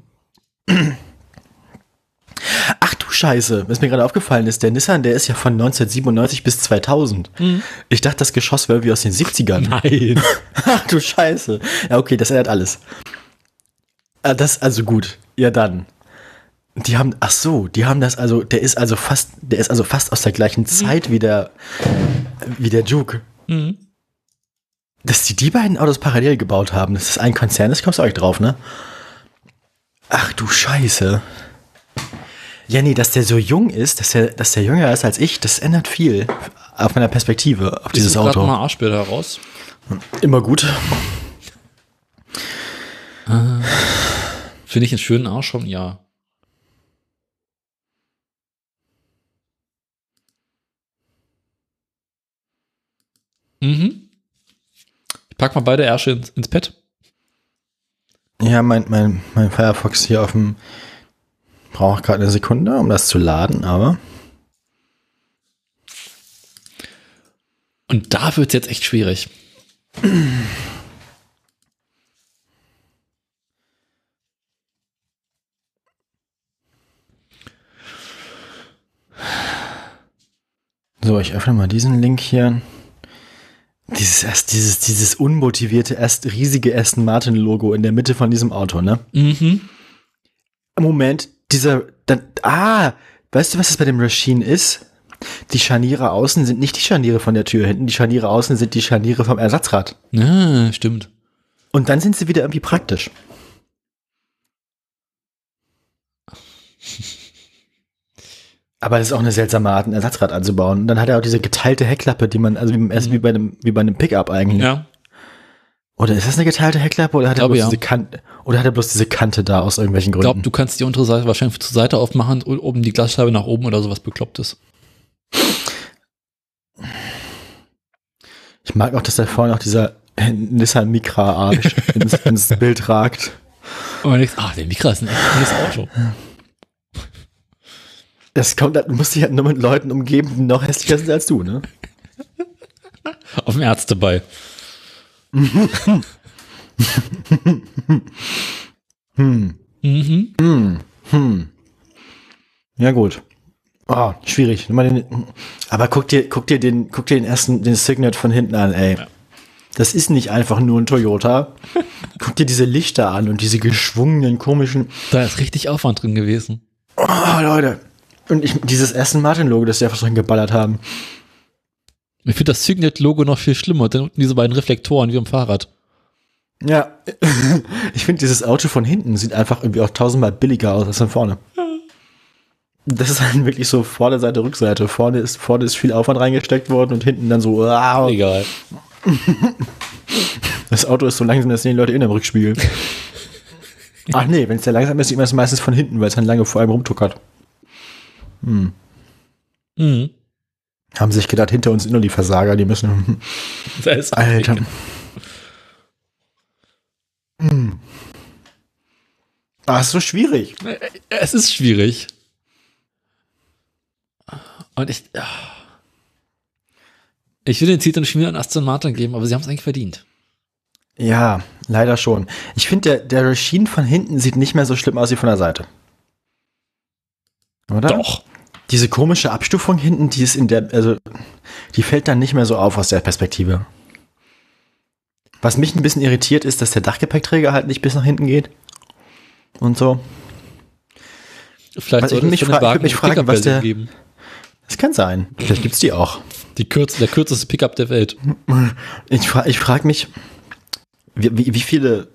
Ach du Scheiße, was mir gerade aufgefallen ist, der Nissan, der ist ja von 1997 bis 2000. Mhm. Ich dachte, das Geschoss wäre wie aus den 70ern. Nein. Ach du Scheiße. Ja, okay, das ändert alles. Das ist also gut. Ja, dann. Die haben das also, der ist also fast aus der gleichen Zeit wie der Juke. Mhm. Dass die beiden Autos parallel gebaut haben, dass das ein Konzern ist, kommst du euch drauf, ne? Ach du Scheiße. Ja, nee, dass der so jung ist, dass der jünger ist als ich, das ändert viel auf meiner Perspektive auf dieses Auto. Mal Arschbilder heraus. Immer gut. Finde ich einen schönen Arsch schon, ja. Mhm. Ich pack mal beide Ärsche ins Bett. Ja, mein Firefox hier auf dem braucht gerade eine Sekunde, um das zu laden, aber. Und da wird es jetzt echt schwierig. So, ich öffne mal diesen Link hier. Dieses unmotivierte, riesige Aston Martin Logo in der Mitte von diesem Auto, ne? Mhm. Moment, weißt du, was das bei dem Rasheen ist? Die Scharniere außen sind nicht die Scharniere von der Tür hinten, die Scharniere außen sind die Scharniere vom Ersatzrad. Ja, stimmt. Und dann sind sie wieder irgendwie praktisch. Aber das ist auch eine seltsame Art, ein Ersatzrad anzubauen. Und dann hat er auch diese geteilte Heckklappe, die man, also wie bei einem Pickup eigentlich. Ja. Oder ist das eine geteilte Heckklappe oder hat er bloß diese Kante da aus irgendwelchen Gründen? Ich glaube, du kannst die untere Seite wahrscheinlich zur Seite aufmachen und oben die Glasscheibe nach oben oder sowas Beklopptes. Ich mag auch, dass da vorne noch dieser Nissan Micra ins Bild ragt. Und man denkt, der Micra ist ein echt cooles Auto. Du musst dich halt nur mit Leuten umgeben, die noch hässlicher sind als du, ne? Auf dem Ärzteball. Ja, gut. Schwierig. Aber guck dir den Signet von hinten an, ey. Ja. Das ist nicht einfach nur ein Toyota. Guck dir diese Lichter an und diese geschwungenen, komischen. Da ist richtig Aufwand drin gewesen. Oh, Leute. Und dieses Aston Martin-Logo, das die einfach so hingeballert haben. Ich finde das Signet-Logo noch viel schlimmer, denn unten diese beiden Reflektoren wie am Fahrrad. Ja, ich finde, dieses Auto von hinten sieht einfach irgendwie auch 1000-mal billiger aus als von vorne. Das ist halt wirklich so Vorderseite, Rückseite. Vorne ist viel Aufwand reingesteckt worden und hinten dann so. Egal. Das Auto ist so langsam, das sehen die Leute in dem Rückspiegel. Ach nee, wenn es sehr langsam ist, sieht man es meistens von hinten, weil es dann lange vor einem rumtuckert. Haben sich gedacht, hinter uns sind nur die Versager, die müssen. Das ist Alter. Ist so schwierig. Es ist schwierig. Und ich will den Titel nicht mehr an Aston Martin geben, aber sie haben es eigentlich verdient. Ja, leider schon. Ich finde, der Racine von hinten sieht nicht mehr so schlimm aus wie von der Seite. Oder? Doch. Diese komische Abstufung hinten, die ist die fällt dann nicht mehr so auf aus der Perspektive. Was mich ein bisschen irritiert ist, dass der Dachgepäckträger halt nicht bis nach hinten geht. Und so. Vielleicht sollte es ich würde mich fragen, was der geben. Das kann sein. Vielleicht gibt's die auch. Der kürzeste Pickup der Welt. Ich frage mich, wie viele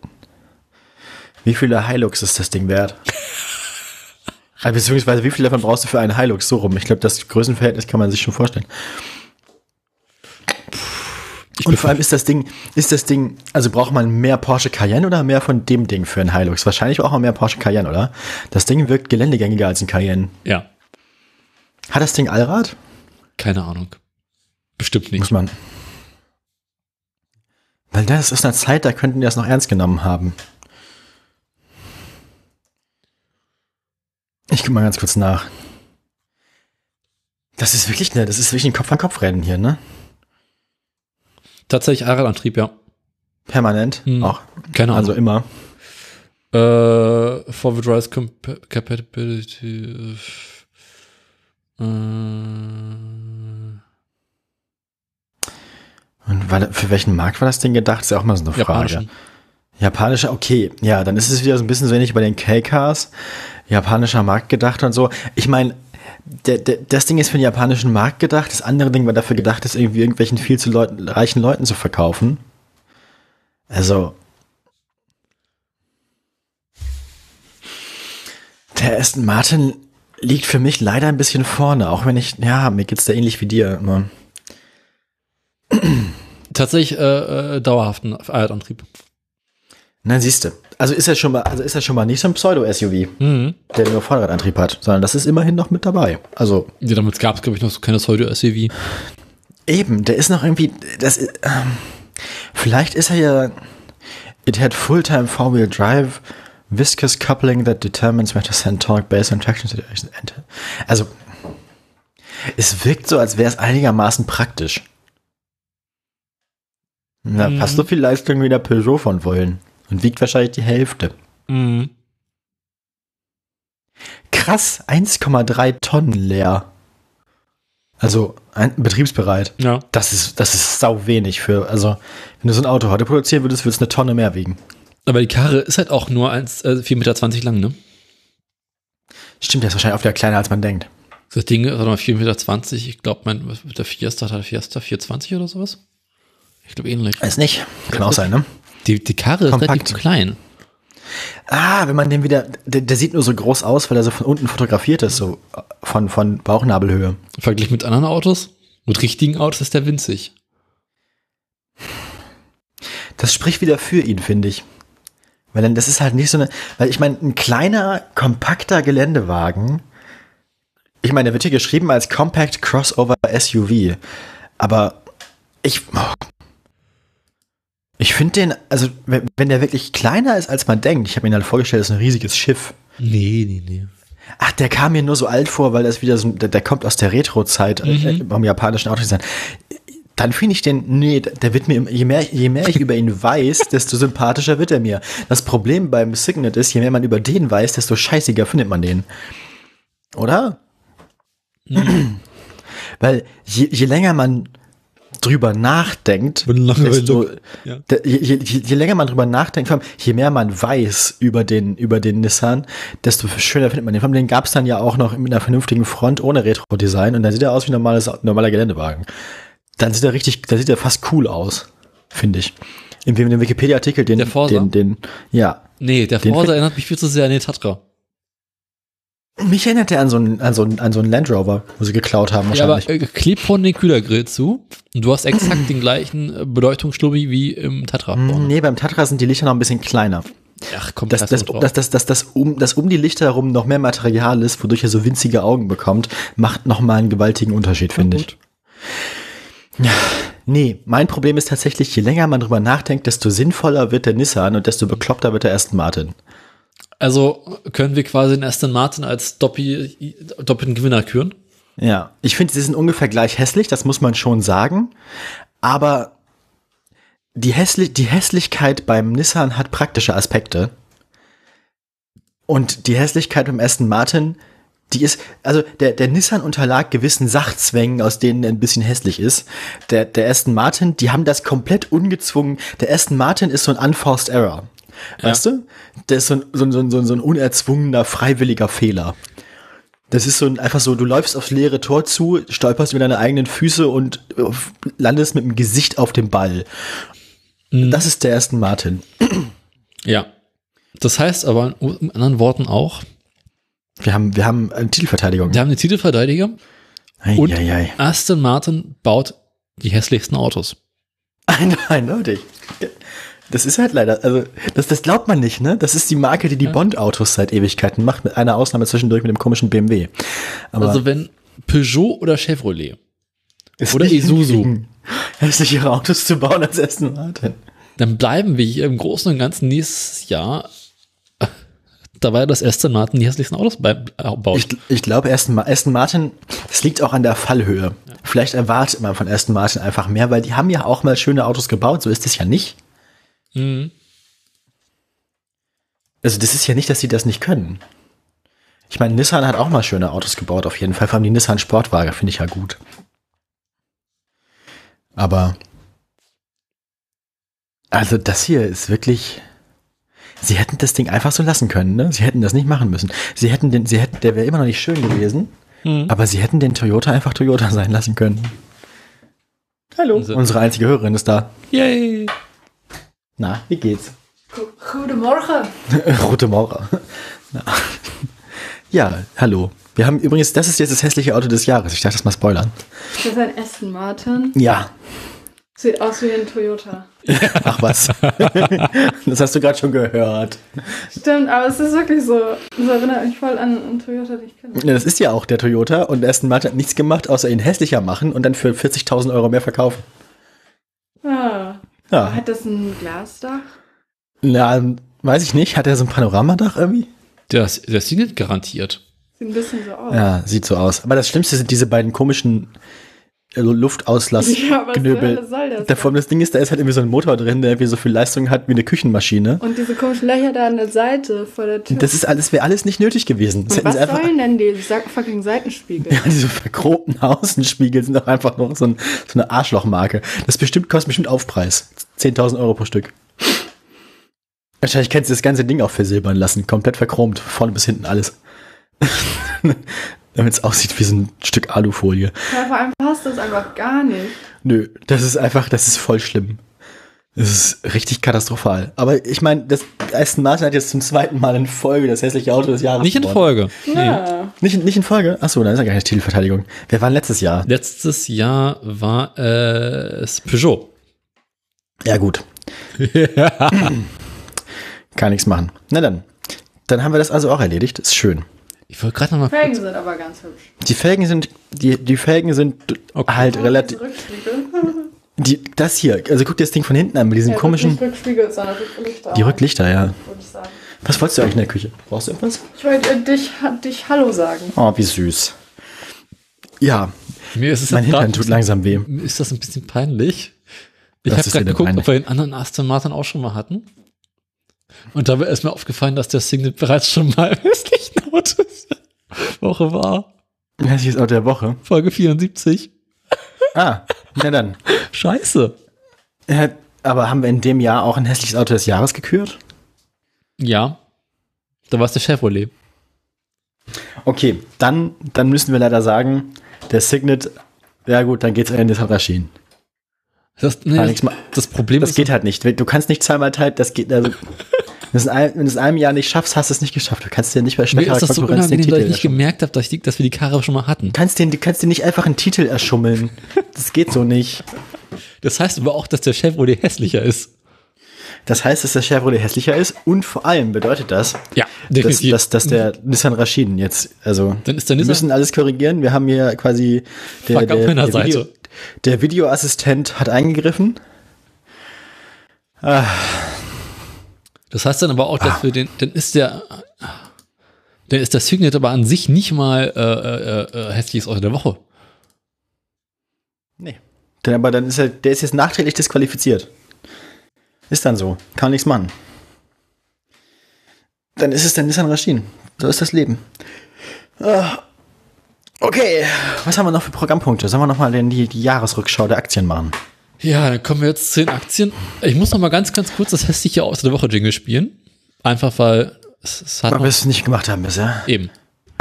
Hilux ist das Ding wert? Beziehungsweise wie viel davon brauchst du für einen Hilux? So rum. Ich glaube, das Größenverhältnis kann man sich schon vorstellen. Und vor allem ist das Ding, also braucht man mehr Porsche Cayenne oder mehr von dem Ding für einen Hilux? Wahrscheinlich auch mehr Porsche Cayenne, oder? Das Ding wirkt geländegängiger als ein Cayenne. Ja. Hat das Ding Allrad? Keine Ahnung. Bestimmt nicht. Muss man. Weil das ist eine Zeit, da könnten die das noch ernst genommen haben. Ich guck mal ganz kurz nach. Das ist wirklich ein Kopf-an-Kopf-Rennen hier, ne? Tatsächlich Allradantrieb, ja. Permanent? Auch? Keine Ahnung. Also immer? Forward Rise Compatibility. Und für welchen Markt war das Ding gedacht? Ist ja auch mal so eine Frage. Japanischer, okay. Ja, dann ist es wieder so ein bisschen so ähnlich bei den K-Cars. Japanischer Markt gedacht und so. Ich meine, das Ding ist für den japanischen Markt gedacht. Das andere Ding war dafür gedacht, es irgendwie irgendwelchen viel zu reichen Leuten zu verkaufen. Also, der Aston Martin liegt für mich leider ein bisschen vorne, auch wenn mir geht's da ähnlich wie dir immer. Tatsächlich dauerhaften Allradantrieb. Na, siehste. Also ist er schon mal nicht so ein Pseudo-SUV, der nur Vorderradantrieb hat, sondern das ist immerhin noch mit dabei. Also. Ja, damals gab es, glaube ich, noch so keine Pseudo-SUV. Eben, der ist noch irgendwie, vielleicht ist er ja, it had full-time four-wheel drive, viscous coupling that determines where to send torque based on traction situation. Also, es wirkt so, als wäre es einigermaßen praktisch. Na, fast so viel Leistung wie der Peugeot von wollen. Und wiegt wahrscheinlich die Hälfte. Krass, 1,3 Tonnen leer. Also betriebsbereit. Ja. Das ist sau wenig wenn du so ein Auto heute produzieren würdest, würde es eine Tonne mehr wiegen. Aber die Karre ist halt auch nur 4,20 Meter lang, ne? Stimmt, der ist wahrscheinlich auch wieder kleiner, als man denkt. Das Ding ist mal 4,20 Meter. Ich glaube, der Fiesta hat 4,20 oder sowas. Ich glaube ähnlich. Weiß nicht. Kann auch sein, ne? Die Karre ist relativ klein. Wenn man den wieder, der sieht nur so groß aus, weil er so von unten fotografiert ist, so von Bauchnabelhöhe. Verglichen mit anderen Autos, mit richtigen Autos ist der winzig. Das spricht wieder für ihn, finde ich. Weil dann, das ist halt nicht so weil ich meine, ein kleiner, kompakter Geländewagen, ich meine, der wird hier geschrieben als Compact Crossover SUV, aber Ich finde den, also wenn der wirklich kleiner ist, als man denkt, ich habe mir halt vorgestellt, das ist ein riesiges Schiff. Nee. Ach, der kam mir nur so alt vor, weil das wieder so, der kommt aus der Retro-Zeit beim japanischen Autodesign. Dann finde ich den, der wird mir, je mehr ich über ihn weiß, desto sympathischer wird er mir. Das Problem beim Signet ist, je mehr man über den weiß, desto scheißiger findet man den. Oder? Weil je länger man drüber nachdenkt, desto, je länger man drüber nachdenkt, je mehr man weiß über den Nissan, desto schöner findet man den. Den gab es dann ja auch noch mit einer vernünftigen Front ohne Retro-Design und dann sieht er aus wie ein normaler Geländewagen. Dann sieht er fast cool aus, finde ich. In dem Wikipedia-Artikel, der Forza? Ja. Nee, der Forza erinnert mich viel zu sehr an den Tatra. Mich erinnert er an so einen Land Rover, wo sie geklaut haben wahrscheinlich. Ja, aber kleb vorne den Kühlergrill zu und du hast exakt den gleichen Beleuchtungsschlubbi wie im Tatra. Nee, beim Tatra sind die Lichter noch ein bisschen kleiner. Ach komm, dass um die Lichter herum noch mehr Material ist, wodurch er so winzige Augen bekommt, macht nochmal einen gewaltigen Unterschied, finde ich. Ja, nee, mein Problem ist tatsächlich, je länger man drüber nachdenkt, desto sinnvoller wird der Nissan und desto bekloppter wird der Aston Martin. Also können wir quasi den Aston Martin als doppelten Gewinner küren? Ja, ich finde, sie sind ungefähr gleich hässlich, das muss man schon sagen. Aber die Hässlichkeit beim Nissan hat praktische Aspekte. Und die Hässlichkeit beim Aston Martin, die ist, also der Nissan unterlag gewissen Sachzwängen, aus denen er ein bisschen hässlich ist. Der Aston Martin, die haben das komplett ungezwungen. Der Aston Martin ist so ein unforced error. Weißt du? Der ist so ein unerzwungener, freiwilliger Fehler. Das ist einfach so, du läufst aufs leere Tor zu, stolperst über deine eigenen Füße und landest mit dem Gesicht auf dem Ball. Das ist der Aston Martin. Ja. Das heißt aber in anderen Worten auch, wir haben eine Titelverteidigung. Wir haben eine Titelverteidiger. Und Aston Martin baut die hässlichsten Autos. Eindeutig. Das ist halt leider, also das glaubt man nicht, ne? Das ist die Marke, die Bond-Autos seit Ewigkeiten macht, mit einer Ausnahme zwischendurch mit dem komischen BMW. Aber also wenn Peugeot oder Chevrolet oder Isuzu hässlichere Autos zu bauen als Aston Martin, dann bleiben wir hier im Großen und Ganzen nächstes Jahr dabei, dass Aston Martin die hässlichsten Autos baut. Ich glaube, Aston Martin, das liegt auch an der Fallhöhe. Ja. Vielleicht erwartet man von Aston Martin einfach mehr, weil die haben ja auch mal schöne Autos gebaut, so ist es ja nicht. Mhm. Also das ist ja nicht, dass sie das nicht können. Ich meine, Nissan hat auch mal schöne Autos gebaut, auf jeden Fall. Vor allem die Nissan Sportwagen finde ich ja gut. Aber also das hier ist wirklich, sie hätten das Ding einfach so lassen können, ne? Sie hätten das nicht machen müssen. Der wäre immer noch nicht schön gewesen, aber sie hätten den Toyota einfach Toyota sein lassen können. Hallo. Unsere einzige Hörerin ist da. Yay. Na, wie geht's? Goedemorgen. Gute Morgen. Ja, hallo. Wir haben übrigens, das ist jetzt das hässliche Auto des Jahres. Ich darf das mal spoilern. Das ist ein Aston Martin. Ja. Sieht aus wie ein Toyota. Ach was. Das hast du gerade schon gehört. Stimmt, aber es ist wirklich so. Das erinnert mich voll an einen Toyota, den ich kenne. Ja, das ist ja auch der Toyota und Aston Martin hat nichts gemacht, außer ihn hässlicher machen und dann für 40.000 Euro mehr verkaufen. Ah. Ja. Hat das ein Glasdach? Na, weiß ich nicht. Hat er so ein Panoramadach irgendwie? Das sieht nicht garantiert. Sieht ein bisschen so aus. Ja, sieht so aus. Aber das Schlimmste sind diese beiden komischen Luftauslass-Knöbel. Ja, was soll das? Davon das Ding ist, da ist halt irgendwie so ein Motor drin, der irgendwie so viel Leistung hat wie eine Küchenmaschine. Und diese komischen Löcher da an der Seite vor der Tür. Das wäre alles nicht nötig gewesen. Und was sollen denn die fucking Seitenspiegel? Ja, diese verchromten Außenspiegel sind doch einfach noch so eine Arschlochmarke. Das kostet bestimmt Aufpreis. 10.000 Euro pro Stück. Wahrscheinlich kannst du das ganze Ding auch versilbern lassen. Komplett verchromt. Vorne bis hinten alles. Damit es aussieht wie so ein Stück Alufolie. Ja, vor allem passt das einfach gar nicht. Nö, das ist voll schlimm. Das ist richtig katastrophal. Aber ich meine, das Aston Martin hat jetzt zum zweiten Mal in Folge das hässliche Auto des Jahres Nicht in Folge. Ja. Nee. Nicht in Folge? Achso, dann ist ja gar keine Titelverteidigung. Wer war denn letztes Jahr? Letztes Jahr war es Peugeot. Ja, gut. Kann nichts machen. Na dann. Dann haben wir das also auch erledigt. Ist schön. Ich wollte gerade noch mal. Die Felgen sind aber ganz hübsch. Die Felgen sind okay. Halt relativ. Das hier, also guck dir das Ding von hinten an, mit diesen komischen... Nicht Rückspiegel, sondern Rücklichter. Die Rücklichter, ja. Würde ich sagen. Was wolltest du eigentlich in der Küche? Brauchst du irgendwas? Ich wollte dich Hallo sagen. Oh, wie süß. Ja, Mir ist es mein jetzt grad Hintern tut langsam weh. Mir ist das ein bisschen peinlich. Ich Das habe ist gerade wieder geguckt, peinlich. ob wir den anderen Aston Martin auch schon mal hatten. Und dabei ist mir aufgefallen, dass der Signet bereits schon mal im hässlichen Auto Woche war. Hässliches Auto der Woche. Folge 74. Ah, na dann. Scheiße. Aber haben wir in dem Jahr auch ein hässliches Auto des Jahres gekürt? Ja. Da war es der Chevrolet. Okay, dann müssen wir leider sagen, der Signet, ja gut, dann geht's in das Rasheen. Das Problem Das ist, geht halt nicht. Du kannst nicht zweimal teilen, das geht, also, wenn du es in einem Jahr nicht schaffst, hast du es nicht geschafft. Du kannst dir nicht bei mir schwächerer ist das so Konkurrenz den unangenehm, Titel dass ich nicht erschummeln. gemerkt habe, dass wir die Karre schon mal hatten. Du kannst dir nicht einfach einen Titel erschummeln. Das geht so nicht. Das heißt aber auch, dass der Chevrolet hässlicher ist. Das heißt, dass der Chevrolet hässlicher ist und vor allem bedeutet das, Ja, definitiv. dass der Nissan Rasheen jetzt, also Dann ist der wir Nissan- müssen alles korrigieren. Wir haben hier quasi Fuck auf meiner Seite. Der Videoassistent hat eingegriffen. Das heißt dann aber auch, dass wir dann ist der Signet aber an sich nicht mal hässliches Auto der Woche. Nee. Aber dann ist der ist jetzt nachträglich disqualifiziert. Ist dann so. Kann nichts machen. Dann ist es der Nissan Rasheen. So ist das Leben. Okay. Was haben wir noch für Programmpunkte? Sollen wir noch mal die Jahresrückschau der Aktien machen? Ja, dann kommen wir jetzt zu den Aktien. Ich muss noch mal ganz kurz das hässliche Auto der Woche Jingle spielen. Einfach weil es hat Weil noch, wir es nicht gemacht haben bisher. eben.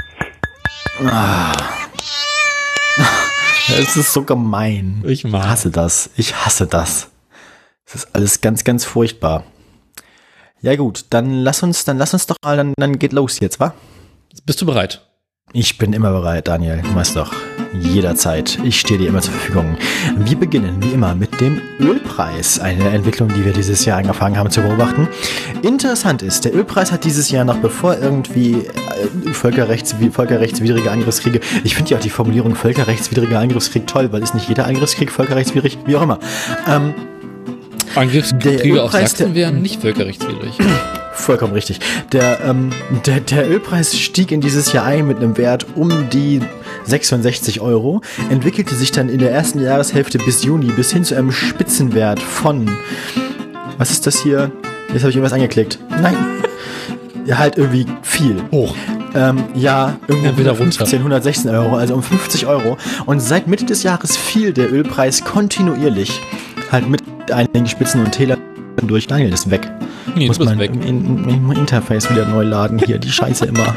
Es ist so gemein. Ich mag. hasse das. Ich hasse das. Es ist alles ganz, ganz furchtbar. Ja gut, dann lass uns doch mal, dann geht los jetzt, wa? Bist du bereit? Ich bin immer bereit, Daniel. Du weißt doch, jederzeit. Ich stehe dir immer zur Verfügung. Wir beginnen wie immer mit dem Ölpreis. Eine Entwicklung, die wir dieses Jahr angefangen haben zu beobachten. Interessant ist, der Ölpreis hat dieses Jahr noch, bevor irgendwie völkerrechtswidrige Angriffskriege, ich finde ja auch die Formulierung völkerrechtswidriger Angriffskrieg toll, weil ist nicht jeder Angriffskrieg völkerrechtswidrig, wie auch immer. Angriffskriege auf Ölpreis, Sachsen wären nicht völkerrechtswidrig. Vollkommen richtig. Der Ölpreis stieg in dieses Jahr ein mit einem Wert um die 66 €, entwickelte sich dann in der ersten Jahreshälfte bis Juni bis hin zu einem Spitzenwert von, was ist das hier? Jetzt habe ich irgendwas angeklickt. Nein. Ja, halt irgendwie viel. Hoch. Ja, irgendwo wieder runter. 116 €, also um 50 €. Und seit Mitte des Jahres fiel der Ölpreis kontinuierlich. Halt mit einigen Spitzen und Tälern durch. Daniel ist weg. Nee, Muss du bist man weg. im Interface wieder neu laden. Hier, die Scheiße immer.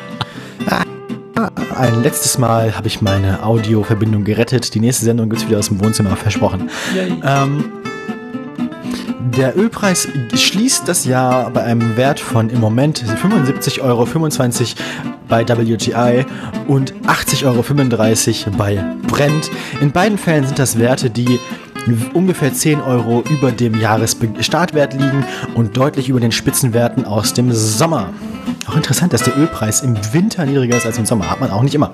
Ein letztes Mal habe ich meine Audioverbindung gerettet. Die nächste Sendung gibt es wieder aus dem Wohnzimmer, versprochen. Der Ölpreis schließt das Jahr bei einem Wert von im Moment 75,25 € bei WTI und 80,35 € bei Brent. In beiden Fällen sind das Werte, die ungefähr 10 € über dem Jahresstartwert liegen und deutlich über den Spitzenwerten aus dem Sommer. Auch interessant, dass der Ölpreis im Winter niedriger ist als im Sommer. Hat man auch nicht immer.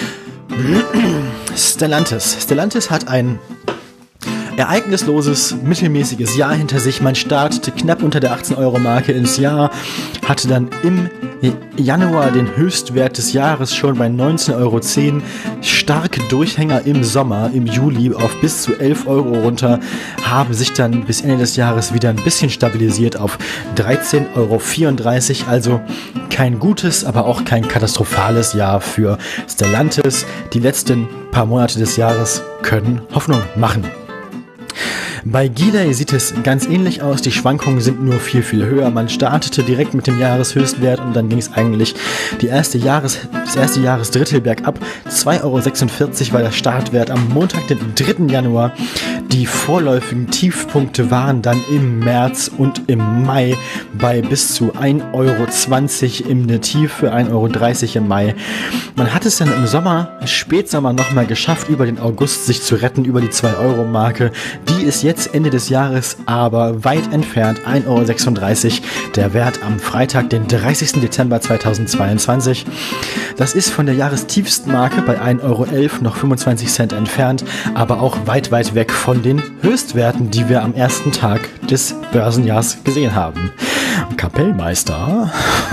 Stellantis. Stellantis hat ein ereignisloses, mittelmäßiges Jahr hinter sich. Man startete knapp unter der 18-€ ins Jahr, hatte dann im Januar den Höchstwert des Jahres schon bei 19,10 €. Starke Durchhänger im Sommer, im Juli auf bis zu 11 € runter, haben sich dann bis Ende des Jahres wieder ein bisschen stabilisiert auf 13,34 €. Also kein gutes, aber auch kein katastrophales Jahr für Stellantis. Die letzten paar Monate des Jahres können Hoffnung machen. Bei Gilei sieht es ganz ähnlich aus. Die Schwankungen sind nur viel, viel höher. Man startete direkt mit dem Jahreshöchstwert und dann ging es eigentlich das erste Jahresdrittel bergab. 2,46 € war der Startwert am Montag, den 3. Januar. Die vorläufigen Tiefpunkte waren dann im März und im Mai bei bis zu 1,20 € in der Tiefe, 1,30 € im Mai. Man hat es dann im Spätsommer nochmal geschafft, über den August sich zu retten, über die 2-€ Die ist jetzt Ende des Jahres aber weit entfernt, 1,36 €, der Wert am Freitag, den 30. Dezember 2022. Das ist von der Jahrestiefstmarke bei 1,11 € noch 25 Cent entfernt, aber auch weit, weit weg von von den Höchstwerten, die wir am ersten Tag des Börsenjahrs gesehen haben. Kapellmeister,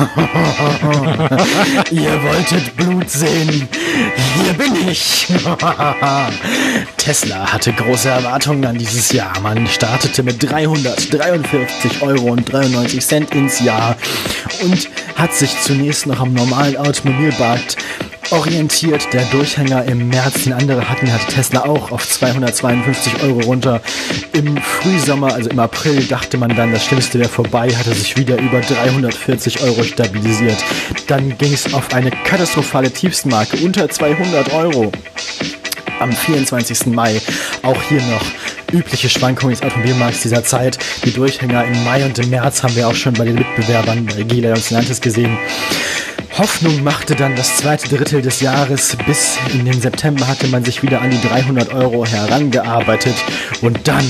ihr wolltet Blut sehen, hier bin ich. Tesla hatte große Erwartungen an dieses Jahr. Man startete mit 343,93 € ins Jahr und hat sich zunächst noch am normalen Automobilmarkt orientiert. Der Durchhänger im März, den andere hatten, hatte Tesla auch auf 252 € runter. Im Frühsommer, also im April, dachte man dann, das Schlimmste wäre vorbei, hatte sich wieder über 340 € stabilisiert. Dann ging es auf eine katastrophale Tiefstmarke unter 200 €. Am 24. Mai, auch hier noch übliche Schwankungen des Automobilmarkts dieser Zeit. Die Durchhänger im Mai und im März haben wir auch schon bei den Mitbewerbern bei Geely und Stellantis gesehen. Hoffnung machte dann das zweite Drittel des Jahres. Bis in den September hatte man sich wieder an die 300 € herangearbeitet. Und dann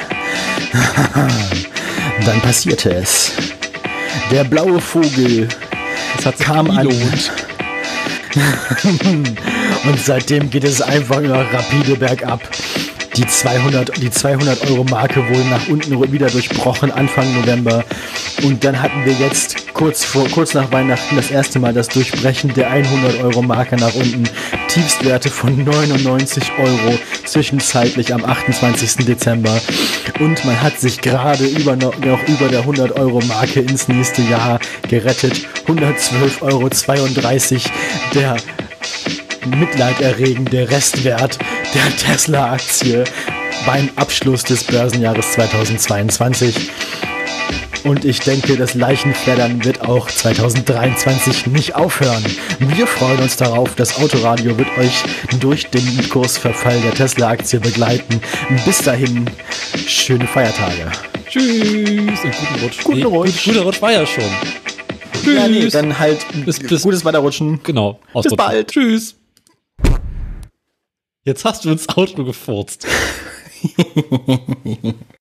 passierte es. Der blaue Vogel kam an. Und seitdem geht es einfach nur rapide bergab. Die 200-Euro-Marke wurde nach unten wieder durchbrochen Anfang November. Und dann hatten wir jetzt kurz nach Weihnachten das erste Mal das Durchbrechen der 100-Euro-Marke nach unten. Tiefstwerte von 99 € zwischenzeitlich am 28. Dezember. Und man hat sich gerade noch über der 100-Euro-Marke ins nächste Jahr gerettet. 112,32 € der mitleiderregende Restwert der Tesla-Aktie beim Abschluss des Börsenjahres 2022. Und ich denke, das Leichenfleddern wird auch 2023 nicht aufhören. Wir freuen uns darauf, das Autoradio wird euch durch den Kursverfall der Tesla-Aktie begleiten. Bis dahin, schöne Feiertage. Tschüss und guten Rutsch. Guten Rutsch. Guter Rutsch war ja schon. Tschüss. Ja, nee, dann halt bis gutes Weiterrutschen. Genau. Bis bald. Tschüss. Jetzt hast du ins Auto gefurzt.